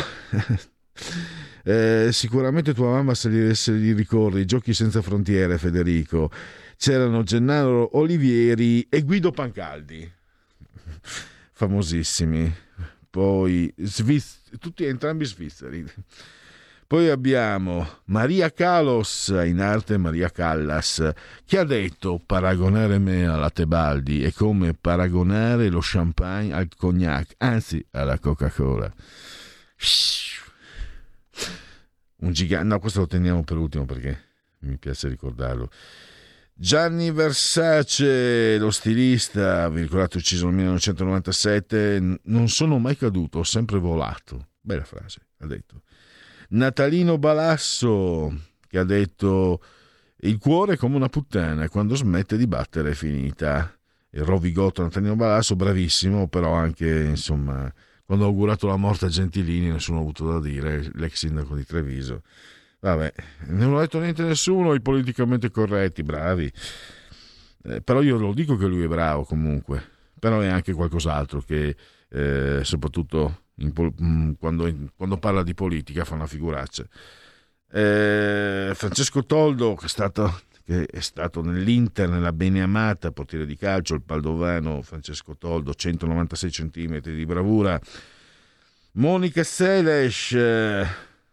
[SPEAKER 2] eh, sicuramente tua mamma se li, se li ricordi, Giochi senza frontiere, Federico. C'erano Gennaro Olivieri e Guido Pancaldi, famosissimi. Poi Sviz- tutti entrambi svizzeri. Poi abbiamo Maria Callas, in arte Maria Callas, che ha detto: paragonare me alla Tebaldi è come paragonare lo champagne al cognac, anzi alla Coca-Cola. Un gigante. No, questo lo teniamo per ultimo perché mi piace ricordarlo. Gianni Versace, lo stilista, vi ricordate, ucciso nel millenovecentonovantasette, non sono mai caduto, ho sempre volato. Bella frase, ha detto. Natalino Balasso, che ha detto: il cuore è come una puttana, quando smette di battere è finita. Il Rovigotto Antonio Balasso, bravissimo, però anche, insomma, quando ha augurato la morte a Gentilini nessuno ha avuto da dire, l'ex sindaco di Treviso. Vabbè, non ha detto niente nessuno, i politicamente corretti, bravi. Eh, però io lo dico che lui è bravo comunque, però è anche qualcos'altro che, eh, soprattutto in, mh, quando, in, quando parla di politica, fa una figuraccia. Eh, Francesco Toldo, che è stato... che è stato nell'Inter, nella Beniamata, portiere di calcio, il Padovano, Francesco Toldo, centonovantasei centimetri di bravura. Monica Seles, eh,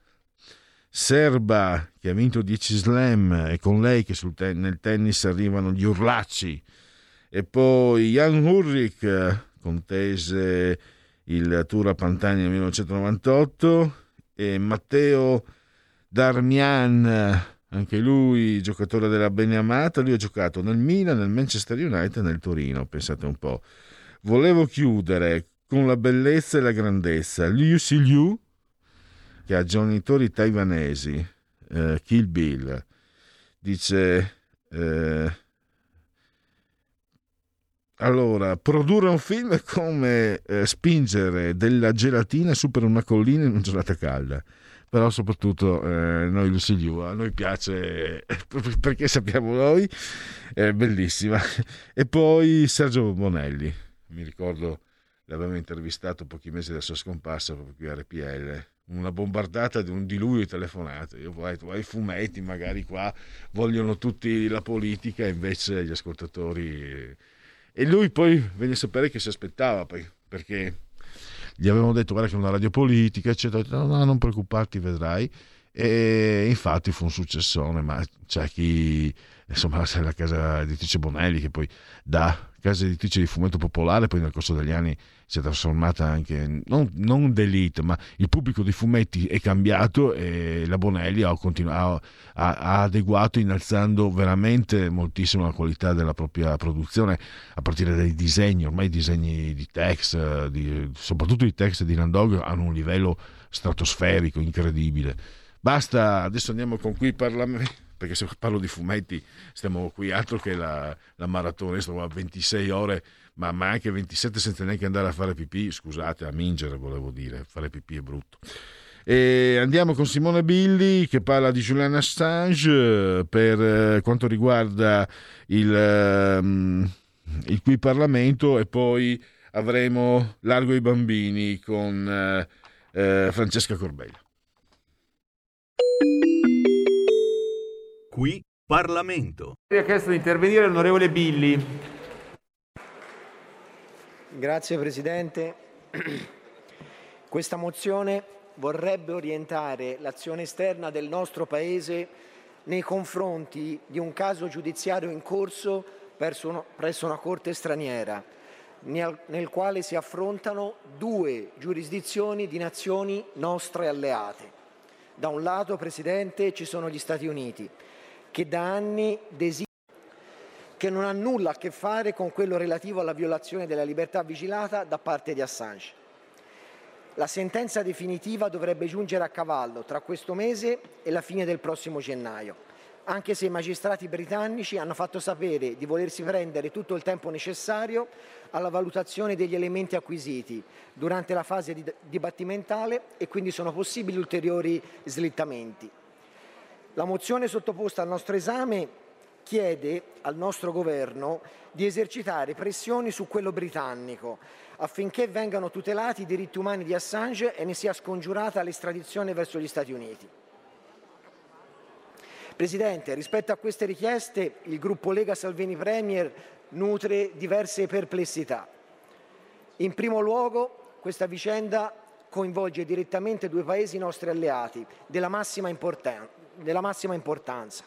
[SPEAKER 2] serba, che ha vinto dieci slam, e con lei che sul ten- nel tennis arrivano gli urlacci. E poi Jan Ulrich, contese il Tour a Pantani nel millenovecentonovantotto, e Matteo Darmian, anche lui giocatore della Beniamata. Lui ha giocato nel Milan, nel Manchester United e nel Torino, pensate un po'. Volevo chiudere con la bellezza e la grandezza. Liu Si Liu, che ha genitori taiwanesi, eh, Kill Bill, dice eh, allora, produrre un film è come eh, spingere della gelatina su per una collina in una giornata calda. Però soprattutto eh, noi Lucy Liu, a noi piace perché sappiamo noi, è bellissima. E poi Sergio Bonelli, mi ricordo l'avevamo intervistato pochi mesi dalla sua scomparsa proprio qui a R P L, una bombardata di un diluvio di telefonate. Io vai, vai fumetti, magari qua vogliono tutti la politica, e invece gli ascoltatori. E lui poi venne a sapere che si aspettava, perché gli avevano detto: guarda che è una radio politica, eccetera. No, no, non preoccuparti, vedrai. E infatti fu un successone, ma c'è chi, insomma, c'è la casa editrice Bonelli, che poi da casa editrice di fumetto popolare poi nel corso degli anni si è trasformata anche, non, non d'elite, ma il pubblico dei fumetti è cambiato, e la Bonelli ha, continuato, ha, ha adeguato, innalzando veramente moltissimo la qualità della propria produzione, a partire dai disegni. Ormai i disegni di text, di, soprattutto i text di Landog, hanno un livello stratosferico, incredibile. Basta, adesso andiamo con qui Parlamento, perché se parlo di fumetti stiamo qui, altro che la, la maratona, sto a ventisei ore, ma, ma anche ventisette senza neanche andare a fare pipì, scusate, a mingere volevo dire, fare pipì è brutto. E andiamo con Simone Billi, che parla di Julian Assange per quanto riguarda il, um, il qui Parlamento, e poi avremo Largo ai bambini con uh, uh, Francesca Corbella.
[SPEAKER 1] Qui Parlamento.
[SPEAKER 4] Ha chiesto di intervenire l'onorevole Billi.
[SPEAKER 21] Grazie Presidente. Questa mozione vorrebbe orientare l'azione esterna del nostro Paese nei confronti di un caso giudiziario in corso presso una corte straniera, nel quale si affrontano due giurisdizioni di nazioni nostre alleate. Da un lato, Presidente, ci sono gli Stati Uniti, che da anni desiderano, che non ha nulla a che fare con quello relativo alla violazione della libertà vigilata da parte di Assange. La sentenza definitiva dovrebbe giungere a cavallo tra questo mese e la fine del prossimo gennaio, anche se i magistrati britannici hanno fatto sapere di volersi prendere tutto il tempo necessario alla valutazione degli elementi acquisiti durante la fase dibattimentale, e quindi sono possibili ulteriori slittamenti. La mozione sottoposta al nostro esame chiede al nostro governo di esercitare pressioni su quello britannico affinché vengano tutelati i diritti umani di Assange e ne sia scongiurata l'estradizione verso gli Stati Uniti. Presidente, rispetto a queste richieste il gruppo Lega Salvini Premier nutre diverse perplessità. In primo luogo, questa vicenda coinvolge direttamente due paesi nostri alleati della massima, importan- della massima importanza.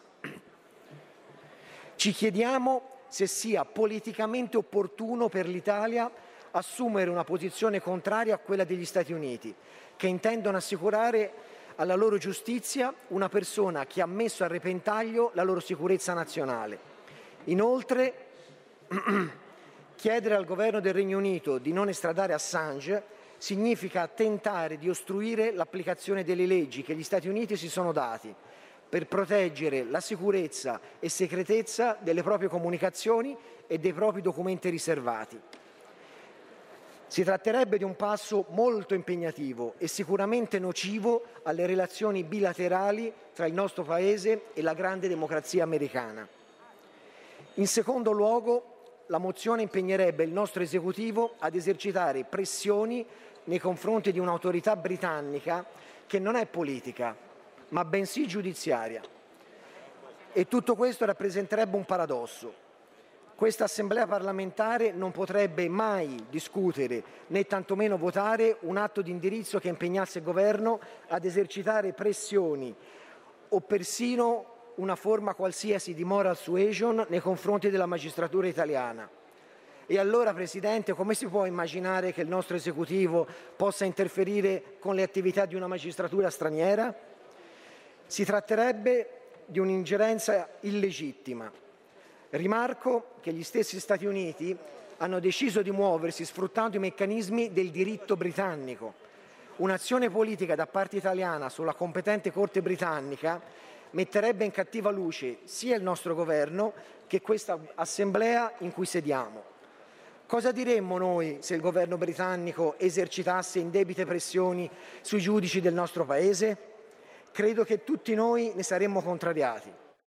[SPEAKER 21] Ci chiediamo se sia politicamente opportuno per l'Italia assumere una posizione contraria a quella degli Stati Uniti, che intendono assicurare alla loro giustizia una persona che ha messo a repentaglio la loro sicurezza nazionale. Inoltre, chiedere al governo del Regno Unito di non estradare Assange significa tentare di ostruire l'applicazione delle leggi che gli Stati Uniti si sono dati, per proteggere la sicurezza e segretezza delle proprie comunicazioni e dei propri documenti riservati. Si tratterebbe di un passo molto impegnativo e sicuramente nocivo alle relazioni bilaterali tra il nostro Paese e la grande democrazia americana. In secondo luogo, la mozione impegnerebbe il nostro esecutivo ad esercitare pressioni nei confronti di un'autorità britannica che non è politica, ma bensì giudiziaria. E tutto questo rappresenterebbe un paradosso. Questa Assemblea parlamentare non potrebbe mai discutere né tantomeno votare un atto di indirizzo che impegnasse il Governo ad esercitare pressioni o persino una forma qualsiasi di moral suasion nei confronti della magistratura italiana. E allora, Presidente, come si può immaginare che il nostro esecutivo possa interferire con le attività di una magistratura straniera? Si tratterebbe di un'ingerenza illegittima. Rimarco che gli stessi Stati Uniti hanno deciso di muoversi sfruttando i meccanismi del diritto britannico. Un'azione politica da parte italiana sulla competente Corte britannica metterebbe in cattiva luce sia il nostro governo che questa Assemblea in cui sediamo. Cosa diremmo noi se il governo britannico esercitasse indebite pressioni sui giudici del nostro Paese? Credo che tutti noi ne saremmo contrariati.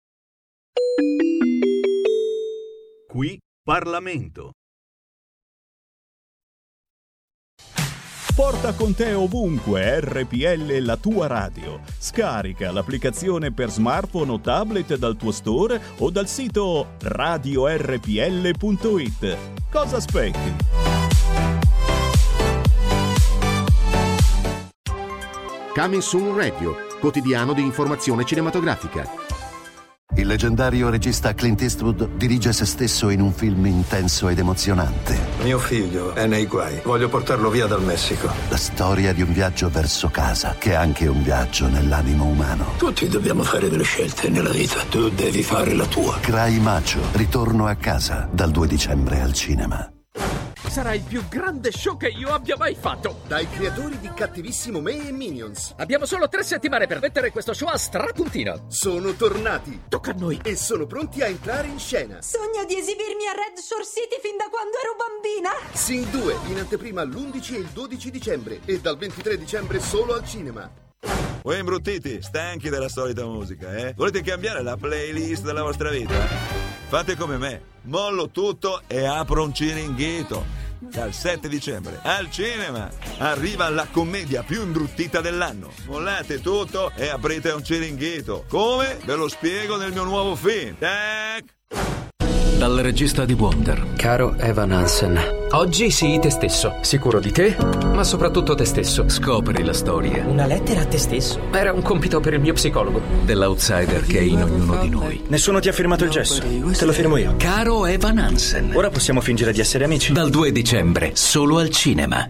[SPEAKER 1] Qui Parlamento. Porta con te ovunque R P L, la tua radio. Scarica l'applicazione per smartphone o tablet dal tuo store o dal sito radio r p l punto i t. Cosa aspetti?
[SPEAKER 3] Coming Soon Radio, quotidiano di informazione cinematografica.
[SPEAKER 22] Il leggendario regista Clint Eastwood dirige se stesso in un film intenso ed emozionante.
[SPEAKER 23] Mio figlio è nei guai. Voglio portarlo via dal Messico.
[SPEAKER 22] La storia di un viaggio verso casa, che è anche un viaggio nell'animo umano.
[SPEAKER 23] Tutti dobbiamo fare delle scelte nella vita. Tu devi fare la tua.
[SPEAKER 22] Cry Macho, ritorno a casa, dal due dicembre al cinema.
[SPEAKER 24] Sarà il più grande show che io abbia mai fatto.
[SPEAKER 3] Dai creatori di Cattivissimo Me e Minions.
[SPEAKER 24] Abbiamo solo tre settimane per mettere questo show a strapuntino.
[SPEAKER 3] Sono tornati.
[SPEAKER 24] Tocca a noi.
[SPEAKER 3] E sono pronti a entrare in scena.
[SPEAKER 25] Sogno di esibirmi a Red Shore City fin da quando ero bambina.
[SPEAKER 3] Sing due in anteprima l'undici e il dodici dicembre e dal ventitré dicembre solo al cinema.
[SPEAKER 26] Voi imbruttiti, stanchi della solita musica, eh? Volete cambiare la playlist della vostra vita? Fate come me, mollo tutto e apro un ciringhito. Dal sette dicembre al cinema arriva la commedia più imbruttita dell'anno. Mollate tutto e aprite un ciringhito. Come? Ve lo spiego nel mio nuovo film. Tac!
[SPEAKER 17] Dal regista di Wonder.
[SPEAKER 27] Caro Evan Hansen, oggi sii te stesso, sicuro di te, ma soprattutto te stesso.
[SPEAKER 17] Scopri la storia.
[SPEAKER 27] Una lettera a te stesso? Era un compito per il mio psicologo.
[SPEAKER 17] Dell'outsider che è in ognuno di noi.
[SPEAKER 27] Nessuno ti ha firmato il gesso, te lo firmo io.
[SPEAKER 17] Caro Evan Hansen.
[SPEAKER 27] Ora possiamo fingere di essere amici.
[SPEAKER 17] Dal due dicembre, solo al cinema.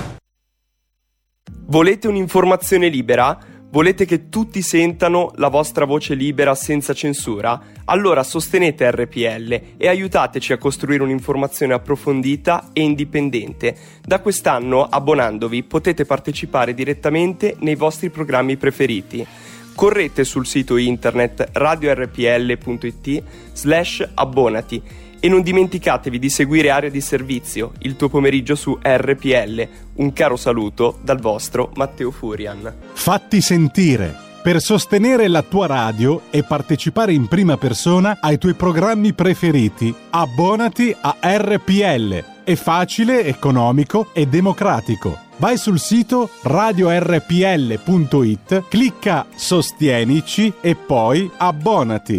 [SPEAKER 28] Volete un'informazione libera? Volete che tutti sentano la vostra voce libera senza censura? Allora sostenete R P L e aiutateci a costruire un'informazione approfondita e indipendente. Da quest'anno, abbonandovi, potete partecipare direttamente nei vostri programmi preferiti. Correte sul sito internet radio r p l punto i t slash abbonati e non dimenticatevi di seguire Area di Servizio, il tuo pomeriggio su R P L. Un caro saluto dal vostro Matteo Furian.
[SPEAKER 11] Fatti sentire per sostenere la tua radio e partecipare in prima persona ai tuoi programmi preferiti. Abbonati a R P L. È facile, economico e democratico. Vai sul sito radio r p l punto i t, clicca Sostienici e poi abbonati.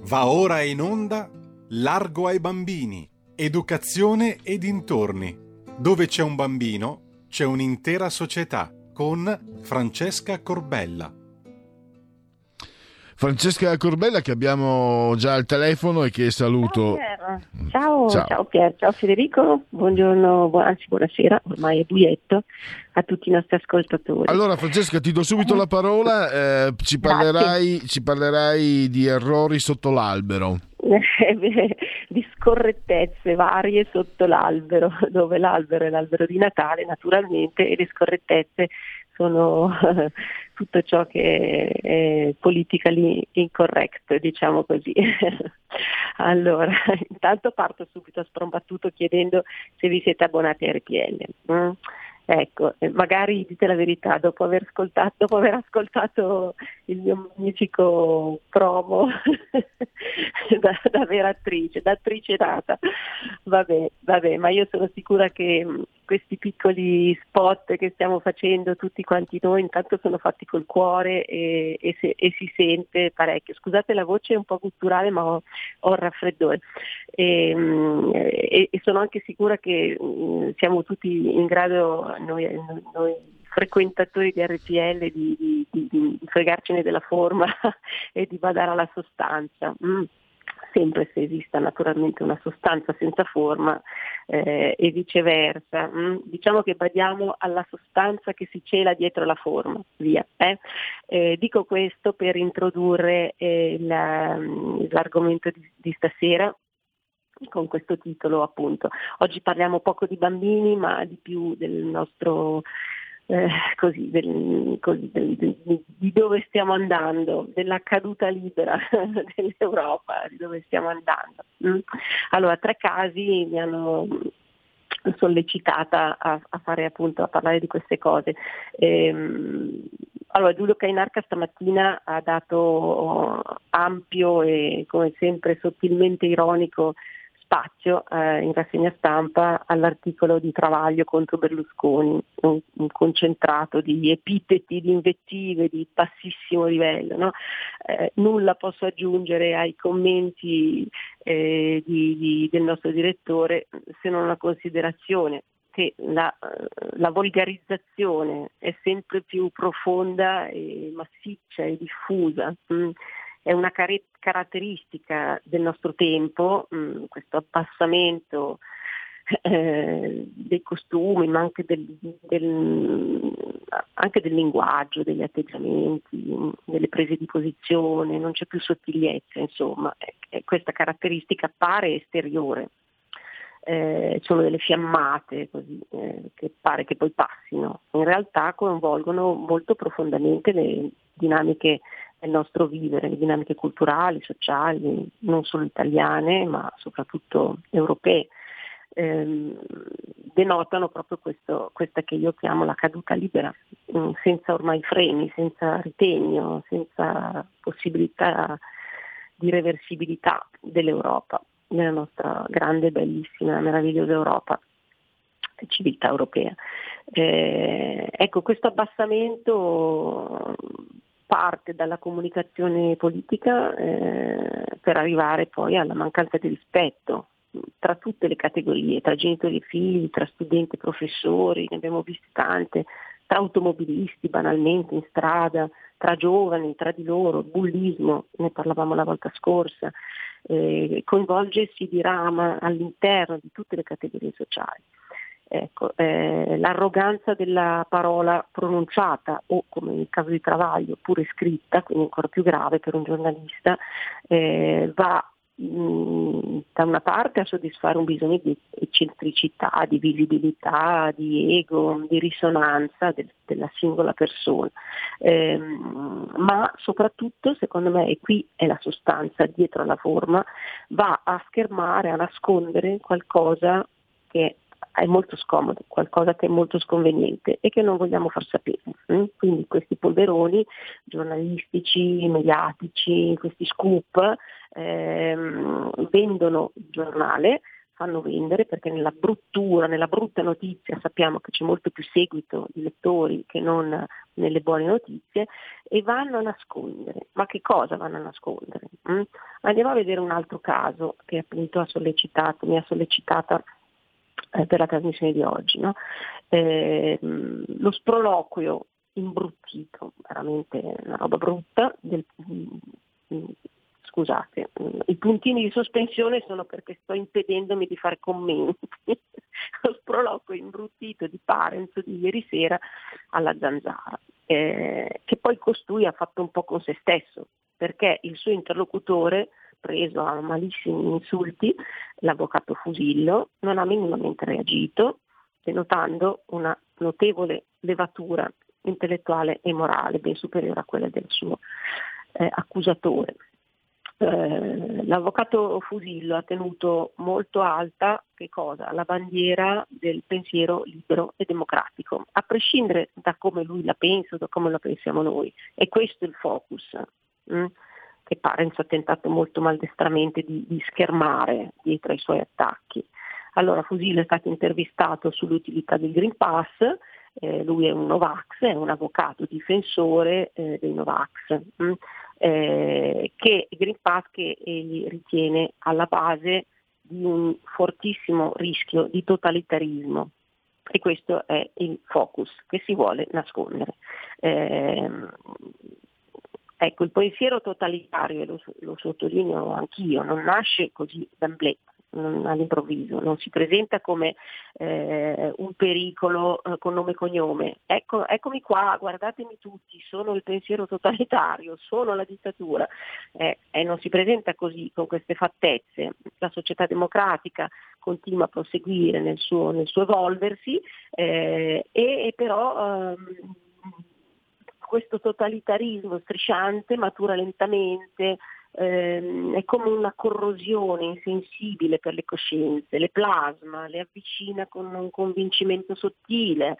[SPEAKER 11] Va ora in onda Largo ai bambini, educazione e dintorni. Dove c'è un bambino, c'è un'intera società, con Francesca Corbella.
[SPEAKER 2] Francesca Corbella, che abbiamo già al telefono e che saluto.
[SPEAKER 5] Ciao, ciao, ciao Pier, ciao Federico, buongiorno, bu- anzi buonasera, ormai è buietto, a tutti i nostri ascoltatori.
[SPEAKER 2] Allora Francesca, ti do subito la parola, eh, ci, parlerai, ci parlerai di errori sotto l'albero.
[SPEAKER 5] Di scorrettezze varie sotto l'albero, dove l'albero è l'albero di Natale naturalmente e le scorrettezze sono tutto ciò che è politically incorrect, diciamo così. Allora, intanto parto subito a sprombattuto chiedendo se vi siete abbonati a R P L. Mm? Ecco, magari dite la verità, dopo aver ascoltato, dopo aver ascoltato il mio magnifico promo da, da vera attrice, da attrice data. Vabbè, vabbè, ma io sono sicura che questi piccoli spot che stiamo facendo tutti quanti noi intanto sono fatti col cuore e, e, se, e si sente parecchio. Scusate la voce è un po' gutturale, ma ho, ho il raffreddore e, e, e sono anche sicura che mh, siamo tutti in grado, noi, noi frequentatori di R P L, di, di, di, di fregarcene della forma e di badare alla sostanza. Mm. Sempre se esista naturalmente una sostanza senza forma eh, e viceversa. Mm? Diciamo che badiamo alla sostanza che si cela dietro la forma, via. Eh? Eh, dico questo per introdurre eh, la, l'argomento di, di stasera con questo titolo appunto. Oggi parliamo poco di bambini ma di più del nostro Eh, così, del, così del, del, di dove stiamo andando, della caduta libera dell'Europa, di dove stiamo andando. Mm. Allora, tre casi mi hanno sollecitata a, a fare appunto a parlare di queste cose. Ehm, allora, Giulio Cainarca stamattina ha dato ampio e come sempre sottilmente ironico spazio eh, in rassegna stampa all'articolo di Travaglio contro Berlusconi, un, un concentrato di epiteti, di invettive di bassissimo livello. No? Eh, nulla posso aggiungere ai commenti eh, di, di, del nostro direttore se non una considerazione che la, la volgarizzazione è sempre più profonda e massiccia e diffusa. Mm. È una car- caratteristica del nostro tempo, mh, questo abbassamento eh, dei costumi, ma anche del, del, anche del linguaggio, degli atteggiamenti, delle prese di posizione, non c'è più sottigliezza, insomma, è, è questa caratteristica appare esteriore. Eh, sono delle fiammate così, eh, che pare che poi passino, in realtà coinvolgono molto profondamente le dinamiche del nostro vivere, le dinamiche culturali, sociali, non solo italiane ma soprattutto europee. Eh, denotano proprio questo, questa che io chiamo la caduta libera, mh, senza ormai freni, senza ritegno, senza possibilità di reversibilità dell'Europa, nella nostra grande, bellissima, meravigliosa Europa, civiltà europea. Eh, ecco, questo abbassamento parte dalla comunicazione politica eh, per arrivare poi alla mancanza di rispetto tra tutte le categorie, tra genitori e figli, tra studenti e professori, ne abbiamo viste tante, tra automobilisti banalmente in strada, tra giovani, tra di loro, bullismo, ne parlavamo la volta scorsa, eh, coinvolge e si dirama all'interno di tutte le categorie sociali. Ecco, eh, l'arroganza della parola pronunciata o, come nel caso di Travaglio, pure scritta, quindi ancora più grave per un giornalista, eh, va mh, da una parte a soddisfare un bisogno di eccentricità, di visibilità, di ego, di risonanza del, della singola persona, eh, ma soprattutto, secondo me, e qui è la sostanza dietro alla forma, va a schermare, a nascondere qualcosa che è molto scomodo, qualcosa che è molto sconveniente e che non vogliamo far sapere. Quindi questi polveroni giornalistici, mediatici, questi scoop ehm, vendono il giornale, fanno vendere, perché nella bruttura, nella brutta notizia sappiamo che c'è molto più seguito di lettori che non nelle buone notizie, e vanno a nascondere. Ma che cosa vanno a nascondere? Mm? Andiamo a vedere un altro caso che appunto ha sollecitato, mi ha sollecitata eh, per la trasmissione di oggi, no? eh, lo sproloquio imbruttito, veramente una roba brutta, del, scusate, i puntini di sospensione sono perché sto impedendomi di fare commenti. Lo sproloquio imbruttito di Parenzo di ieri sera alla Zanzara, eh, che poi costui ha fatto un po' con se stesso, perché il suo interlocutore, preso a malissimi insulti, l'avvocato Fusillo, non ha minimamente reagito, denotando una notevole levatura intellettuale e morale ben superiore a quella del suo eh, accusatore. Eh, l'avvocato Fusillo ha tenuto molto alta che cosa? La bandiera del pensiero libero e democratico, a prescindere da come lui la pensa o da come la pensiamo noi. E questo è il focus mh, che Parenzo ha tentato molto maldestramente di, di schermare dietro ai suoi attacchi. Allora Fusillo è stato intervistato sull'utilità del Green Pass. Eh, lui è un Novax, è un avvocato difensore eh, dei Novax, mh, eh, che il Green Pass che egli ritiene alla base di un fortissimo rischio di totalitarismo, e questo è il focus che si vuole nascondere. Eh, ecco, il pensiero totalitario, e lo, lo sottolineo anch'io, non nasce così d'emblée, non, all'improvviso, non si presenta come eh, un pericolo eh, con nome e cognome. Ecco, eccomi qua, guardatemi tutti, sono il pensiero totalitario, sono la dittatura, eh, e non si presenta così, con queste fattezze. La società democratica continua a proseguire nel suo, nel suo evolversi, eh, e, e però ehm, questo totalitarismo strisciante matura lentamente. Ehm, è come una corrosione insensibile per le coscienze, le plasma, le avvicina con un convincimento sottile.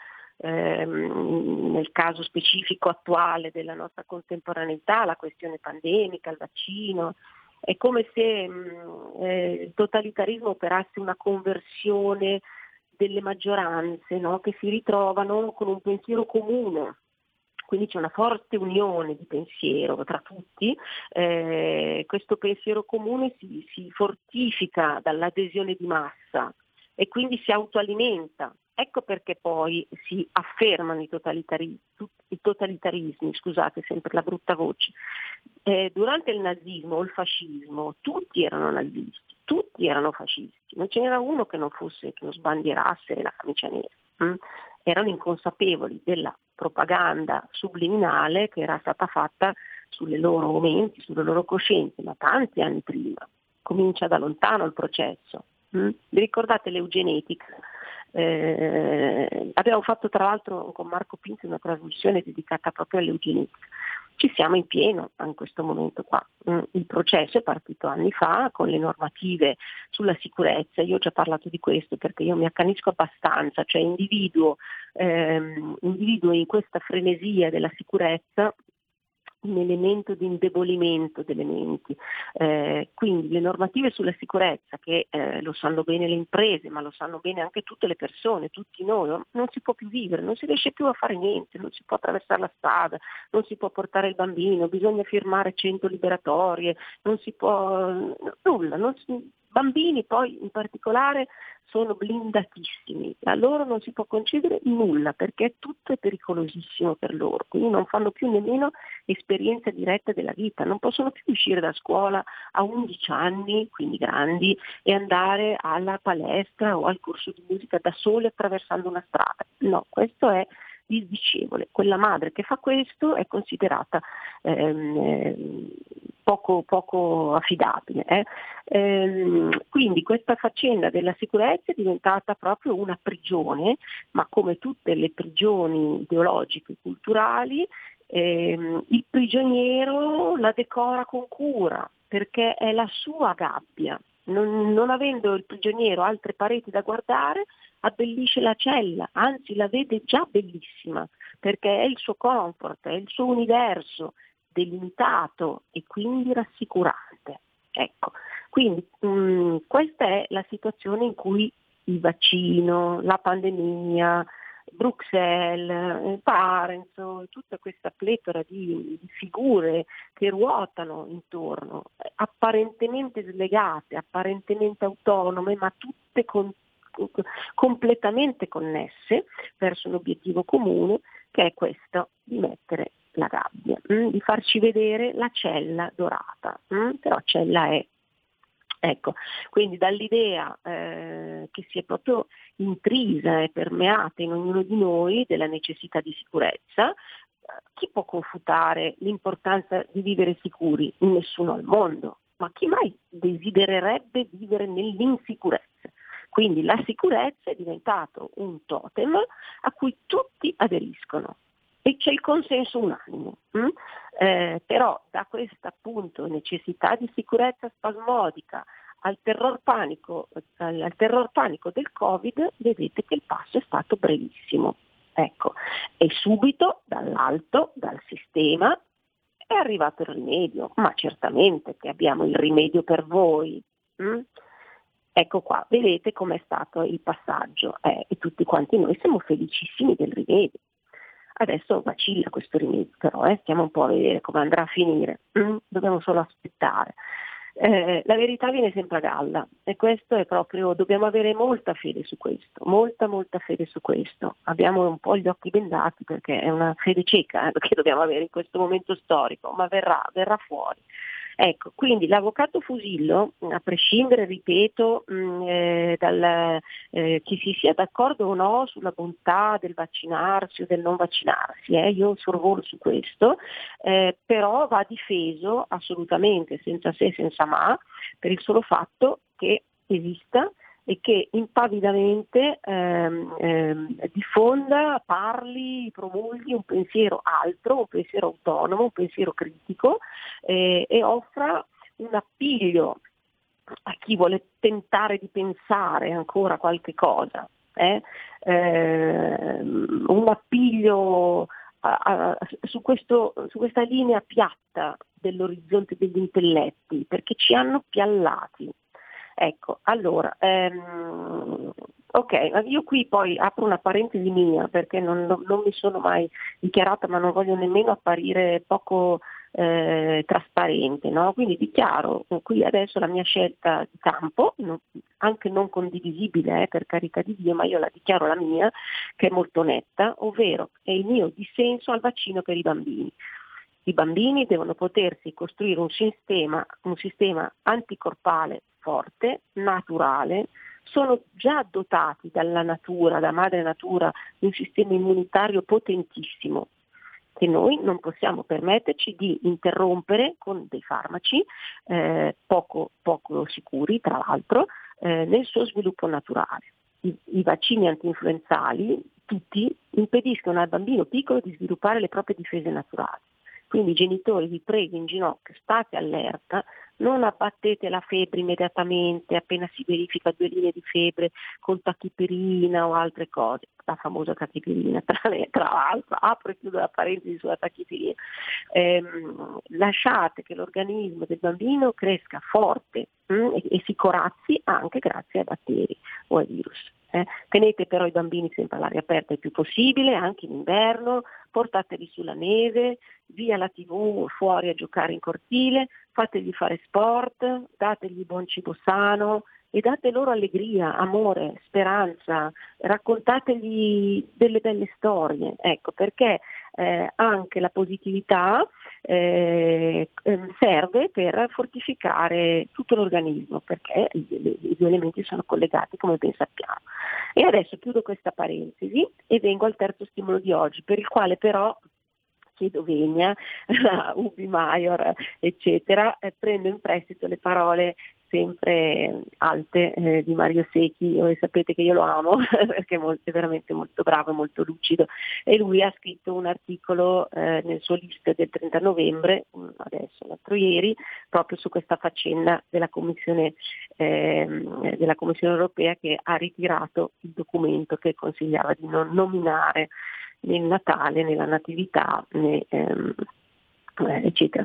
[SPEAKER 5] Ehm, nel caso specifico attuale della nostra contemporaneità, la questione pandemica, il vaccino, è come se mh, eh, il totalitarismo operasse una conversione delle maggioranze, no? Che si ritrovano con un pensiero comune. Quindi c'è una forte unione di pensiero tra tutti, eh, questo pensiero comune si, si fortifica dall'adesione di massa e quindi si autoalimenta. Ecco perché poi si affermano i, totalitari- i totalitarismi, scusate sempre la brutta voce. Eh, durante il nazismo o il fascismo tutti erano nazisti, tutti erano fascisti, non ce n'era uno che non fosse, che non sbandierasse la camicia nera. Mm? Erano inconsapevoli della propaganda subliminale che era stata fatta sulle loro menti, sulle loro coscienze, ma tanti anni prima. Comincia da lontano il processo. Mm? Vi ricordate l'eugenetica? Eh, abbiamo fatto tra l'altro con Marco Pinti una trasmissione dedicata proprio all'eugenetica. Ci siamo in pieno in questo momento qua. Il processo è partito anni fa con le normative sulla sicurezza. Io ho già parlato di questo perché io mi accanisco abbastanza, cioè individuo, ehm, individuo in questa frenesia della sicurezza un elemento di indebolimento delle menti. Eh, quindi le normative sulla sicurezza, che eh, lo sanno bene le imprese, ma lo sanno bene anche tutte le persone, tutti noi, non si può più vivere, non si riesce più a fare niente, non si può attraversare la strada, non si può portare il bambino, bisogna firmare cento liberatorie, non si può nulla, non si, bambini poi in particolare sono blindatissimi, a loro non si può concedere nulla perché tutto è pericolosissimo per loro, quindi non fanno più nemmeno esperienza diretta della vita, non possono più uscire da scuola a undici anni, quindi grandi, e andare alla palestra o al corso di musica da soli attraversando una strada. No, questo è disdicevole. Quella madre che fa questo è considerata ehm, poco, poco affidabile. Eh? Ehm, quindi questa faccenda della sicurezza è diventata proprio una prigione, ma come tutte le prigioni ideologiche e culturali, ehm, il prigioniero la decora con cura, perché è la sua gabbia. Non, non avendo il prigioniero altre pareti da guardare, abbellisce la cella, anzi la vede già bellissima, perché è il suo comfort, è il suo universo delimitato e quindi rassicurante. Ecco, quindi mh, questa è la situazione in cui il vaccino, la pandemia, Bruxelles, Parenzo, tutta questa pletora di, di figure che ruotano intorno, apparentemente slegate, apparentemente autonome, ma tutte con, con, completamente connesse verso un obiettivo comune, che è questo di mettere la gabbia, mh, di farci vedere la cella dorata, mh, però cella è. Ecco, quindi dall'idea eh, che si è proprio intrisa e permeata in ognuno di noi della necessità di sicurezza, eh, chi può confutare l'importanza di vivere sicuri? Nessuno al mondo, ma chi mai desidererebbe vivere nell'insicurezza? Quindi la sicurezza è diventato un totem a cui tutti aderiscono. E c'è il consenso unanime, hm? eh, però da questa appunto necessità di sicurezza spasmodica al terror panico, al, al terror panico del Covid, vedete che il passo è stato brevissimo. Ecco, e subito dall'alto, dal sistema, è arrivato il rimedio, ma certamente che abbiamo il rimedio per voi. Hm? Ecco qua, vedete com'è stato il passaggio eh, e tutti quanti noi siamo felicissimi del rimedio. Adesso vacilla questo rimedio, però eh, stiamo un po' a vedere come andrà a finire, mm? Dobbiamo solo aspettare. Eh, la verità viene sempre a galla e questo è proprio, dobbiamo avere molta fede su questo, molta molta fede su questo. Abbiamo un po' gli occhi bendati perché è una fede cieca eh, che dobbiamo avere in questo momento storico, ma verrà, verrà fuori. Ecco, quindi l'avvocato Fusillo, a prescindere, ripeto, mh, eh, dal eh, chi si sia d'accordo o no sulla bontà del vaccinarsi o del non vaccinarsi, eh, io sorvolo su questo, eh, però va difeso assolutamente, senza se, senza ma, per il solo fatto che esista e che impavidamente ehm, ehm, diffonda, parli, promulghi un pensiero altro, un pensiero autonomo, un pensiero critico eh, e offra un appiglio a chi vuole tentare di pensare ancora qualche cosa, eh? Eh, un appiglio a, a, su, questo, su questa linea piatta dell'orizzonte degli intelletti, perché ci hanno piallati. Ecco, allora, ehm, ok, io qui poi apro una parentesi mia perché non, non mi sono mai dichiarata, ma non voglio nemmeno apparire poco eh, trasparente, no? Quindi dichiaro qui adesso la mia scelta di campo, no, anche non condivisibile, eh, per carità di Dio, ma io la dichiaro la mia, che è molto netta, ovvero è il mio dissenso al vaccino per i bambini. I bambini devono potersi costruire un sistema, un sistema anticorpale forte, naturale, sono già dotati dalla natura, da madre natura, di un sistema immunitario potentissimo che noi non possiamo permetterci di interrompere con dei farmaci eh, poco, poco sicuri, tra l'altro, eh, nel suo sviluppo naturale. I, i vaccini antinfluenzali, tutti, impediscono al bambino piccolo di sviluppare le proprie difese naturali. Quindi genitori, vi prego in ginocchio, state allerta, non abbattete la febbre immediatamente appena si verifica due linee di febbre con tachipirina o altre cose, la famosa tachipirina, tra, le, tra l'altro, apro e chiudo la parentesi sulla tachipirina. Ehm, lasciate che l'organismo del bambino cresca forte mh, e, e si corazzi anche grazie ai batteri o ai virus. Eh. Tenete però i bambini sempre all'aria aperta il più possibile, anche in inverno, portateli sulla neve, via la tivù, fuori a giocare in cortile, fategli fare sport, dategli buon cibo sano e date loro allegria, amore, speranza, raccontategli delle belle storie, ecco, perché eh, anche la positività eh, serve per fortificare tutto l'organismo, perché i, i due elementi sono collegati, come ben sappiamo. E adesso chiudo questa parentesi e vengo al terzo stimolo di oggi, per il quale però chiedo venia, Ubi Maior, eccetera, eh, prendo in prestito le parole sempre alte eh, di Mario Secchi. Voi sapete che io lo amo perché è, molto, è veramente molto bravo e molto lucido, e lui ha scritto un articolo eh, nel suo list del trenta novembre, adesso l'altro ieri, proprio su questa faccenda della Commissione, eh, della Commissione europea, che ha ritirato il documento che consigliava di non nominare nel Natale, nella Natività, né, ehm, eh, eccetera.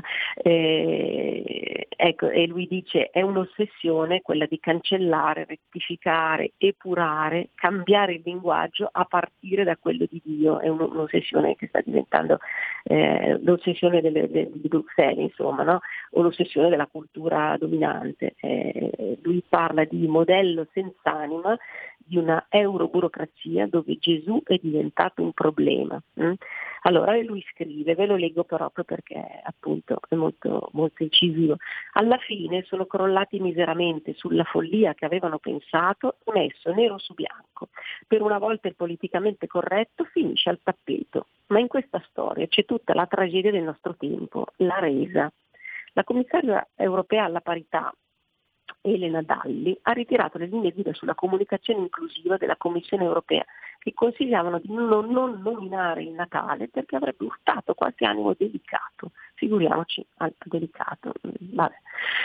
[SPEAKER 5] Eh, ecco, e lui dice è un'ossessione quella di cancellare, rettificare, epurare, cambiare il linguaggio a partire da quello di Dio. È un, un'ossessione che sta diventando eh, l'ossessione delle, de, di Bruxelles, insomma, no? O l'ossessione della cultura dominante. Eh, lui parla di modello senza anima, di una euroburocrazia dove Gesù è diventato un problema. Hm? Allora lui scrive, ve lo leggo proprio perché appunto è molto, molto incisivo. Alla fine sono crollati miseramente sulla follia che avevano pensato, messo nero su bianco. Per una volta il politicamente corretto finisce al tappeto, ma in questa storia c'è tutta la tragedia del nostro tempo, la resa. La commissaria europea alla parità, Elena Dalli, ha ritirato le linee guida sulla comunicazione inclusiva della Commissione europea, che consigliavano di non, non nominare il Natale perché avrebbe urtato qualche animo delicato. Figuriamoci al delicato, vabbè.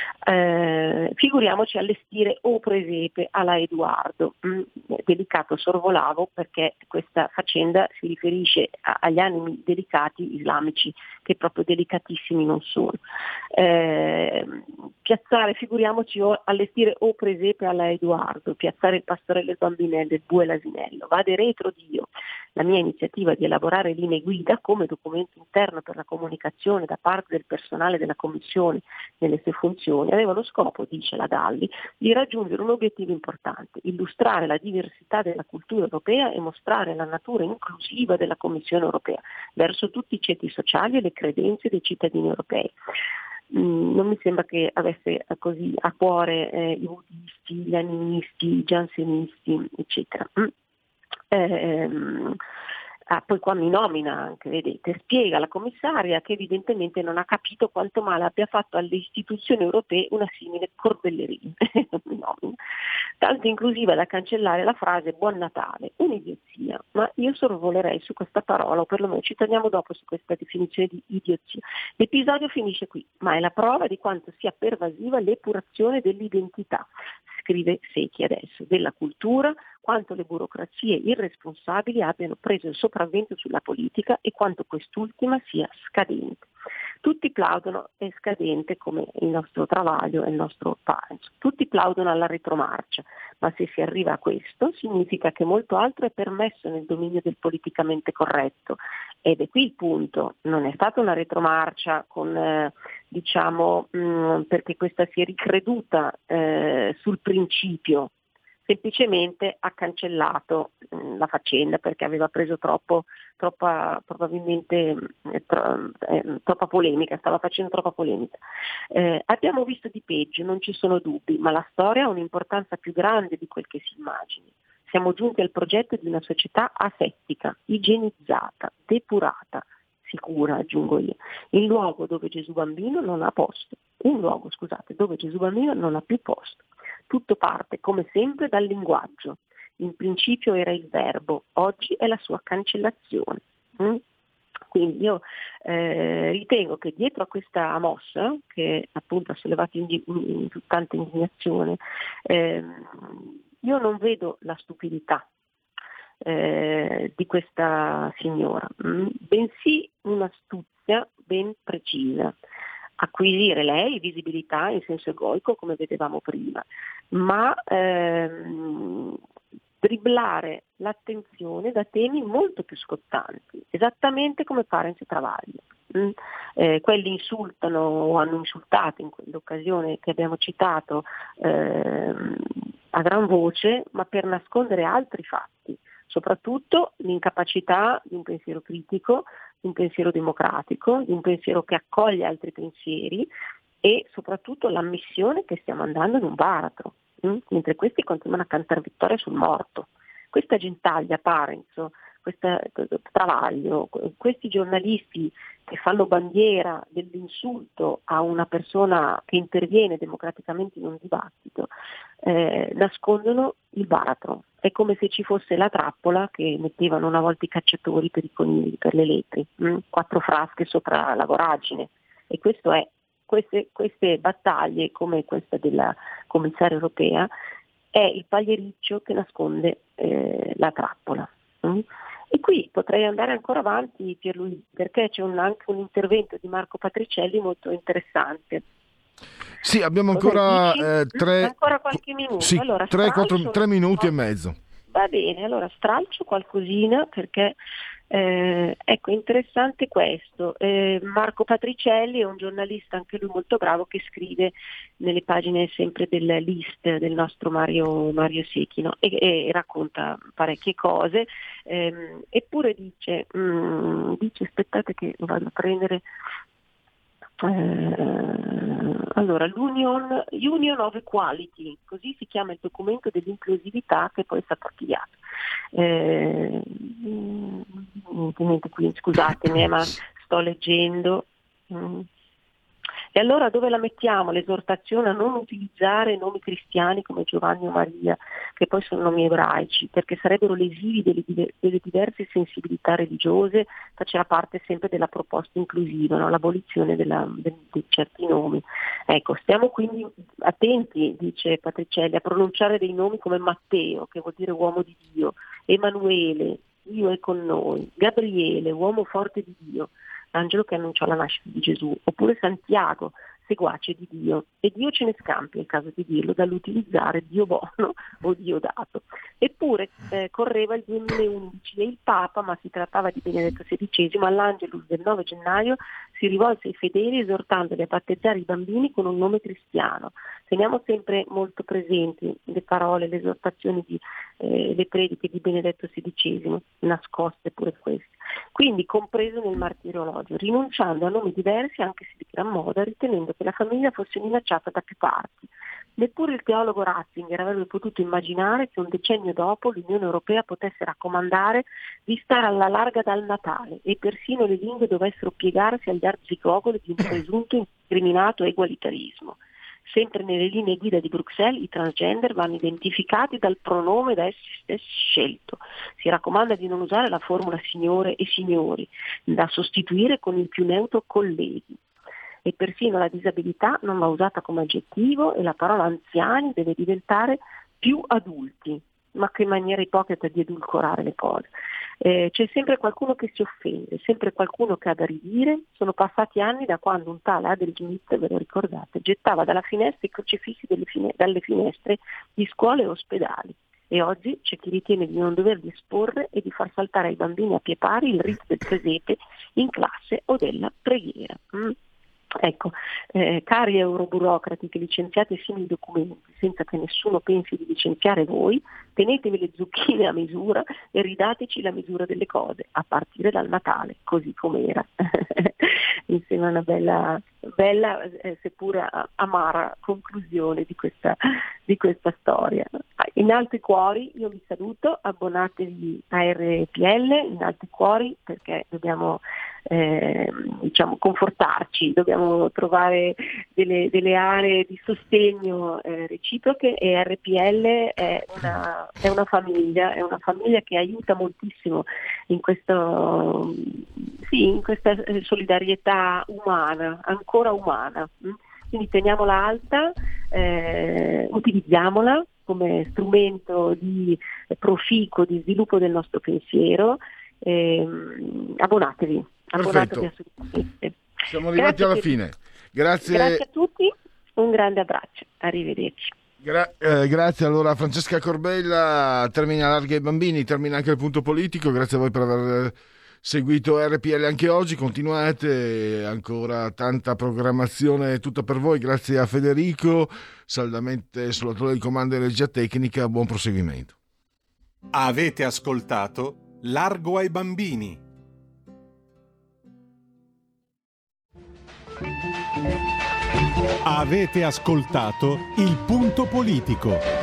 [SPEAKER 5] Eh, figuriamoci allestire o presepe alla Edoardo. Mm, delicato sorvolavo perché questa faccenda si riferisce a, agli animi delicati islamici, che proprio delicatissimi non sono. Eh, piazzare, figuriamoci, o allestire o presepe alla Edoardo, piazzare il pastorello e il bambinello, il bue e l'asinello. Vade retro Dio. La mia iniziativa di elaborare linee guida come documento interno per la comunicazione da parte del personale della Commissione nelle sue funzioni aveva lo scopo, dice la Dalli, di raggiungere un obiettivo importante: illustrare la diversità della cultura europea e mostrare la natura inclusiva della Commissione europea verso tutti i ceti sociali e le credenze dei cittadini europei. Mm, non mi sembra che avesse così a cuore eh, i buddisti, gli animisti, i giansenisti, eccetera. Mm. Ehm, ah, poi qua mi nomina anche, vedete, spiega la commissaria che evidentemente non ha capito quanto male abbia fatto alle istituzioni europee una simile corbelleria. Tanto inclusiva da cancellare la frase Buon Natale, un'idiozia, ma io sorvolerei su questa parola, o perlomeno ci torniamo dopo su questa definizione di idiozia. L'episodio finisce qui, ma è la prova di quanto sia pervasiva l'epurazione dell'identità, scrive Secchi adesso, della cultura, quanto le burocrazie irresponsabili abbiano preso il sopravvento sulla politica e quanto quest'ultima sia scadente. Tutti plaudono, è scadente come il nostro Travaglio e il nostro Parenzo, tutti plaudono alla retromarcia, ma se si arriva a questo significa che molto altro è permesso nel dominio del politicamente corretto, ed è qui il punto. Non è stata una retromarcia con eh, diciamo mh, perché questa si è ricreduta eh, sul principio, semplicemente ha cancellato mh, la faccenda perché aveva preso troppo, troppa, probabilmente eh, tro, eh, troppa polemica, stava facendo troppa polemica. Eh, abbiamo visto di peggio, non ci sono dubbi, ma la storia ha un'importanza più grande di quel che si immagini. Siamo giunti al progetto di una società asettica, igienizzata, depurata, sicura, aggiungo io, il luogo dove Gesù Bambino non ha posto, un luogo, scusate, dove Gesù Bambino non ha più posto. Tutto parte, come sempre, dal linguaggio. In principio era il verbo, oggi è la sua cancellazione. Mm? Quindi io eh, ritengo che dietro a questa mossa, che appunto ha sollevato indi- in, in, tanta indignazione, eh, io non vedo la stupidità eh, di questa signora, mm? bensì un'astuzia ben precisa. Acquisire lei visibilità in senso egoico come vedevamo prima, ma ehm, dribblare l'attenzione da temi molto più scottanti, esattamente come Parenzo e Travaglio. Mm? Eh, quelli insultano o hanno insultato in quell'occasione che abbiamo citato ehm, a gran voce, ma per nascondere altri fatti, soprattutto l'incapacità di un pensiero critico, di un pensiero democratico, di un pensiero che accoglie altri pensieri e soprattutto l'ammissione che stiamo andando in un baratro, mh? mentre questi continuano a cantare vittoria sul morto. Questa gentaglia, Parenzo, questa Travaglio, questi giornalisti che fanno bandiera dell'insulto a una persona che interviene democraticamente in un dibattito, eh, nascondono il baratro. È come se ci fosse la trappola che mettevano una volta i cacciatori per i conigli, per le lepri, mh? quattro frasche sopra la voragine. E questo è, queste, queste battaglie, come questa della commissaria europea, è il pagliericcio che nasconde eh, la trappola. Mm? E qui potrei andare ancora avanti, Pierluigi, perché c'è un, anche un intervento di Marco Patricielli molto interessante.
[SPEAKER 2] Sì, abbiamo ancora eh, tre,
[SPEAKER 5] ancora qualche minuto.
[SPEAKER 2] Sì,
[SPEAKER 5] allora,
[SPEAKER 2] tre, quattro,
[SPEAKER 5] stralcio...
[SPEAKER 2] tre minuti e mezzo.
[SPEAKER 5] Va bene, allora stralcio qualcosina perché eh, ecco, interessante questo. Eh, Marco Patricielli è un giornalista, anche lui molto bravo, che scrive nelle pagine sempre del List del nostro Mario, Mario Sechino e, e racconta parecchie cose, ehm, eppure dice, mh, dice, aspettate che lo vado a prendere. Eh, allora, l'Union Union of Equality, così si chiama il documento dell'inclusività che poi è stato archiviato. Eh, qui, scusatemi, ma sto leggendo. Mm. E allora dove la mettiamo l'esortazione a non utilizzare nomi cristiani come Giovanni o Maria, che poi sono nomi ebraici, perché sarebbero lesivi delle, delle diverse sensibilità religiose? Faceva parte sempre della proposta inclusiva, no? L'abolizione della, de, di certi nomi. Ecco, stiamo quindi attenti, dice Patricielli, a pronunciare dei nomi come Matteo, che vuol dire uomo di Dio, Emanuele, Dio è con noi, Gabriele, uomo forte di Dio, l'angelo che annunciò la nascita di Gesù, oppure Santiago, seguace di Dio, e Dio ce ne scampi, è il caso di dirlo, dall'utilizzare Dio buono o Dio dato. Eppure eh, correva il duemilaundici e il Papa, ma si trattava di Benedetto sedicesimo, all'Angelus del nove gennaio si rivolse ai fedeli esortandoli a battezzare i bambini con un nome cristiano. Teniamo sempre molto presenti le parole, le esortazioni, di, eh, le prediche di Benedetto sedicesimo, nascoste pure queste. Quindi compreso nel martirologio, rinunciando a nomi diversi anche se di gran moda, ritenendo che la famiglia fosse minacciata da più parti. Neppure il teologo Ratzinger avrebbe potuto immaginare che un decennio dopo l'Unione Europea potesse raccomandare di stare alla larga dal Natale e persino le lingue dovessero piegarsi agli arzigogoli di un presunto incriminato egualitarismo. Sempre nelle linee guida di Bruxelles i transgender vanno identificati dal pronome da essi stessi scelto. Si raccomanda di non usare la formula signore e signori, da sostituire con il più neutro colleghi. E persino la disabilità non va usata come aggettivo e la parola anziani deve diventare più adulti. Ma che maniera ipocrita di edulcorare le cose. Eh, c'è sempre qualcuno che si offende, sempre qualcuno che ha da ridire. Sono passati anni da quando un tale Adel Smith, ve lo ricordate, gettava dalla finestra i crocifissi delle fine- dalle finestre di scuole e ospedali. E oggi c'è chi ritiene di non doverli esporre e di far saltare ai bambini a pie pari il rito del presepe in classe o della preghiera. Mm. Ecco, eh, cari euroburocrati che licenziate simili documenti senza che nessuno pensi di licenziare voi, tenetevi le zucchine a misura e ridateci la misura delle cose, a partire dal Natale, così com'era. Mi sembra una bella, bella eh, seppur amara conclusione di questa, di questa storia. In alti cuori io vi saluto, abbonatevi a R P L, in alti cuori, perché dobbiamo eh, diciamo confortarci, dobbiamo trovare delle, delle aree di sostegno eh, reciproche, e R P L è una, è una famiglia, è una famiglia che aiuta moltissimo in questo, sì, in questa solidarietà umana, ancora umana. Quindi teniamola alta, eh, utilizziamola come strumento di proficuo, di sviluppo del nostro pensiero. Eh, abbonatevi, abbonatevi assolutamente.
[SPEAKER 2] Siamo arrivati
[SPEAKER 5] Grazie
[SPEAKER 2] alla
[SPEAKER 5] per...
[SPEAKER 2] fine. Grazie.
[SPEAKER 5] Grazie a tutti, un grande abbraccio, arrivederci.
[SPEAKER 2] Gra- eh, grazie allora Francesca Corbella, termina Larga ai bambini, termina anche il punto politico. Grazie a voi per aver seguito R P L anche oggi, continuate, ancora tanta programmazione tutta per voi. Grazie a Federico, saldamente sulla torre di comando e regia tecnica, buon proseguimento.
[SPEAKER 10] Avete ascoltato Largo ai bambini.
[SPEAKER 11] Avete ascoltato il punto politico.